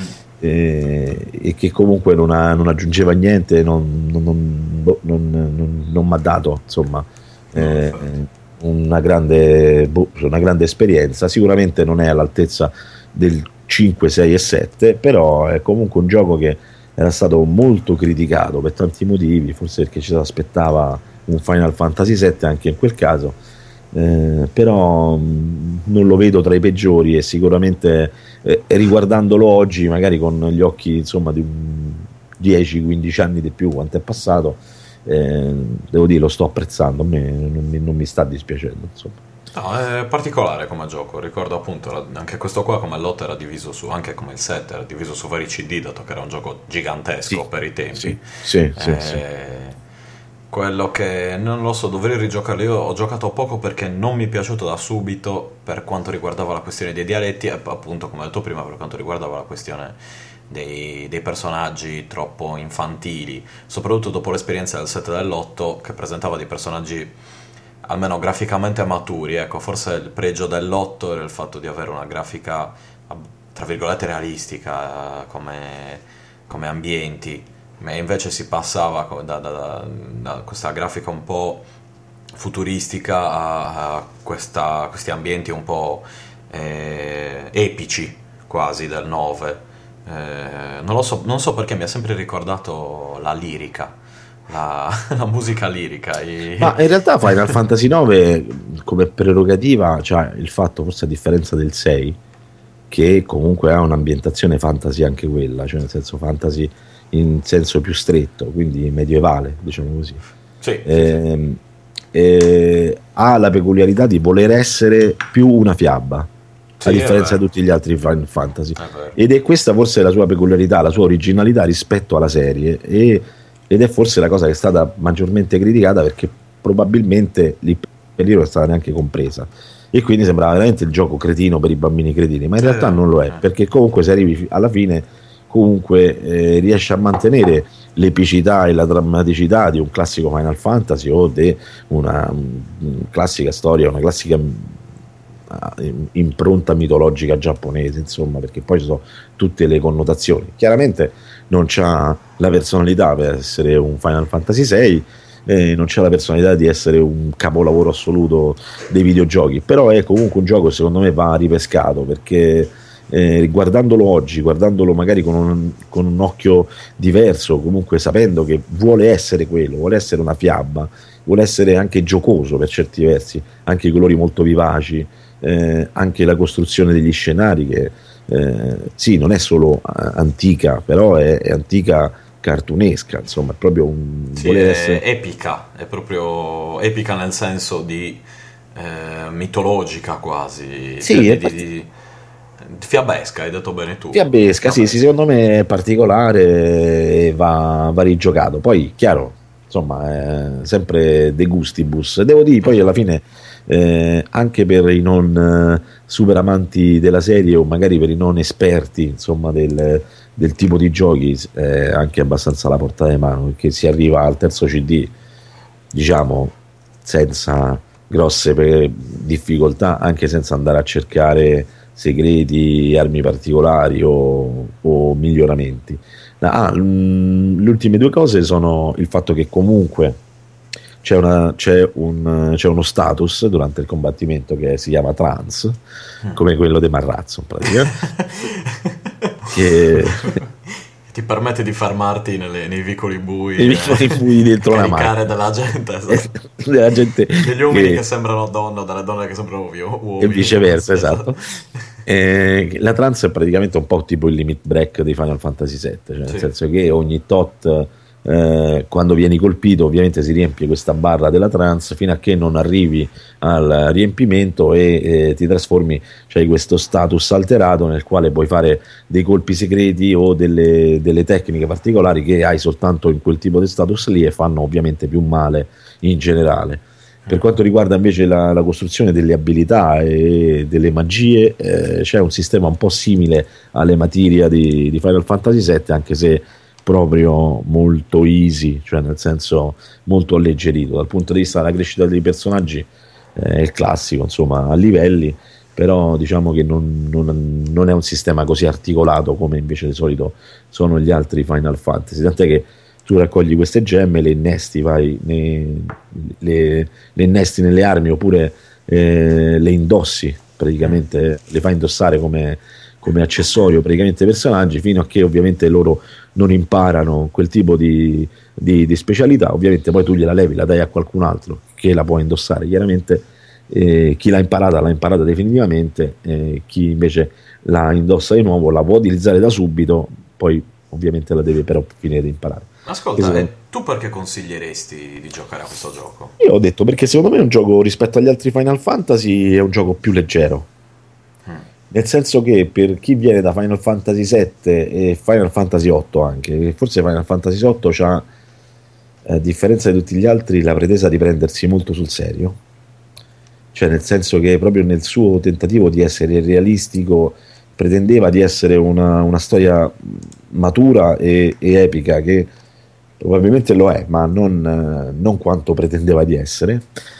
e che comunque non aggiungeva niente, non mi ha dato, insomma, una grande esperienza. Sicuramente non è all'altezza del 5, 6 e 7, però è comunque un gioco che era stato molto criticato per tanti motivi, forse perché ci si aspettava un Final Fantasy 7 anche in quel caso, però non lo vedo tra i peggiori, e sicuramente riguardandolo oggi magari con gli occhi, insomma, di 10-15 anni di più, quanto è passato, devo dire lo sto apprezzando. A me non mi sta dispiacendo, insomma. No, è particolare come gioco. Ricordo appunto anche questo qua, come l'8 era diviso su, anche come il 7 era diviso su vari CD, dato che era un gioco gigantesco per i tempi. Sì. Quello che non lo so, dovrei rigiocarlo. Io ho giocato poco perché non mi è piaciuto da subito per quanto riguardava la questione dei dialetti, e appunto, come ho detto prima, per quanto riguardava la questione dei personaggi troppo infantili, soprattutto dopo l'esperienza del 7 e dell'8, che presentava dei personaggi almeno graficamente maturi. Ecco, forse il pregio dell'8 era il fatto di avere una grafica tra virgolette realistica come ambienti, Ma invece si passava da questa grafica un po' futuristica a questi ambienti un po' epici quasi del 9. Non so perché mi ha sempre ricordato la lirica, la musica lirica. Ma in realtà Final Fantasy 9 come prerogativa c'ha il fatto, forse a differenza del 6, che comunque ha un'ambientazione fantasy anche quella, cioè nel senso fantasy in senso più stretto, quindi medievale, diciamo così. Sì, Ha la peculiarità di voler essere più una fiaba, sì, a differenza di tutti gli altri Final Fantasy, vero. ed è questa forse la sua peculiarità, la sua originalità rispetto alla serie, ed è forse la cosa che è stata maggiormente criticata, perché probabilmente lì per lì non è stata neanche compresa, e quindi sembrava veramente il gioco cretino per i bambini cretini, ma in realtà non lo è, perché comunque se arrivi alla fine comunque riesce a mantenere l'epicità e la drammaticità di un classico Final Fantasy o di una classica storia, una classica impronta mitologica giapponese, insomma, perché poi ci sono tutte le connotazioni. Chiaramente non c'ha la personalità per essere un Final Fantasy VI, non c'è la personalità di essere un capolavoro assoluto dei videogiochi, però è comunque un gioco che secondo me va ripescato, perché guardandolo oggi, guardandolo magari con un occhio diverso, comunque sapendo che vuole essere quello, vuole essere una fiaba, vuole essere anche giocoso per certi versi, anche i colori molto vivaci, anche la costruzione degli scenari che sì, non è solo antica, però è antica cartunesca, insomma, è proprio un Sì, voler è essere epica, è proprio epica nel senso di mitologica quasi, sì, cioè è fiabesca, hai detto bene tu. fiabesca, sì, secondo me è particolare e va rigiocato. Poi, chiaro, insomma, è sempre de gustibus. Devo dire, poi alla fine, anche per i non super amanti della serie, o magari per i non esperti, insomma, del tipo di giochi, è anche abbastanza alla portata di mano, perché si arriva al terzo CD, diciamo, senza grosse difficoltà, anche senza andare a cercare segreti, armi particolari o miglioramenti. Le ultime due cose sono il fatto che comunque c'è uno status durante il combattimento che si chiama trance, come quello di Marrazzo in pratica, che ti permette di fermarti nei vicoli bui, dentro una caricare macchina della gente, esatto. della gente degli uomini che sembrano donne, dalle donne che sembrano uomini, e viceversa, esatto. La trance è praticamente un po' tipo il limit break di Final Fantasy VII, cioè nel senso che ogni tot, quando vieni colpito, ovviamente si riempie questa barra della trance fino a che non arrivi al riempimento e ti trasformi, cioè questo status alterato nel quale puoi fare dei colpi segreti o delle tecniche particolari che hai soltanto in quel tipo di status lì, e fanno ovviamente più male in generale. Per quanto riguarda invece la costruzione delle abilità e delle magie, c'è un sistema un po' simile alle materie di Final Fantasy VII, anche se proprio molto easy, cioè nel senso molto alleggerito. Dal punto di vista della crescita dei personaggi è il classico, insomma, a livelli, però diciamo che non è un sistema così articolato come invece di solito sono gli altri Final Fantasy, tant'è che tu raccogli queste gemme, le innesti, le innesti nelle armi, oppure le indossi, praticamente le fai indossare come accessorio praticamente ai personaggi, fino a che ovviamente loro non imparano quel tipo di specialità. Ovviamente poi tu gliela levi, la dai a qualcun altro che la può indossare, chiaramente chi l'ha imparata definitivamente, chi invece la indossa di nuovo la può utilizzare da subito, poi ovviamente la deve però finire di imparare. Ascolta, e tu perché consiglieresti di giocare a questo gioco? Io ho detto perché secondo me è un gioco, rispetto agli altri Final Fantasy, è un gioco più leggero, nel senso che per chi viene da Final Fantasy VII e Final Fantasy VIII anche, forse Final Fantasy VIII c'ha, a differenza di tutti gli altri, la pretesa di prendersi molto sul serio, cioè nel senso che proprio nel suo tentativo di essere realistico pretendeva di essere una storia matura e epica, che probabilmente lo è, ma non quanto pretendeva di essere.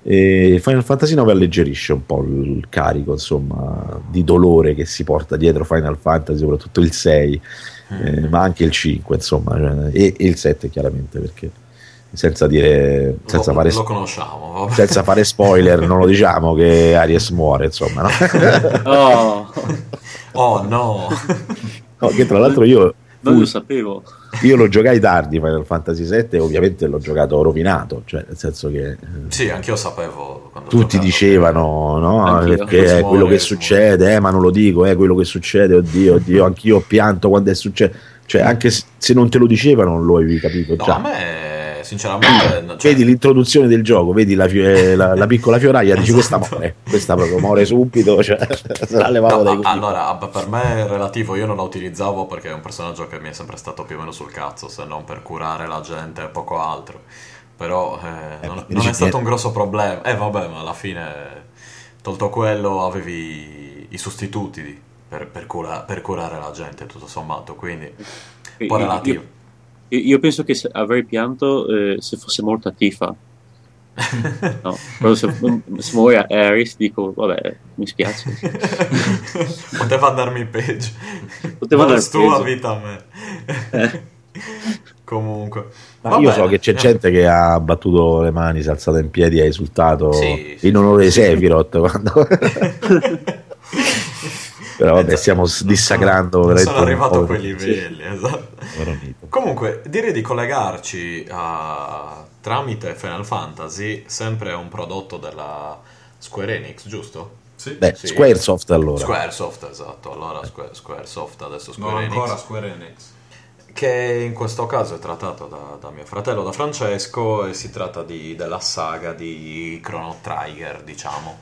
E Final Fantasy 9 alleggerisce un po' il carico, insomma, di dolore che si porta dietro Final Fantasy, soprattutto il 6, ma anche il 5, insomma, e il 7 chiaramente, perché senza dire, lo conosciamo, vabbè. Senza fare spoiler, non lo diciamo che Aries muore, insomma, no? Oh no. No, che tra l'altro io non lo sapevo. Io lo giocai tardi Final Fantasy 7 e ovviamente l'ho giocato rovinato, cioè nel senso che sì, anch'io sapevo quando tutti dicevano no, anch'io. perché è quello che succede, ma non lo dico, è quello che succede, oddio, anch'io ho pianto quando è successo, cioè anche se non te lo dicevano non lo avevi capito già. No, a me sinceramente vedi l'introduzione del gioco, vedi la piccola fioraia, dici questa proprio muore subito, cioè se la levavo dai coglioni. Allora, per me è relativo, io non la utilizzavo perché è un personaggio che mi è sempre stato più o meno sul cazzo, se non per curare la gente e poco altro, però non è stato un grosso problema, vabbè, ma alla fine tolto quello avevi i sostituti per curare la gente tutto sommato, quindi un po' relativo. Io penso che avrei pianto se fosse morta Tifa. No, però se muore Ares dico vabbè, mi spiace. Poteva andarmi peggio. Poteva andare tua peggio. vita a me. Comunque ma io so che c'è gente che ha battuto le mani, si è alzata in piedi e ha esultato in onore di Sephiroth quando... Però vabbè, stiamo dissacrando non veramente. Sono arrivato a quei livelli, esatto. Veramente. Comunque, direi di collegarci tramite Final Fantasy, sempre a un prodotto della Square Enix, giusto? Sì. Beh, sì. Squaresoft allora. Squaresoft, esatto. Allora Squaresoft, adesso Square non Enix. ancora Square Enix. Che in questo caso è trattato da mio fratello, da Francesco, e si tratta della saga di Chrono Trigger, diciamo.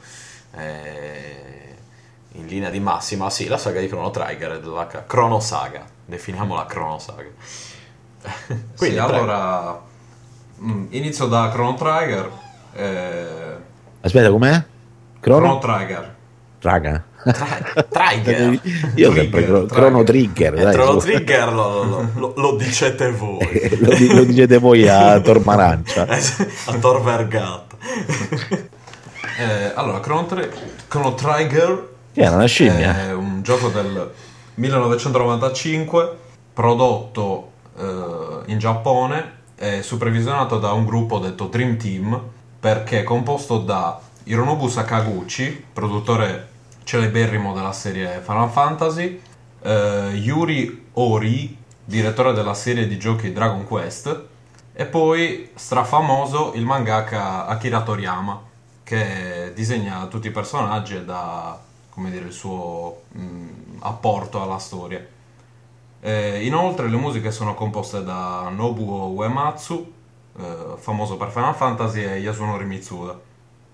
In linea di massima, sì, la saga di Chrono Trigger è della Chrono Saga, definiamola Chrono Saga. Quindi sì, allora inizio da Chrono Trigger. Aspetta, com'è? Chrono Trigger. Raga. Trigger. Io sempre Chrono Trigger. Dai, Chrono Trigger lo dicete voi. lo dicete voi a Tormarancia. A Tor Vergata. Allora, Chrono Trigger è una scimmia. È un gioco del 1995 prodotto in Giappone e supervisionato da un gruppo detto Dream Team, perché è composto da Hironobu Sakaguchi, produttore celeberrimo della serie Final Fantasy, Yuri Ori, direttore della serie di giochi Dragon Quest, e poi strafamoso il mangaka Akira Toriyama, che disegna tutti i personaggi e dà, come dire, il suo apporto alla storia. Inoltre le musiche sono composte da Nobuo Uematsu, famoso per Final Fantasy, e Yasunori Mitsuda.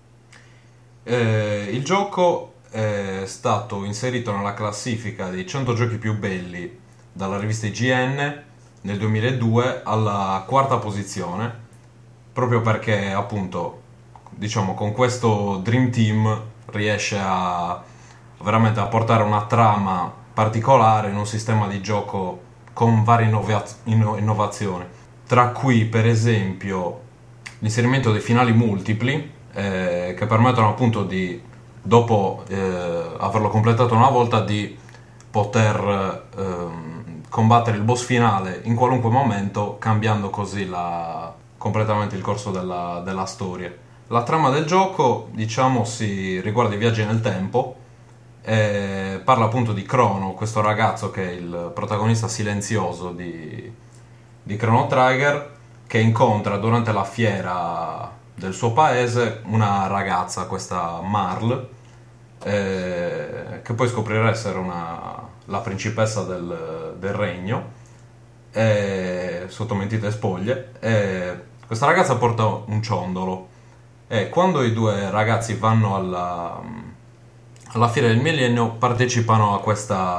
Il gioco è stato inserito nella classifica dei 100 giochi più belli dalla rivista IGN nel 2002 alla quarta posizione, proprio perché appunto, diciamo, con questo Dream Team riesce a veramente a portare una trama particolare in un sistema di gioco con varie innovazioni, tra cui per esempio l'inserimento dei finali multipli, che permettono appunto di, dopo averlo completato una volta, di poter combattere il boss finale in qualunque momento, cambiando così completamente il corso della storia. La trama del gioco, diciamo, si riguarda i viaggi nel tempo, parla appunto di Chrono, questo ragazzo che è il protagonista silenzioso di Chrono Trigger, che incontra durante la fiera del suo paese una ragazza, questa Marl, che poi scoprirà essere la principessa del regno, sotto mentite spoglie. Questa ragazza porta un ciondolo, e quando i due ragazzi vanno alla fiera del millennio partecipano a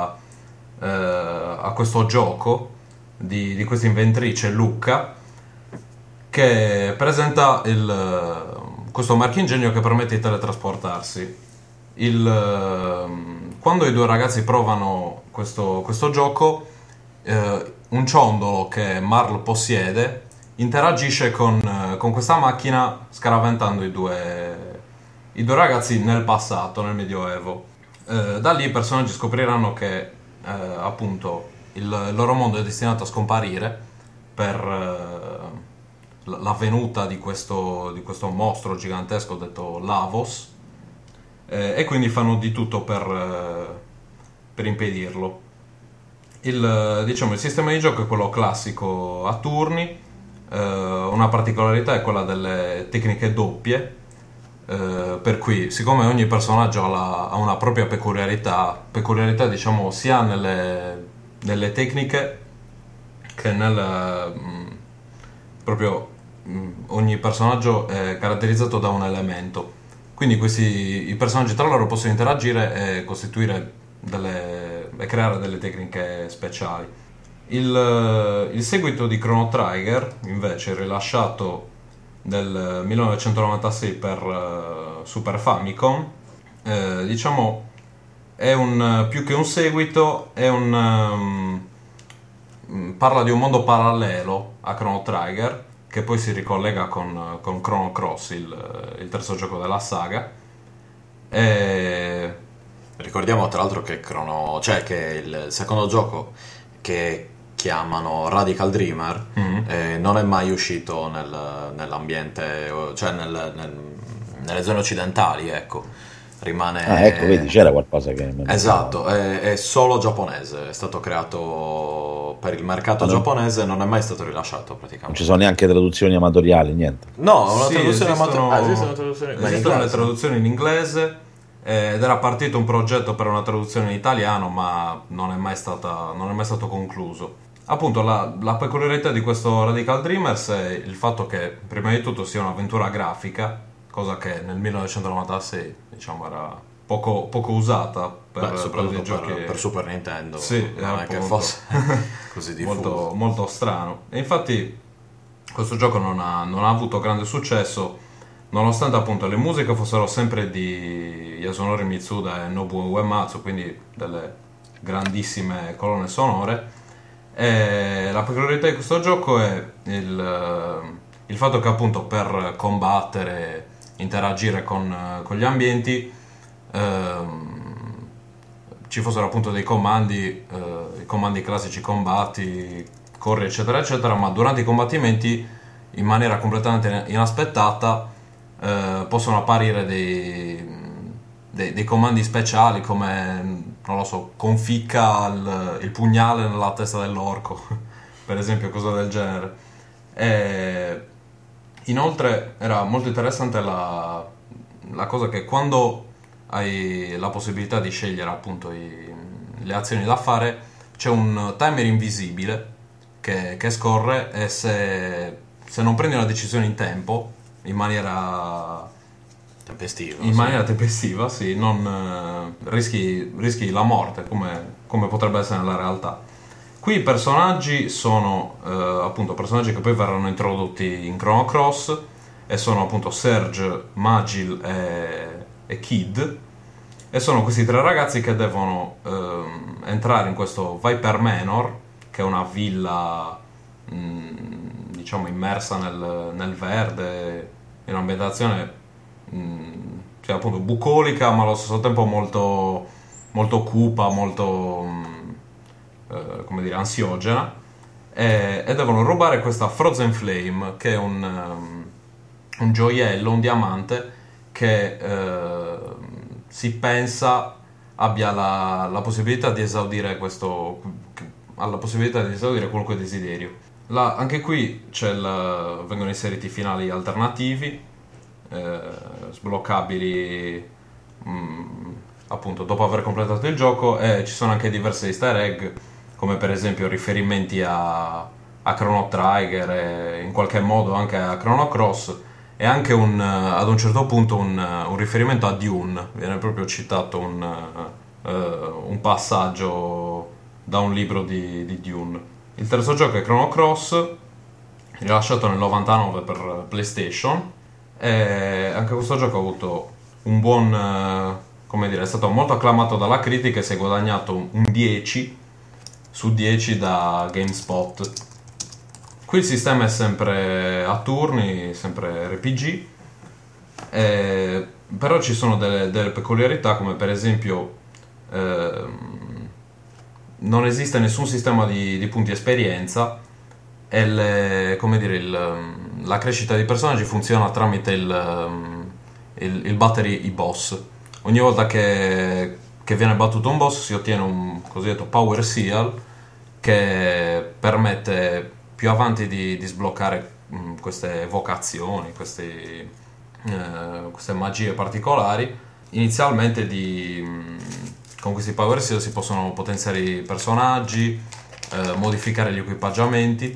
questo gioco di questa inventrice Lucca, che presenta questo marchingegno che permette di teletrasportarsi. Quando i due ragazzi provano questo gioco, un ciondolo che Marl possiede interagisce con questa macchina scaraventando i due ragazzi nel passato, nel Medioevo. Da lì i personaggi scopriranno che appunto il loro mondo è destinato a scomparire per la venuta di questo mostro gigantesco detto Lavos, e quindi fanno di tutto per impedirlo. Il sistema di gioco è quello classico a turni. Una particolarità è quella delle tecniche doppie, per cui siccome ogni personaggio ha una propria peculiarità diciamo sia nelle tecniche che proprio ogni personaggio è caratterizzato da un elemento, quindi i personaggi tra loro possono interagire e costituire e creare delle tecniche speciali. Il seguito di Chrono Trigger, invece, rilasciato nel 1996 per Super Famicom, diciamo è più che un seguito, parla di un mondo parallelo a Chrono Trigger, che poi si ricollega con Chrono Cross, il terzo gioco della saga. Ricordiamo tra l'altro che che il secondo gioco, che chiamano Radical Dreamer, non è mai uscito nell'ambiente, cioè nelle zone occidentali, ecco. Rimane... ecco, vedi, c'era qualcosa che... Esatto, è solo giapponese, è stato creato per il mercato giapponese, non è mai stato rilasciato praticamente. Non ci sono neanche traduzioni amatoriali, niente. No, una Sì, traduzione esistono le traduzioni in inglese, ed era partito un progetto per una traduzione in italiano, ma non è mai stato concluso. Appunto, la peculiarità di questo Radical Dreamers è il fatto che prima di tutto sia un'avventura grafica, cosa che nel 1996 diciamo era poco usata soprattutto giochi per Super Nintendo. Sì, non è che fosse così diffuso. molto strano. E infatti questo gioco non ha avuto grande successo, nonostante appunto le musiche fossero sempre di Yasunori Mitsuda e Nobuo Uematsu, quindi delle grandissime colonne sonore. E la peculiarità di questo gioco è il fatto che appunto per combattere, interagire con gli ambienti, ci fossero appunto dei comandi, i comandi classici: combatti, corri, eccetera eccetera, ma durante i combattimenti, in maniera completamente inaspettata, possono apparire dei comandi speciali come, non lo so, conficca il pugnale nella testa dell'orco per esempio, cose del genere. E inoltre era molto interessante la cosa che quando hai la possibilità di scegliere appunto le azioni da fare, c'è un timer invisibile che scorre, e se non prendi una decisione in tempo, in maniera tempestiva, sì, non rischi la morte, come potrebbe essere nella realtà. Qui i personaggi sono appunto personaggi che poi verranno introdotti in Chrono Cross, e sono appunto Serge, Magil e Kid, e sono questi tre ragazzi che devono entrare in questo Viper Manor, che è una villa diciamo immersa nel verde, in un'ambientazione cioè appunto bucolica, ma allo stesso tempo molto, molto cupa, molto come dire, ansiogena, e devono rubare questa Frozen Flame, che è un gioiello, un diamante che si pensa abbia la possibilità di esaudire qualunque desiderio. Anche qui vengono inseriti finali alternativi, sbloccabili appunto dopo aver completato il gioco, e ci sono anche diverse easter egg, come per esempio riferimenti a Chrono Trigger e in qualche modo anche a Chrono Cross, e anche ad un certo punto un riferimento a Dune. Viene proprio citato un passaggio da un libro di Dune. Il terzo gioco è Chrono Cross, rilasciato nel 99 per PlayStation, e anche questo gioco ha avuto un buon, come dire, è stato molto acclamato dalla critica, e si è guadagnato un 10 su 10 da GameSpot. Qui il sistema è sempre a turni, sempre RPG, però ci sono delle peculiarità, come per esempio non esiste nessun sistema di punti esperienza e la crescita dei personaggi funziona tramite il battere i boss. Ogni volta che viene battuto un boss si ottiene un cosiddetto power seal che permette più avanti di sbloccare queste evocazioni, queste magie particolari. Inizialmente con questi power seal si possono potenziare i personaggi, modificare gli equipaggiamenti.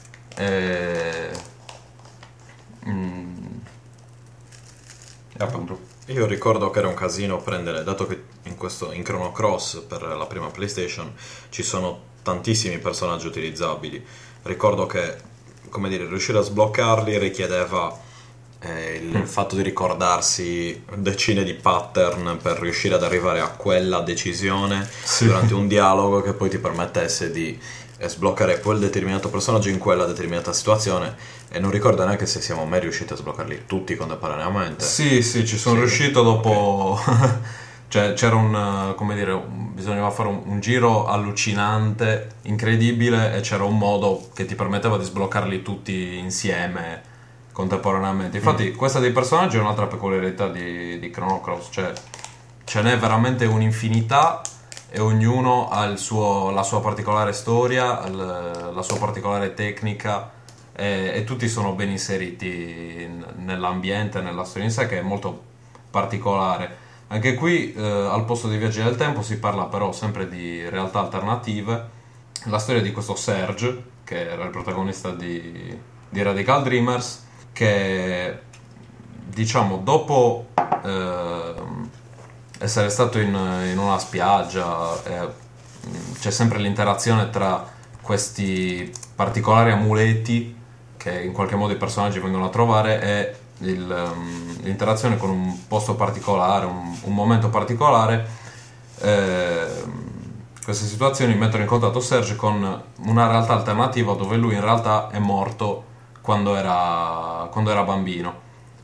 Appunto. Io ricordo che era un casino prendere, dato che in Chrono Cross per la prima PlayStation ci sono tantissimi personaggi utilizzabili. Ricordo che, come dire, riuscire a sbloccarli richiedeva il fatto di ricordarsi decine di pattern per riuscire ad arrivare a quella decisione durante un dialogo che poi ti permettesse di sbloccare quel determinato personaggio in quella determinata situazione, e non ricordo neanche se siamo mai riusciti a sbloccarli tutti contemporaneamente. Sì, ci sono riuscito dopo. Cioè c'era bisognava fare un giro allucinante, incredibile, e c'era un modo che ti permetteva di sbloccarli tutti insieme contemporaneamente. Infatti questa dei personaggi è un'altra peculiarità di Chrono Cross, cioè ce n'è veramente un'infinità e ognuno ha la sua particolare storia, la sua particolare tecnica, e tutti sono ben inseriti nell'ambiente, nella storia in sé, che è molto particolare. Anche qui al posto di viaggi del tempo si parla però sempre di realtà alternative. La storia di questo Serge, che era il protagonista di Radical Dreamers, che diciamo dopo essere stato in una spiaggia, c'è sempre l'interazione tra questi particolari amuleti che in qualche modo i personaggi vengono a trovare, e l'interazione con un posto particolare, un momento particolare. Queste situazioni mettono in contatto Serge con una realtà alternativa dove lui in realtà è morto quando era bambino.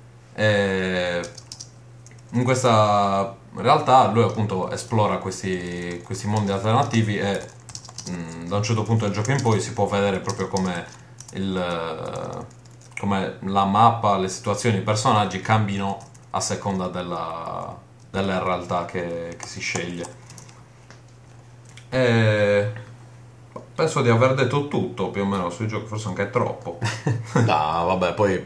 In questa realtà lui appunto esplora questi mondi alternativi, e da un certo punto del gioco in poi si può vedere proprio come la mappa, le situazioni, i personaggi cambino a seconda della realtà che si sceglie. Penso di aver detto tutto più o meno sui giochi, forse anche troppo. No, vabbè, poi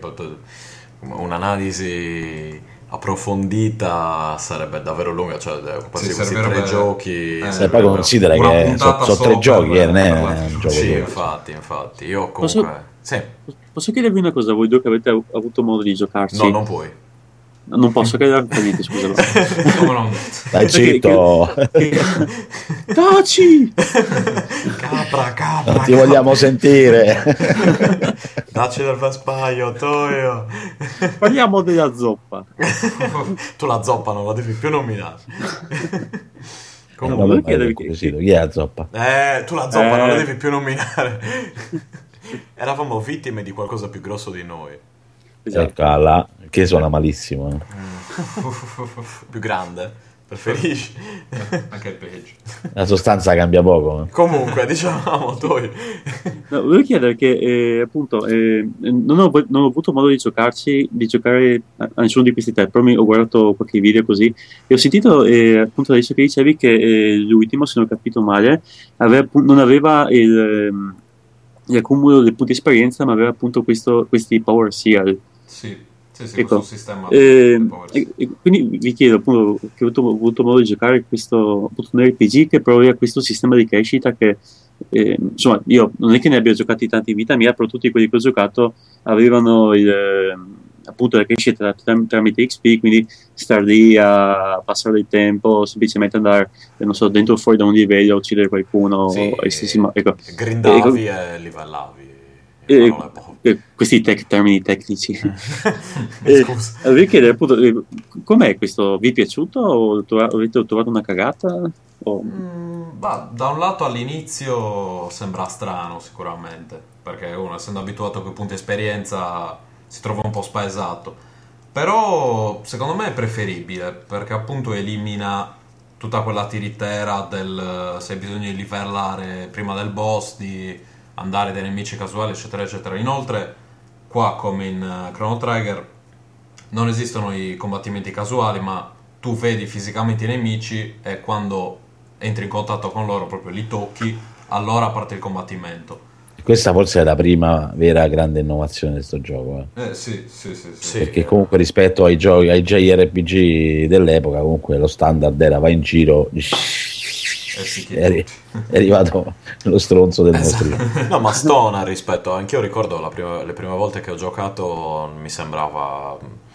un'analisi approfondita sarebbe davvero lunga, cioè occuparsi questi 3 giochi. Se poi considera che sono 3 giochi, non è un gioco. Sì, infatti. Io comunque. Posso chiedervi una cosa, voi due che avete avuto modo di giocarci? No, non puoi. Non posso chiedere niente, scusa. Come no? Dai, zitto. Taci! Capra. Non ti vogliamo sentire. Dacci del vespaio, Toio. Parliamo della zoppa. Tu la zoppa non la devi più nominare. Comunque, chi è la zoppa? Tu la zoppa non la devi più nominare. Eravamo vittime di qualcosa più grosso di noi. Esatto. Eccola, che suona malissimo. Più grande, preferisci? Anche peggio. La sostanza cambia poco. Comunque, diciamo, No, volevo chiedere che appunto non ho avuto modo di giocare a nessuno di questi 3, però ho guardato qualche video così e ho sentito appunto adesso che dicevi che l'ultimo, se non ho capito male, non aveva l'accumulo dei punti esperienza, ma aveva appunto questi power seal. Sì, ecco. questo sistema. Quindi vi chiedo appunto che ho avuto modo di giocare questo appunto un RPG che però aveva questo sistema di crescita che insomma io non è che ne abbia giocati tanti in vita mia, però tutti quelli che ho giocato avevano appunto la crescita tramite XP, quindi star lì a passare il tempo, semplicemente andare non so, dentro o fuori da un livello a uccidere qualcuno, sì, ecco. Grindavi e livellavi. Questi termini tecnici. Scusa. Vi chiedere appunto com'è questo, vi è piaciuto o avete trovato una cagata? Da un lato all'inizio sembra strano sicuramente, perché uno essendo abituato a quei punti esperienza si trova un po' spaesato. Però secondo me è preferibile perché appunto elimina tutta quella tiritera del se hai bisogno di livellare prima del boss, di andare dai nemici casuali, eccetera, eccetera. Inoltre, qua come in Chrono Trigger non esistono i combattimenti casuali, ma tu vedi fisicamente i nemici e quando entri in contatto con loro, proprio li tocchi, allora parte il combattimento. Questa forse è la prima vera grande innovazione di questo gioco, Sì, sì, sì, sì. Sì. perché comunque rispetto ai giochi, ai JRPG dell'epoca, comunque lo standard era vai in giro, Sì, è arrivato lo stronzo del mostrino. No, ma stona rispetto. Anch'io ricordo le prime volte che ho giocato, mi sembrava.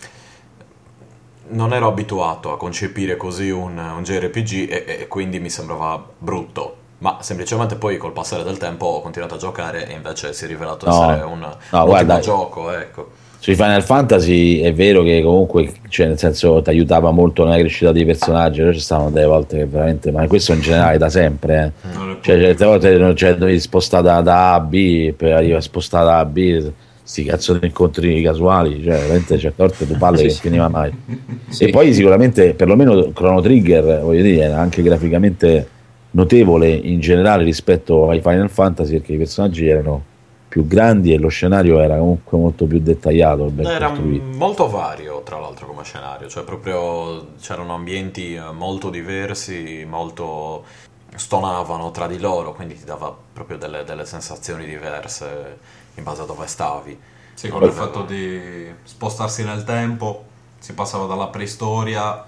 Non ero abituato a concepire così un JRPG e quindi mi sembrava brutto. Ma semplicemente poi col passare del tempo ho continuato a giocare e invece si è rivelato essere un ottimo guarda, gioco, ecco. sui Final Fantasy è vero che comunque, cioè, nel senso, ti aiutava molto nella crescita dei personaggi, però ci stavano delle volte che veramente, ma questo in generale da sempre, cioè certe volte dovevi spostare da A a B per arrivare a spostare da A a B, sti cazzo di incontri casuali, cioè veramente certe volte tu palle che finiva mai. E poi sicuramente, perlomeno Chrono Trigger, voglio dire, era anche graficamente notevole in generale rispetto ai Final Fantasy, perché i personaggi erano più grandi e lo scenario era comunque molto più dettagliato, ben Era costruito. molto vario, tra l'altro, come scenario, cioè proprio c'erano ambienti molto diversi, molto stonavano tra di loro, quindi ti dava proprio delle sensazioni diverse in base a dove stavi. Sì, con il fatto di spostarsi nel tempo, si passava dalla preistoria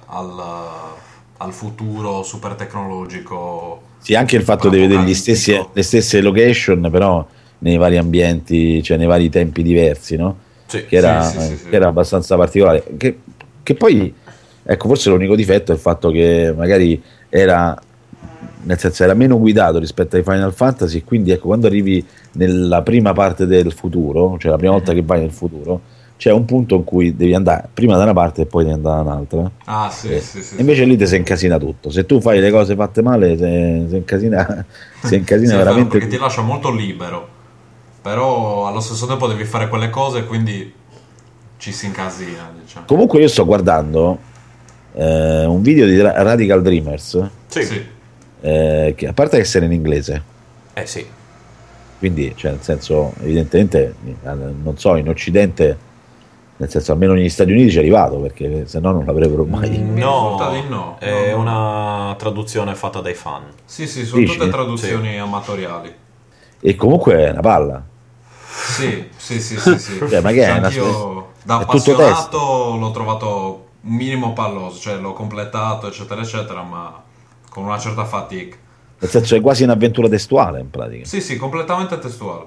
al futuro super tecnologico. Sì, anche il fatto di vedere le stesse location, però nei vari ambienti, cioè nei vari tempi diversi, no? Sì, Che era, sì. che era abbastanza particolare. Che poi, ecco, forse l'unico difetto è il fatto che magari era, nel senso, era meno guidato rispetto ai Final Fantasy, e quindi ecco, quando arrivi nella prima parte del futuro, cioè la prima volta che vai nel futuro, c'è un punto in cui devi andare prima da una parte e poi devi andare da un'altra. Ah, sì. E invece lì ti si incasina tutto. Se tu fai le cose fatte male, si incasina, si incasina Sì, è vero, veramente perché ti lascia molto libero, però allo stesso tempo devi fare quelle cose, quindi ci si incasina, diciamo. Comunque io sto guardando un video di Radical Dreamers, Sì. che a parte essere in inglese, Sì. quindi cioè, nel senso, evidentemente, non so, in Occidente, nel senso almeno negli Stati Uniti ci è arrivato, perché se no non l'avrebbero mai. Mi risulta di no. È No. una traduzione fatta dai fan. Sì, sono Dici? tutte traduzioni amatoriali. E comunque è una palla. Sì. Cioè, ma che è? Anch'io da è tutto appassionato l'ho trovato un minimo palloso, cioè l'ho completato, eccetera, eccetera, ma con una certa fatica. Nel senso è quasi un'avventura testuale in pratica. Sì, completamente testuale.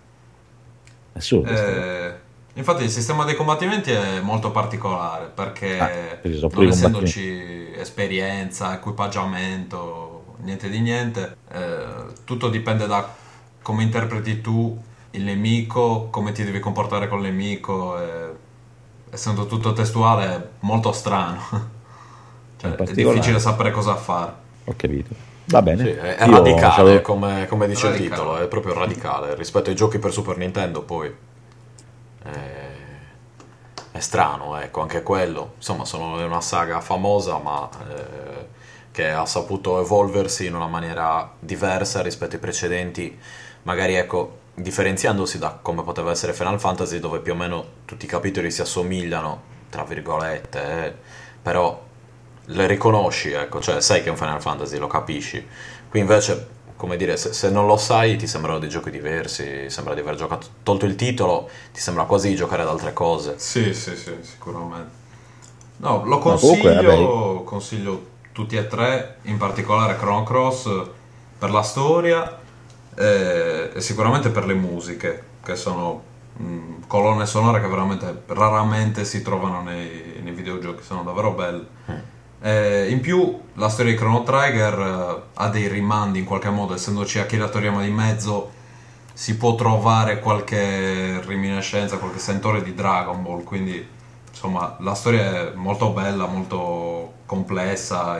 È assurdo. sta cosa. Infatti il sistema dei combattimenti è molto particolare perché perché sono pure non i essendoci esperienza, equipaggiamento, niente di niente, tutto dipende da come interpreti tu il nemico, come ti devi comportare col nemico, essendo tutto testuale è molto strano. Cioè, In è particolare. difficile sapere cosa fare. Ho capito. Va bene. Sì, è Io radicale, c'avevo- come dice il Radicale. titolo, è proprio radicale rispetto ai giochi per Super Nintendo. Poi è strano, ecco, anche quello. Insomma, è una saga famosa, ma che ha saputo evolversi in una maniera diversa rispetto ai precedenti, magari, ecco, differenziandosi da come poteva essere Final Fantasy, dove più o meno tutti i capitoli si assomigliano, tra virgolette, però le riconosci, ecco, cioè sai che è un Final Fantasy, lo capisci. Qui invece, come dire, se non lo sai ti sembrano dei giochi diversi, sembra di aver giocato, tolto il titolo, ti sembra quasi di giocare ad altre cose. Sì, sicuramente. No, lo comunque, consiglio tutti e tre, in particolare Chrono Cross per la storia e sicuramente per le musiche, che sono colonne sonore che veramente raramente si trovano nei videogiochi, sono davvero belle. In più la storia di Chrono Trigger ha dei rimandi in qualche modo, essendoci Akira Toriyama di mezzo, si può trovare qualche reminiscenza, qualche sentore di Dragon Ball, quindi insomma la storia è molto bella, molto complessa,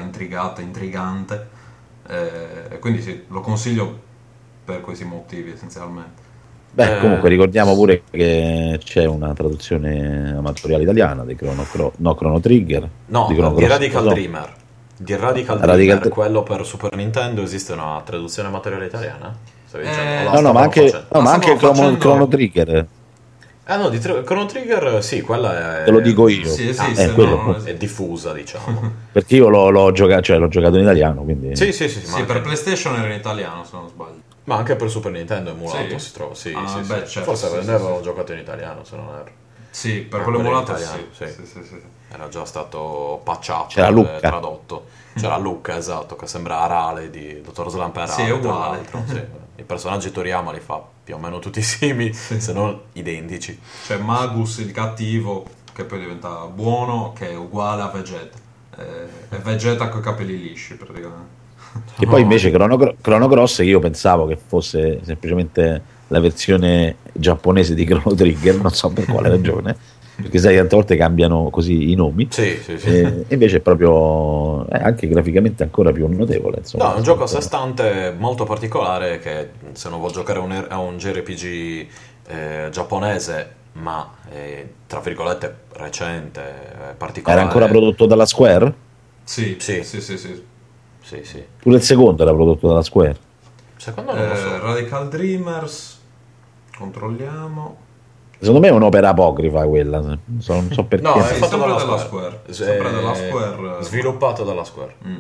intrigante, e quindi sì, lo consiglio per questi motivi essenzialmente. Beh, comunque ricordiamo pure che c'è una traduzione amatoriale italiana di Chrono Trigger. No, di Chrono di Cross, Radical no? Dreamer. Di Radical Radical Dreamer, Dr- quello per Super Nintendo, esiste una traduzione materiale italiana? Stavi dicendo? O la No, stavano ma anche, facendo? no, ma La anche stavano facendo- Chrono Trigger, Ah no, Chrono Trigger, sì, quella è... te lo dico io. Sì, Ah, esiste, quello, no, è diffusa, diciamo. perché io l'ho giocato in italiano, quindi Sì, sì, Sì, ma anche, per PlayStation era in italiano, se non sbaglio. ma anche per Super Nintendo emulato Sì. si trova, sì, Ah, sì, beh, sì. certo, Forse sì, ne sì, avevo sì. giocato in italiano, se non erro. Sì, per Ah, quello quello in emulato sì. italiano, sì. Sì, sì, sì, sì. Era già stato patchato C'era e Lucca. tradotto. C'era Lucca, esatto, che sembra Arale di Dottor Slump Arale, Sì, è tra uguale. l'altro. Sì. I personaggi Toriyama li fa più o meno tutti simili, se non identici. C'è Magus il cattivo che poi diventa buono, che è uguale a Vegeta. È Vegeta con i capelli lisci praticamente. che poi invece Chrono Cross, che io pensavo che fosse semplicemente la versione giapponese di Chrono Trigger, non so per quale ragione, perché sai, tante volte cambiano così i nomi. Sì, sì, sì. E invece è proprio anche graficamente ancora più notevole, insomma. No, è un gioco a sé stante molto particolare che se non vuoi giocare a un JRPG giapponese, ma tra virgolette recente, particolare. Era ancora prodotto dalla Square? Sì, Sì. sì, sì, sì. Sì, sì. Pure il secondo era prodotto dalla Square. Secondo me non lo so. Radical Dreamers, controlliamo. Secondo me è un'opera apocrifa quella, non so perché. No, è Sì, fatto sempre dalla dalla Square. Sempre dalla Square. Sviluppato dalla Square. Mm.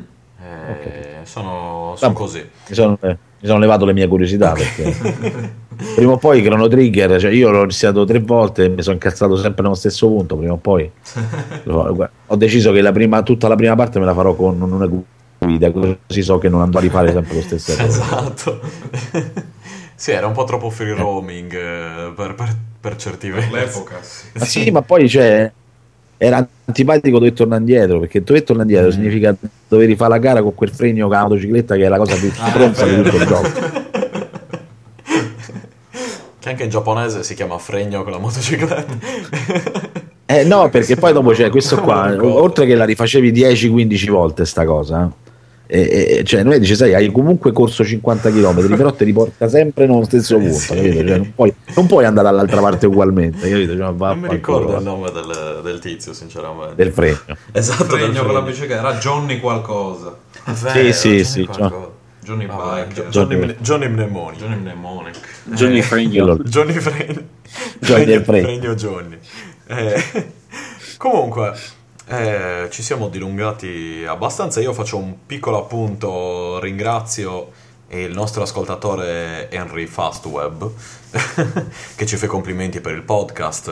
Sono Vabbè, così. Mi sono levato le mie curiosità perché prima o poi Chrono Trigger, cioè io l'ho iniziato 3 volte e mi sono incazzato sempre nello stesso punto. Prima o poi ho deciso che tutta la prima parte me la farò con una guida, così so che non andrò a rifare sempre lo stesso errore. Esatto. Sì, era un po' troppo free roaming per certi Per versi. l'epoca, sì. Ma sì, ma poi era antipatico dover tornare indietro, perché dover tornare indietro significa dover rifare la gara con quel fregno con la motocicletta, che è la cosa più stronza di tutto il gioco. Che anche in giapponese si chiama fregno con la motocicletta. No, perché poi dopo c'è questo qua, Non lo ricordo. oltre che la rifacevi 10-15 volte sta cosa, cioè noi dice, sai, hai comunque corso 50 km, però ti riporta sempre nello stesso punto, sì. capito? Cioè, non puoi andare dall'altra parte ugualmente, capito? Cioè, Non mi ricordo il del nome del tizio, sinceramente. fregno. Esatto, del Fregno con la fregno. bicicletta, era Johnny qualcosa. È vero, Sì, Johnny sì, qualcosa. Johnny Vabbè, Biker. Johnny Mnemonic. Johnny Mnemonic. Johnny Fregno. Quello- Johnny Fregno. Johnny del Fregno. Fregno Johnny. Comunque, ci siamo dilungati abbastanza. Io faccio un piccolo appunto. Ringrazio il nostro ascoltatore Henry Fastweb che ci fa i complimenti per il podcast.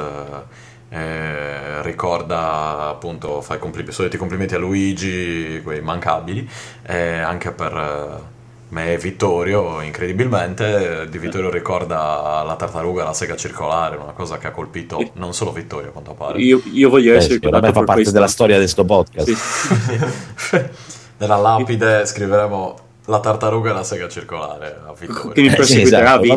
Ricorda appunto, fa i soliti complimenti a Luigi, quei immancabili, anche per me e Vittorio, incredibilmente. Di Vittorio ricorda la tartaruga, la sega circolare, una cosa che ha colpito non solo Vittorio, a quanto pare. Io voglio essere Sì, ormai ricordato fa per parte questa. della storia di sto podcast. Sì. Nella lapide scriveremo la tartaruga e la sega circolare a Vittorio. Che mi perseguiterà a vita.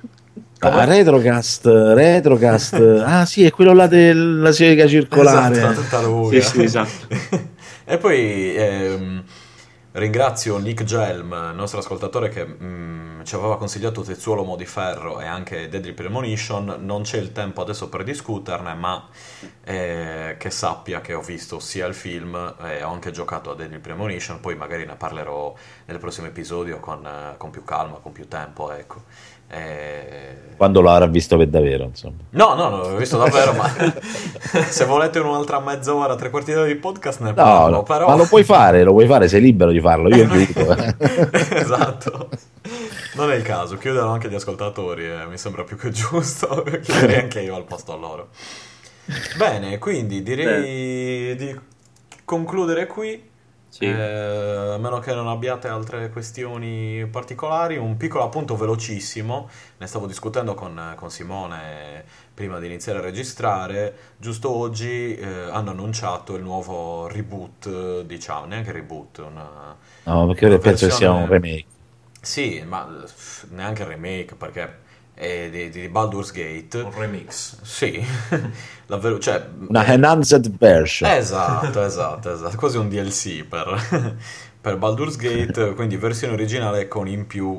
Retrocast, ah sì, è quello là della sega circolare. Esatto, la tartaruga. Sì, esatto. E poi ringrazio Nick Gelm, il nostro ascoltatore, che ci aveva consigliato Tetsuo l'Uomo di Ferro e anche Deadly Premonition. Non c'è il tempo adesso per discuterne, ma che sappia che ho visto sia il film e ho anche giocato a Deadly Premonition. Poi magari ne parlerò nel prossimo episodio con più calma, con più tempo, ecco. Quando lo avrà visto per davvero, insomma. No, l'ho visto davvero, ma se volete un'altra mezz'ora, 3/4 d'ora di podcast ne No, parlo, no, però... ma lo puoi fare, sei libero di farlo, io aiuto. Esatto. Non è il caso, chiudono anche gli ascoltatori, mi sembra più che giusto, chiuderei anche io al posto loro. Bene, quindi direi di concludere qui. Sì. A meno che non abbiate altre questioni particolari, un piccolo appunto velocissimo. Ne stavo discutendo con Simone prima di iniziare a registrare. Giusto oggi hanno annunciato il nuovo reboot, diciamo, neanche reboot, No, perché una penso che sia un versione- remake. Sì, ma neanche il remake, perché è di Baldur's Gate. Un remix. Sì, cioè, Una enhanced version. esatto, quasi un DLC per Baldur's Gate, quindi versione originale con in più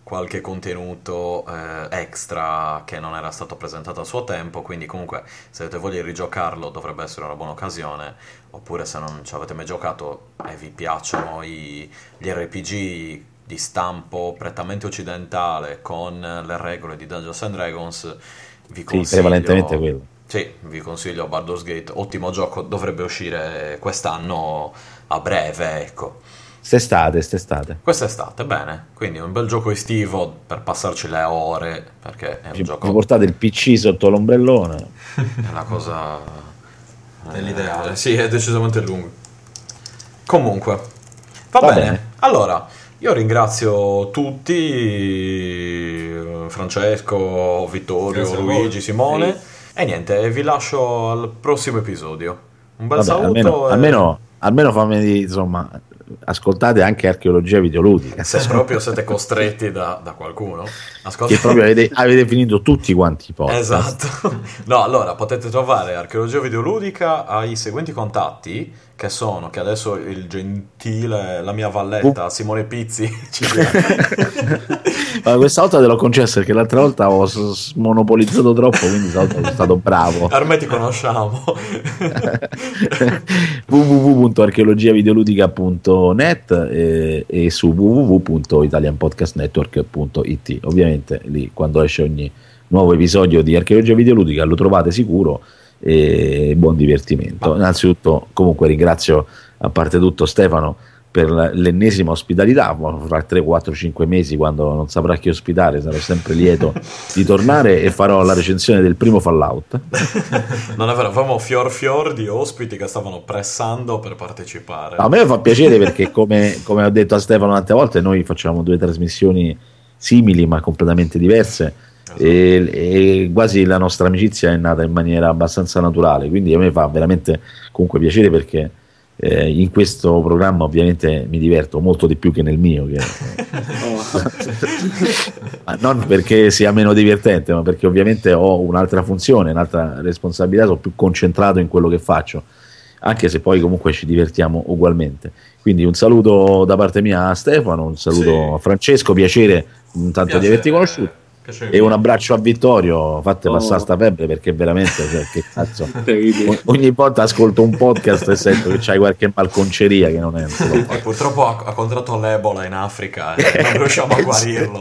qualche contenuto extra che non era stato presentato a suo tempo, quindi comunque se avete voglia di rigiocarlo dovrebbe essere una buona occasione, oppure se non ci avete mai giocato e vi piacciono gli RPG di stampo prettamente occidentale con le regole di Dungeons and Dragons, vi consiglio, sì, prevalentemente quello. Sì, vi consiglio Baldur's Gate, ottimo gioco, dovrebbe uscire quest'anno a breve, ecco. Quest'estate. Quest'estate, bene, quindi un bel gioco estivo per passarci le ore, perché è un gioco... Vi portate il PC sotto l'ombrellone. È una cosa... È l'ideale. Sì, è decisamente lungo. Comunque, va Va bene. bene. Allora, io ringrazio tutti, Francesco, Vittorio, Grazie a Luigi, voi. Simone, e niente, vi lascio al prossimo episodio. Un bel Vabbè, saluto. almeno fammi, insomma, ascoltate anche archeologia videoludica. Se proprio siete costretti da qualcuno, Che proprio avete finito tutti quanti i podcast. Esatto. No, allora potete trovare Archeologia Videoludica ai seguenti contatti, che sono, che adesso il gentile, la mia valletta Simone Pizzi ci dirà. Ma questa volta te l'ho concesso perché l'altra volta ho monopolizzato troppo, quindi stavolta sono stato bravo. Ormai ti conosciamo. www.archeologiavideoludica.net e su www.italianpodcastnetwork.it. Ovviamente lì quando esce ogni nuovo episodio di Archeologia Videoludica lo trovate sicuro, e buon divertimento. Innanzitutto comunque ringrazio a parte tutto Stefano per l'ennesima ospitalità. Fra 3, 4, 5 mesi, quando non saprà chi ospitare, sarò sempre lieto di tornare e farò la recensione del primo Fallout. Non è vero, avevamo fior di ospiti che stavano pressando per partecipare. A me fa piacere perché come ho detto a Stefano tante volte, noi facciamo 2 trasmissioni simili ma completamente diverse. Esatto. E quasi la nostra amicizia è nata in maniera abbastanza naturale, quindi a me fa veramente comunque piacere perché in questo programma ovviamente mi diverto molto di più che nel mio, ma non perché sia meno divertente, ma perché ovviamente ho un'altra funzione, un'altra responsabilità, sono più concentrato in quello che faccio, anche se poi comunque ci divertiamo ugualmente. Quindi un saluto da parte mia a Stefano, un saluto a Francesco, piacere intanto di averti conosciuto. E un abbraccio a Vittorio, fate passare sta febbre perché veramente, cioè, che cazzo, ogni volta ascolto un podcast e sento che c'hai qualche malconceria che non è. E purtroppo ha contratto l'Ebola in Africa e non riusciamo a guarirlo.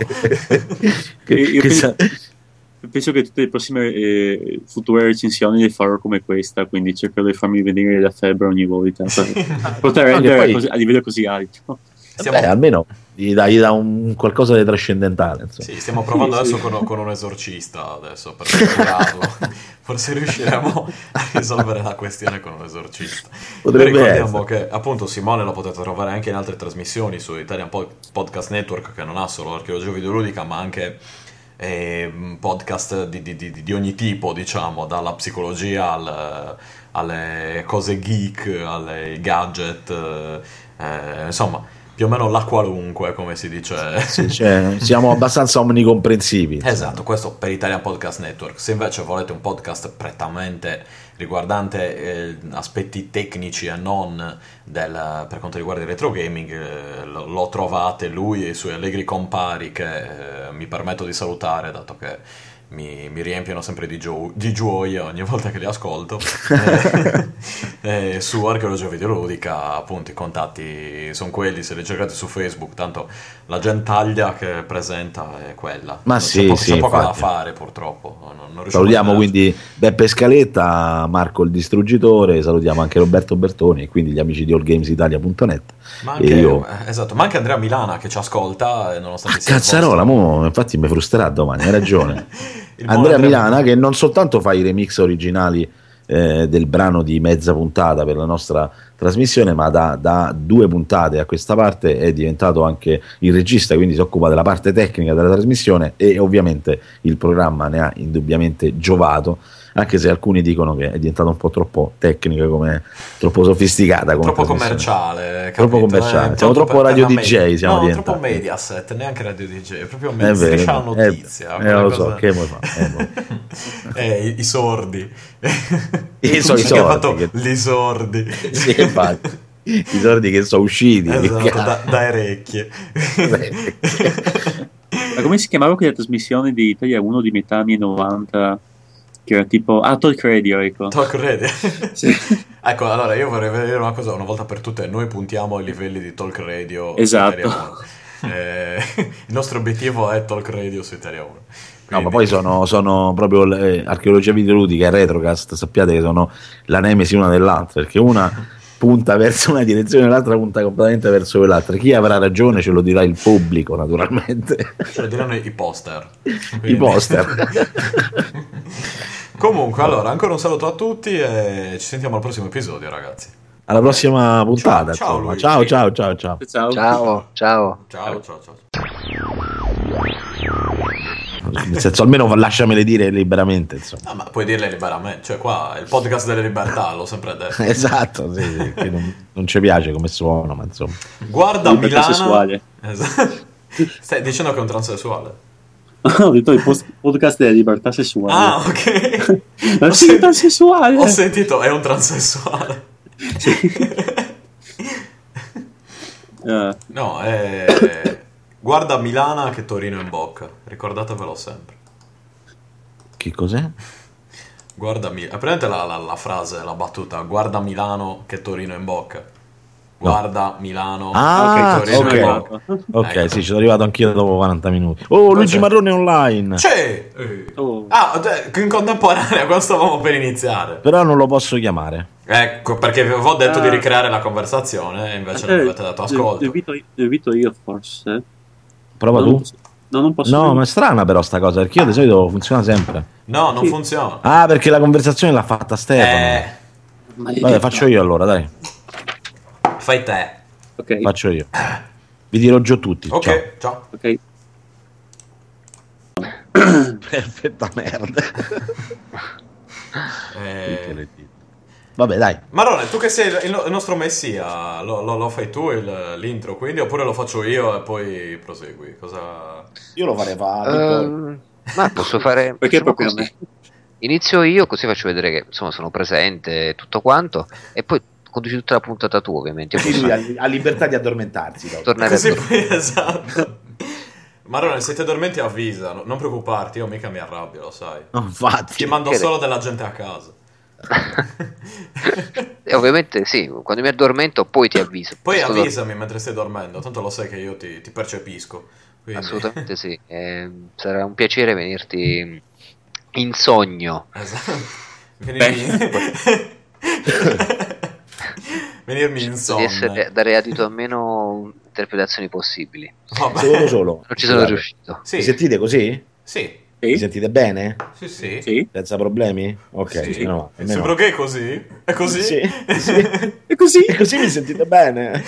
Penso che tutte le prossime future recensioni le farò come questa, quindi cercherò di farmi vedere la febbre ogni volta per poter rendere a livello così alto. Almeno gli dà un qualcosa di trascendentale, insomma. Sì, stiamo provando adesso con un esorcista adesso per curarlo. Forse riusciremo a risolvere la questione con un esorcista. Ricordiamo che appunto Simone lo potete trovare anche in altre trasmissioni su Italian Podcast Network, che non ha solo archeologia videoludica ma anche podcast di ogni tipo, diciamo, dalla psicologia alle cose geek, alle gadget, insomma più o meno la qualunque, come si dice. Sì, cioè, siamo abbastanza omnicomprensivi. Esatto, questo per Italian Podcast Network. Se invece volete un podcast prettamente riguardante aspetti tecnici e non per quanto riguarda il retro gaming, lo trovate lui e i suoi allegri compari, che mi permetto di salutare, dato che mi riempiono sempre di gioia ogni volta che li ascolto. Su Archeologia Videoludica, appunto, i contatti sono quelli, se li cercate su Facebook, tanto la gentaglia che presenta è quella. Ma c'è poco da fare, purtroppo. Non salutiamo quindi Beppe Scaletta, Marco il Distruggitore, salutiamo anche Roberto Bertoni e quindi gli amici di allgamesitalia.net. Ma anche, esatto, ma anche Andrea Milana che ci ascolta, nonostante sia cazzarola, infatti mi frustrerà domani, hai ragione. Andrea Milana, che non soltanto fa i remix originali del brano di mezza puntata per la nostra trasmissione, ma da 2 puntate a questa parte è diventato anche il regista, quindi si occupa della parte tecnica della trasmissione e ovviamente il programma ne ha indubbiamente giovato, anche se alcuni dicono che è diventata un po' troppo tecnica, troppo sofisticata, troppo commerciale, troppo commerciale. Siamo troppo radio DJ, siamo diventati. Troppo Mediaset, neanche radio DJ, proprio striscia la notizia. Lo so, che vuoi fare? I sordi. I sordi. Gli sordi. Sì, infatti. I sordi che sono usciti, esatto, da orecchie. Ma come si chiamava quella trasmissione di Italia 1 di metà anni 90? Che era tipo... Talk Radio, ecco. Talk Radio. Sì. Ecco, allora io vorrei vedere una cosa una volta per tutte. Noi puntiamo ai livelli di Talk Radio Esatto. su Italia 1. Il nostro obiettivo è Talk Radio su Italia 1. No, ma poi sono proprio archeologia videoludica e retrocast, sappiate che sono la nemesi una dell'altra, perché una punta verso una direzione e l'altra punta completamente verso quell'altra. Chi avrà ragione ce lo dirà il pubblico, naturalmente. Ce lo diranno i poster. I poster. Comunque, allora, ancora un saluto a tutti e ci sentiamo al prossimo episodio, ragazzi. Alla prossima puntata. Ciao, insomma. Luigi. Ciao. Ciao. Ciao. Ciao. Nel senso, almeno lasciamele dire liberamente, insomma. No, ma puoi dirle liberamente, cioè qua è il podcast delle libertà, l'ho sempre detto. Esatto, sì, che non ci piace come suono, ma insomma. Guarda Libertà Milano. sessuale. Esatto. Stai dicendo che è un transessuale? Ho detto il podcast della libertà sessuale. Ah, ok. Ma sei un transessuale? Ho sentito, è un transessuale. No, guarda Milana che Torino in bocca. Ricordatevelo sempre. Che cos'è? Guarda prendete la frase, la battuta. Guarda Milano che Torino in bocca. Guarda Milano Ah, che Torino in ok. bocca. Ok, Ecco. sì, ci sono arrivato anch'io dopo 40 minuti. Oh, Luigi c'è? Marrone online. C'è! Oh. Ah, in contemporanea quando stavamo per iniziare. Però non lo posso chiamare. Ecco, perché vi avevo detto di ricreare la conversazione e invece non avete dato ascolto. Evito io forse. Prova tu. Non posso. No, ma è strana però sta cosa, perché io di solito funziona sempre. No, non funziona. Ah, perché la conversazione l'ha fatta Stefano. Vabbè, faccio io allora, dai. Fai te. Ok. Faccio io. Vi dirò giù tutti. Ok, ciao. Ok. Perfetta merda. Eh, Vabbè, dai. Marrone, tu che sei il nostro messia, lo fai tu l'intro, quindi, oppure lo faccio io e poi prosegui? Cosa... Io lo farei fare. Ma posso fare Perché facciamo proprio a così. me? Inizio io, così faccio vedere che insomma sono presente e tutto quanto, e poi conduci tutta la puntata tu, ovviamente. Io Così posso lui ha libertà di addormentarsi. Dopo. tornare Così a poi, esatto. Marrone, se ti addormenti avvisa, non preoccuparti, io mica mi arrabbio, lo sai. No, infatti. Ti mando Perché? solo della gente a casa. E ovviamente sì, quando mi addormento poi ti avviso. Poi Sto avvisami mentre stai dormendo, tanto lo sai che io ti percepisco. Quindi... Assolutamente sì, sarà un piacere venirti in sogno. Esatto. Venirmi in Di sonno. dare adito a meno interpretazioni possibili. Vabbè. Solo. Non ci sono Scusate. riuscito. Sì, Mi sentite così? sì, Mi Sì? sentite bene? sì, sì. Sì? Senza problemi? Ok, Sì. no, almeno- Sembra che è così? È così? Sì, sì. E così? E così mi sentite bene?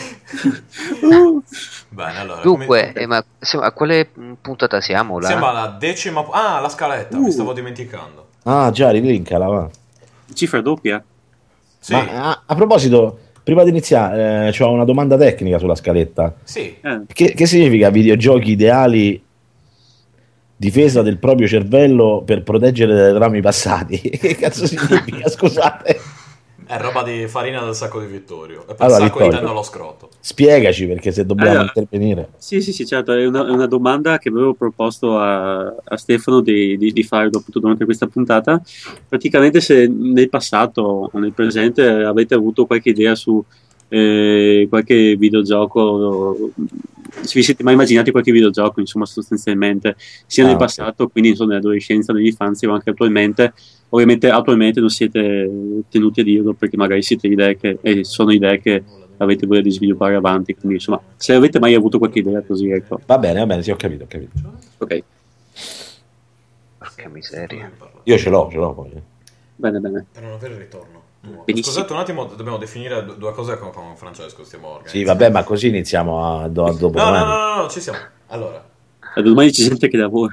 Bene, allora. Dunque, ma a quale puntata siamo? Là? Siamo alla 10ª. Ah, la scaletta, mi stavo dimenticando. Ah, già, rilinkala, va. Cifra doppia? Sì, Ma a proposito, prima di iniziare, ho una domanda tecnica sulla scaletta. sì. Che significa videogiochi ideali, difesa del proprio cervello per proteggere dai drammi passati? Che cazzo significa? Scusate. È roba di farina del sacco di Vittorio. E per Allora, sacco Vittorio. intendo lo scroto. Spiegaci, perché se dobbiamo Allora. intervenire. Sì, certo, è una domanda che avevo proposto a Stefano di fare appunto durante questa puntata. Praticamente se nel passato o nel presente avete avuto qualche idea su qualche videogioco, se vi siete mai immaginati qualche videogioco, insomma, sostanzialmente, sia nel ok. passato, quindi insomma, nell'adolescenza, nell'infanzia, o anche attualmente. Ovviamente attualmente non siete tenuti a dirlo perché magari siete idee sono idee che avete voglia di sviluppare avanti, quindi insomma, se avete mai avuto qualche idea così, ecco. Va bene, sì, ho capito. Ok, Porca miseria. Io ce l'ho poi. bene. Per non avere ritorno. Benissimo. Scusate un attimo, dobbiamo definire due cose con Francesco. Stiamo organizzando. Sì, vabbè, ma così iniziamo a dopo No, domani. ci siamo. Allora. Domani c'è gente che lavora.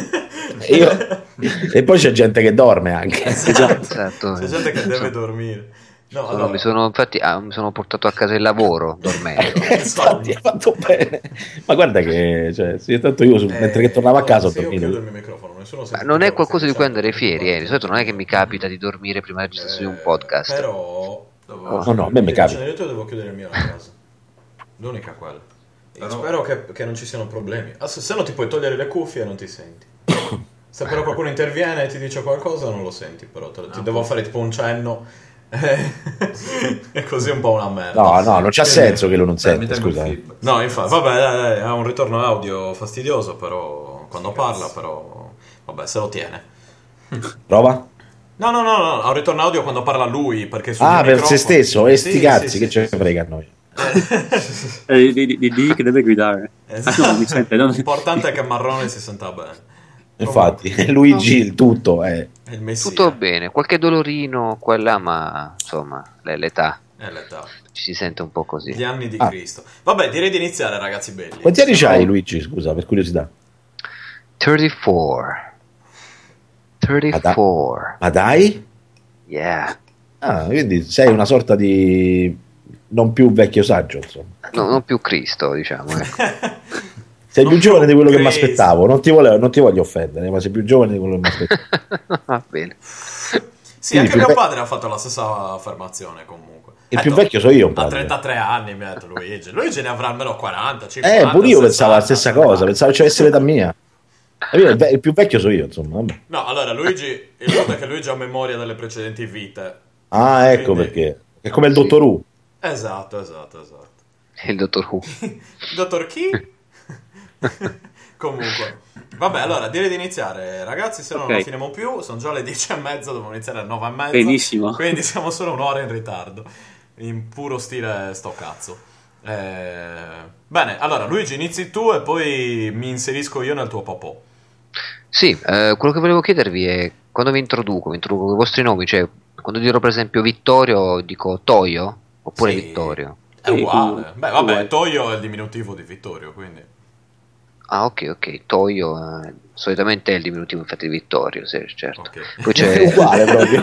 E poi c'è gente che dorme anche. Esatto. C'è gente che deve dormire. No, No, allora. mi sono portato a casa il lavoro dormendo. Infatti, hai fatto bene. Ma guarda che, sì, tanto io mentre che tornavo a casa ho se io chiudo il dormito. mio microfono, nessuno Ma sente non è quello che qualcosa di stai cui andare dicendo. fieri, di solito non è che mi capita di dormire prima della registrazione di un podcast. Però No, a me mi capita. Io devo chiudere il mio a casa. L'unica quella. Però- Spero che non ci siano problemi. Se no ti puoi togliere le cuffie e non ti senti. Se però qualcuno interviene e ti dice qualcosa non lo senti, però ti devo fare tipo un cenno. E così è un po' una merda. No, non c'ha senso che lo non mi sente, tengo il scusa. feedback. No, infatti, vabbè, dai, ha un ritorno audio fastidioso, però quando parla, però vabbè, se lo tiene. Prova? No, ha un ritorno audio quando parla lui, perché sul Ah, per microfono- se stesso, e sti Sì, cazzi, sì, che sì, ce ne sì. frega a noi. Di che deve guidare. Esatto. Ah, no, mi sente, no? L'importante è che Marrone si senta bene. Infatti, Luigi il tutto è... È il messia. Tutto bene, qualche dolorino qua e là, ma insomma, l'età È l'età. ci si sente un po' così. Gli anni di Ah. Cristo. Vabbè, direi di iniziare, ragazzi belli. Quanti anni Se no- c'hai, Luigi, scusa, per curiosità? 34. 34. Ma dai? Yeah. Ah, quindi sei una sorta di... non più vecchio saggio, insomma. No, non più Cristo, diciamo. Ecco. Sei Non più giovane di quello che mi Cristo. aspettavo, non ti voglio offendere, ma sei più giovane di quello che mi aspettavo. Va bene. Sì, Quindi anche più mio ve- padre ha fatto la stessa affermazione comunque. Il più vecchio so io, A padre. 33 anni mi ha detto Luigi. Luigi ne avrà almeno 40, 50, Pure io pensavo la 60. stessa cosa, pensavo ci avesse l'età mia. Il più vecchio so io, insomma. Vabbè. No, allora Luigi, il punto è che Luigi ha memoria delle precedenti vite. Ah, ecco Quindi- perché. È come il dottor Who. Esatto. Il dottor Who. Dottor chi? Comunque. Vabbè, allora direi di iniziare, ragazzi, se no Ok. non finiamo più. Sono già le 10:30, dobbiamo iniziare alle 9:30. Benissimo. Quindi siamo solo un'ora in ritardo. In puro stile sto cazzo. Bene, allora Luigi inizi tu e poi mi inserisco io nel tuo popò. Sì, quello che volevo chiedervi è quando vi introduco i vostri nomi, cioè quando dirò per esempio Vittorio dico Toio oppure Sì, Vittorio. È uguale. Beh, vabbè, uguale. Toio è il diminutivo di Vittorio, quindi. Ah, ok, Toio solitamente è il diminutivo infatti di Vittorio, sì, certo. Ok. Poi È c'è uguale proprio.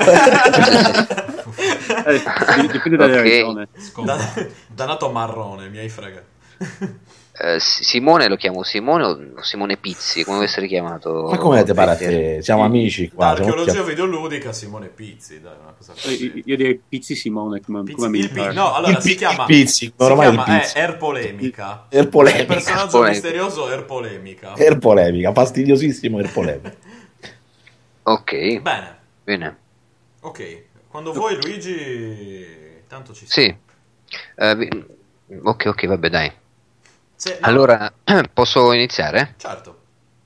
Dipende dalle Ok. regioni. Dannato marrone, mi hai fregato. Simone lo chiamo Simone o Simone Pizzi, come deve essere chiamato? Ma come te pare a te? Siamo amici Da qua. siamo archeologia videoludica Simone Pizzi, dai, una cosa così. Io direi Pizzi Simone come Pizzi, mi il pare. no, allora Il si Pi- chiama il Pizzi, si ormai il chiama Pizzi. Air Polemica. Er polemica. Il personaggio Polemica. misterioso Air Polemica. Er polemica, fastidiosissimo er polemica. Ok, Bene, bene. ok. Quando vuoi Luigi, tanto ci Sì. Ok, vabbè, dai. Sì, no, Allora, posso iniziare? certo.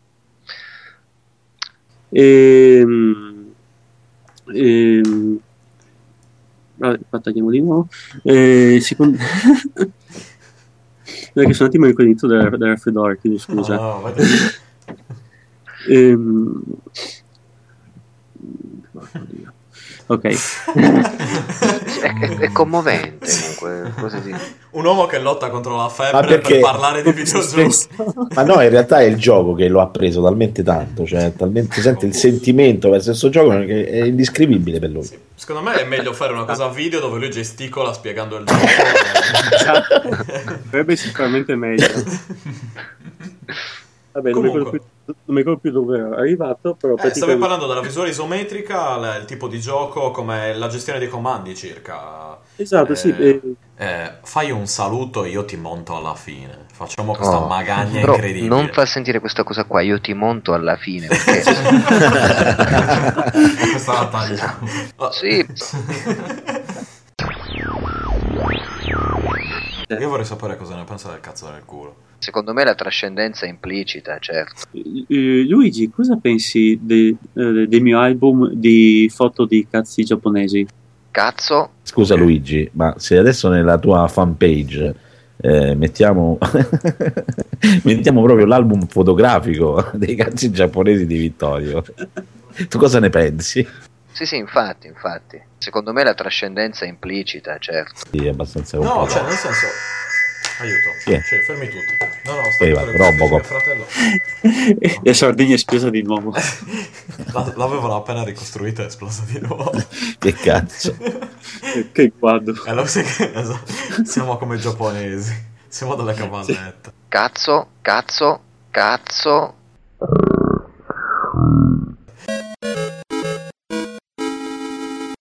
Vabbè, tagliamo di nuovo. Secondo... Perché sono un attimo incognito del raffreddore, chiedo scusa. No, vai te. Oddio. Ok. È commovente comunque. Cosa di... Un uomo che lotta contro la Ma febbre perché? per parlare di videogiochi. Ma no, in realtà è il gioco che lo ha preso talmente tanto, cioè talmente sente il sentimento verso questo gioco che è indescrivibile per lui. Sì, secondo me è meglio fare una cosa a video dove lui gesticola spiegando il gioco. Sarebbe sicuramente meglio. Vabbè, non mi ricordo più dove ero arrivato, però Stavi praticamente... parlando della visuale isometrica, il tipo di gioco, come la gestione dei comandi circa. Esatto, sì. Fai un saluto e io ti monto alla fine. Facciamo questa Oh, magagna però incredibile. non far sentire questa cosa qua, io ti monto alla fine. Perché... Questa la tagliamo. Oh, sì, Io vorrei sapere cosa ne pensa del cazzo del culo. secondo me la trascendenza è implicita, certo. Luigi, cosa pensi del mio album di foto di cazzi giapponesi? Cazzo, Scusa ok. Luigi, ma se adesso nella tua fanpage mettiamo mettiamo proprio l'album fotografico dei cazzi giapponesi di Vittorio, tu cosa ne pensi? Sì, infatti. Secondo me la trascendenza è implicita, certo. Sì, è abbastanza No, complicato. cioè, nel senso. Aiuto. Chi è? Cioè, fermi tutti. No, Poi va, sto Robocop. fratello. La Sardegna è esplosa di nuovo. L'avevano appena ricostruita e è esplosa di nuovo. Che cazzo. Che guardo. E allora sì che esatto. Siamo come i giapponesi. Siamo delle cavallette. Cazzo.